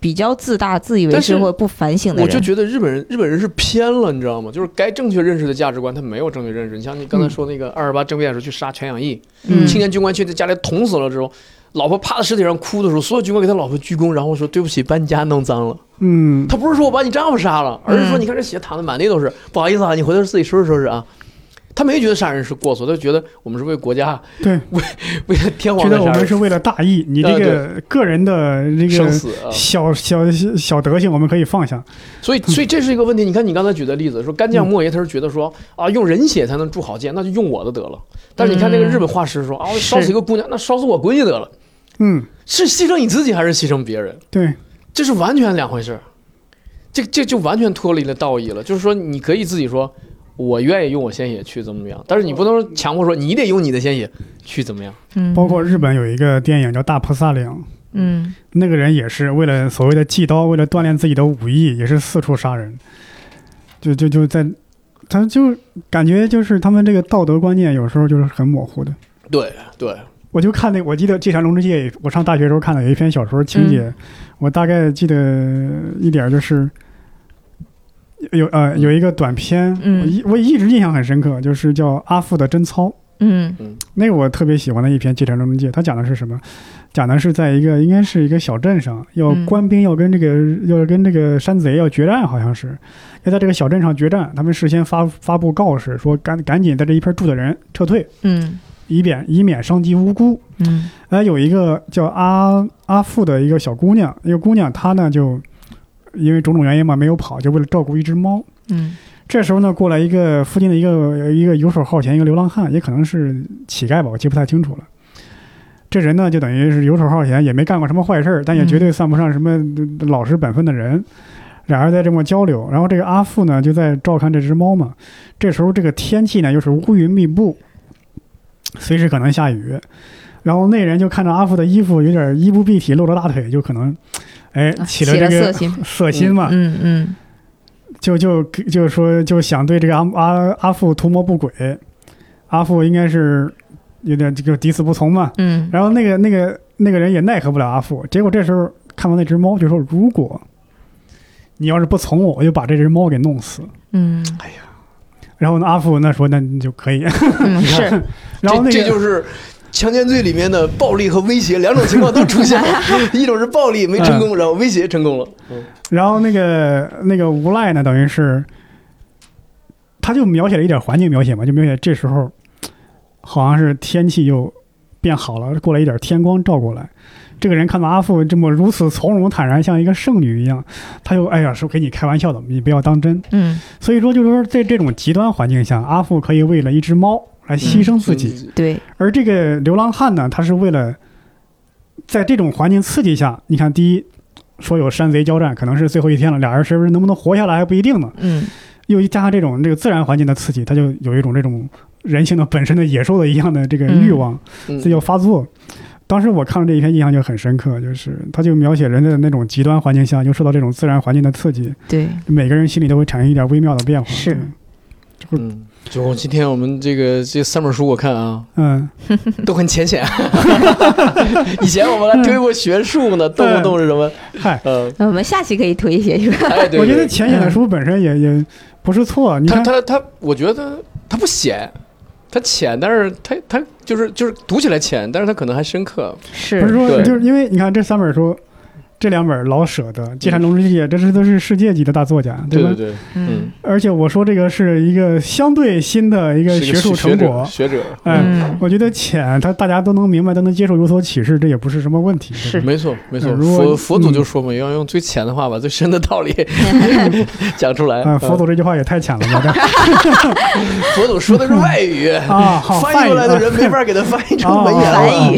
比较自大、自以为是或不反省的人。 我就觉得日本人日本人是偏了，你知道吗？就是该正确认识的价值观，他没有正确认识。你像你刚才说那个二二八政变的时候去杀全养义，嗯、青年军官去在家里捅死了之后，老婆趴在尸体上哭的时候，所有军官给他老婆鞠躬，然后说对不起，把你家弄脏了。嗯，他不是说我把你丈夫杀了，而是说你看这血淌的满地都是，不好意思啊，你回头自己收拾收拾啊。他没觉得杀人是过错，他觉得我们是为国家， 对， 为为了天皇， 觉得我们是为了大义。你这个个人的这个小小小德性，我们可以放下。 所以，所以这是一个问题。你看，你刚才举的例子，说干将莫邪，他是觉得说啊，用人血才能铸好剑，那就用我的得了。但是你看那个日本画师说啊，我烧死一个姑娘，那烧死我闺女得了。嗯，是牺牲你自己还是牺牲别人？ 对， 这是完全两回事。这这就完全脱离了道义了。就是说，你可以自己说。我愿意用我鲜血去怎么怎么样，但是你不能强迫说你得用你的鲜血去怎么样。 嗯，包括日本有一个电影叫《大菩萨岭》，嗯，那个人也是为了所谓的祭刀，为了锻炼自己的武艺，也是四处杀人。就就就在，他就感觉就是他们这个道德观念有时候就是很模糊的。 对对， 我就看那，我记得《芥川龙之介》，我上大学时候看的有一篇小说情节，嗯、我大概记得一点就是。有呃有一个短片，嗯、我一我一直印象很深刻，就是叫《阿富的贞操》。嗯，那个我特别喜欢的一篇芥川龙之介，他讲的是什么？讲的是在一个应该是一个小镇上，要官兵要跟这个、嗯、要跟这个山贼要决战，好像是要在这个小镇上决战。他们事先发发布告示说赶赶紧在这一片住的人撤退，嗯，以免以免伤及无辜。嗯，哎，有一个叫阿阿富的一个小姑娘，一个姑娘她呢就。因为种种原因嘛，没有跑，就为了照顾一只猫。嗯，这时候呢，过来一个附近的一个一个游手好闲一个流浪汉，也可能是乞丐吧，我记不太清楚了。这人呢，就等于是游手好闲，也没干过什么坏事，但也绝对算不上什么老实本分的人。嗯、俩人在这么交流，然后这个阿富呢，就在照看这只猫嘛。这时候这个天气呢，又是乌云密布，随时可能下雨。然后那人就看着阿富的衣服有点衣不蔽体，露着大腿，就可能。哎，起了这个色心嘛，嗯嗯，就就就是说，就想对这个阿阿阿富图谋不轨，阿富应该是有点这个抵死不从嘛，嗯，然后那个那个那个人也奈何不了阿富，结果这时候看到那只猫，就说如果你要是不从我，我就把这只猫给弄死，嗯，哎呀，然后呢，阿富那说那你就可以， 嗯是， 然后那个这就是强奸罪里面的暴力和威胁两种情况都出现了，一种是暴力没成功，嗯、然后威胁成功了。嗯、 然后那个那个无赖呢，等于是他就描写了一点环境描写嘛，就描写这时候好像是天气又变好了，过来一点天光照过来。这个人看到阿富这么如此从容坦然，像一个圣女一样，他就哎呀，是给你开玩笑的，你不要当真。嗯，所以说就是说，在这种极端环境下，阿富可以为了一只猫。来牺牲自己、 嗯，对。 而这个流浪汉呢，他是为了在这种环境刺激下，你看，第一说有山贼交战，可能是最后一天了，俩人是不是能不能活下来还不一定呢。嗯。又加上这种这个自然环境的刺激，他就有一种这种人性的本身的野兽的一样的这个欲望，嗯、这叫发作。当时我看了这一篇，印象就很深刻，就是他就描写人的那种极端环境下，又受到这种自然环境的刺激， 对， 每个人心里都会产生一点微妙的变化。 是。 嗯，就今天我们这个这三本书我看啊，嗯，都很浅显。以前我们还推过学术呢，动不动是什么？ 嗨， 呃， 我们下期可以推一些。 哎，对， 我觉得浅显的书本身也也不是错。你看他他他，我觉得他不显，他浅，但是他他就是就是读起来浅，但是他可能还深刻。 是， 不是说就是因为你看这三本书。这两本老舍的《芥川龙之介》，这是都是世界级的大作家，对吧？ 对对对，嗯。 而且我说这个是一个相对新的一个学术成果， 学者， 哎，嗯、我觉得浅，他大家都能明白，都能接受，有所启示，这也不是什么问题。 是，没错没错。佛佛祖就说嘛，要用最浅的话把最深的道理讲出来。 啊，佛祖这句话也太浅了吧？ 佛祖说的是外语啊，好翻译过来的人没法给他翻译成文言了。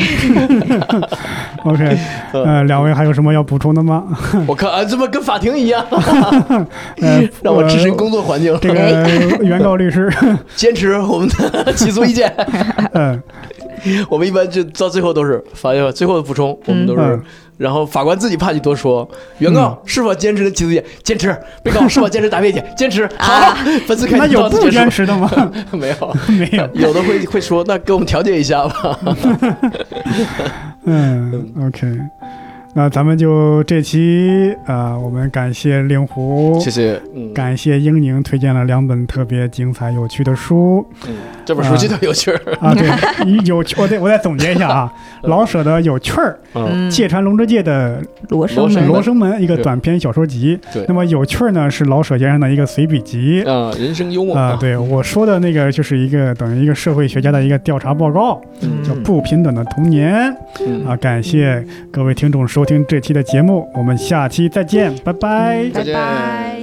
OK， 呃，两位还有什么要补充的吗？ 我看啊，这么跟法庭一样，呃、让我置身工作环境。 这个原告律师坚持我们的起诉意见。嗯，我们一般就到最后都是法院最后的补充，我们都是。嗯，然后法官自己怕你多说，原告是否坚持的起诉意见？坚持。被告是否坚持答辩权？坚持。好，本次开庭到此结束。 那有不坚持的吗？ 没有， 没有。 有的会会说，那给我们调解一下吧。 嗯 ，OK。 那咱们就这期啊、呃，我们感谢令狐， 谢谢，嗯， 感谢英宁推荐了两本特别精彩有趣的书。 嗯，这本书记得有趣儿、 呃、啊，对，有趣，我得我再总结一下啊，老舍的有趣儿， 嗯， 芥川龙之介的罗生门， 罗生门一个短篇小说集。 对， 那么有趣儿呢是老舍先生的一个随笔集啊，人生幽默啊。对，我说的那个就是一个等于一个社会学家的一个调查报告， 嗯、 叫《不平等的童年》。 嗯、 啊，感谢各位听众收听这期的节目，我们下期再见，拜拜， 再见。 拜拜。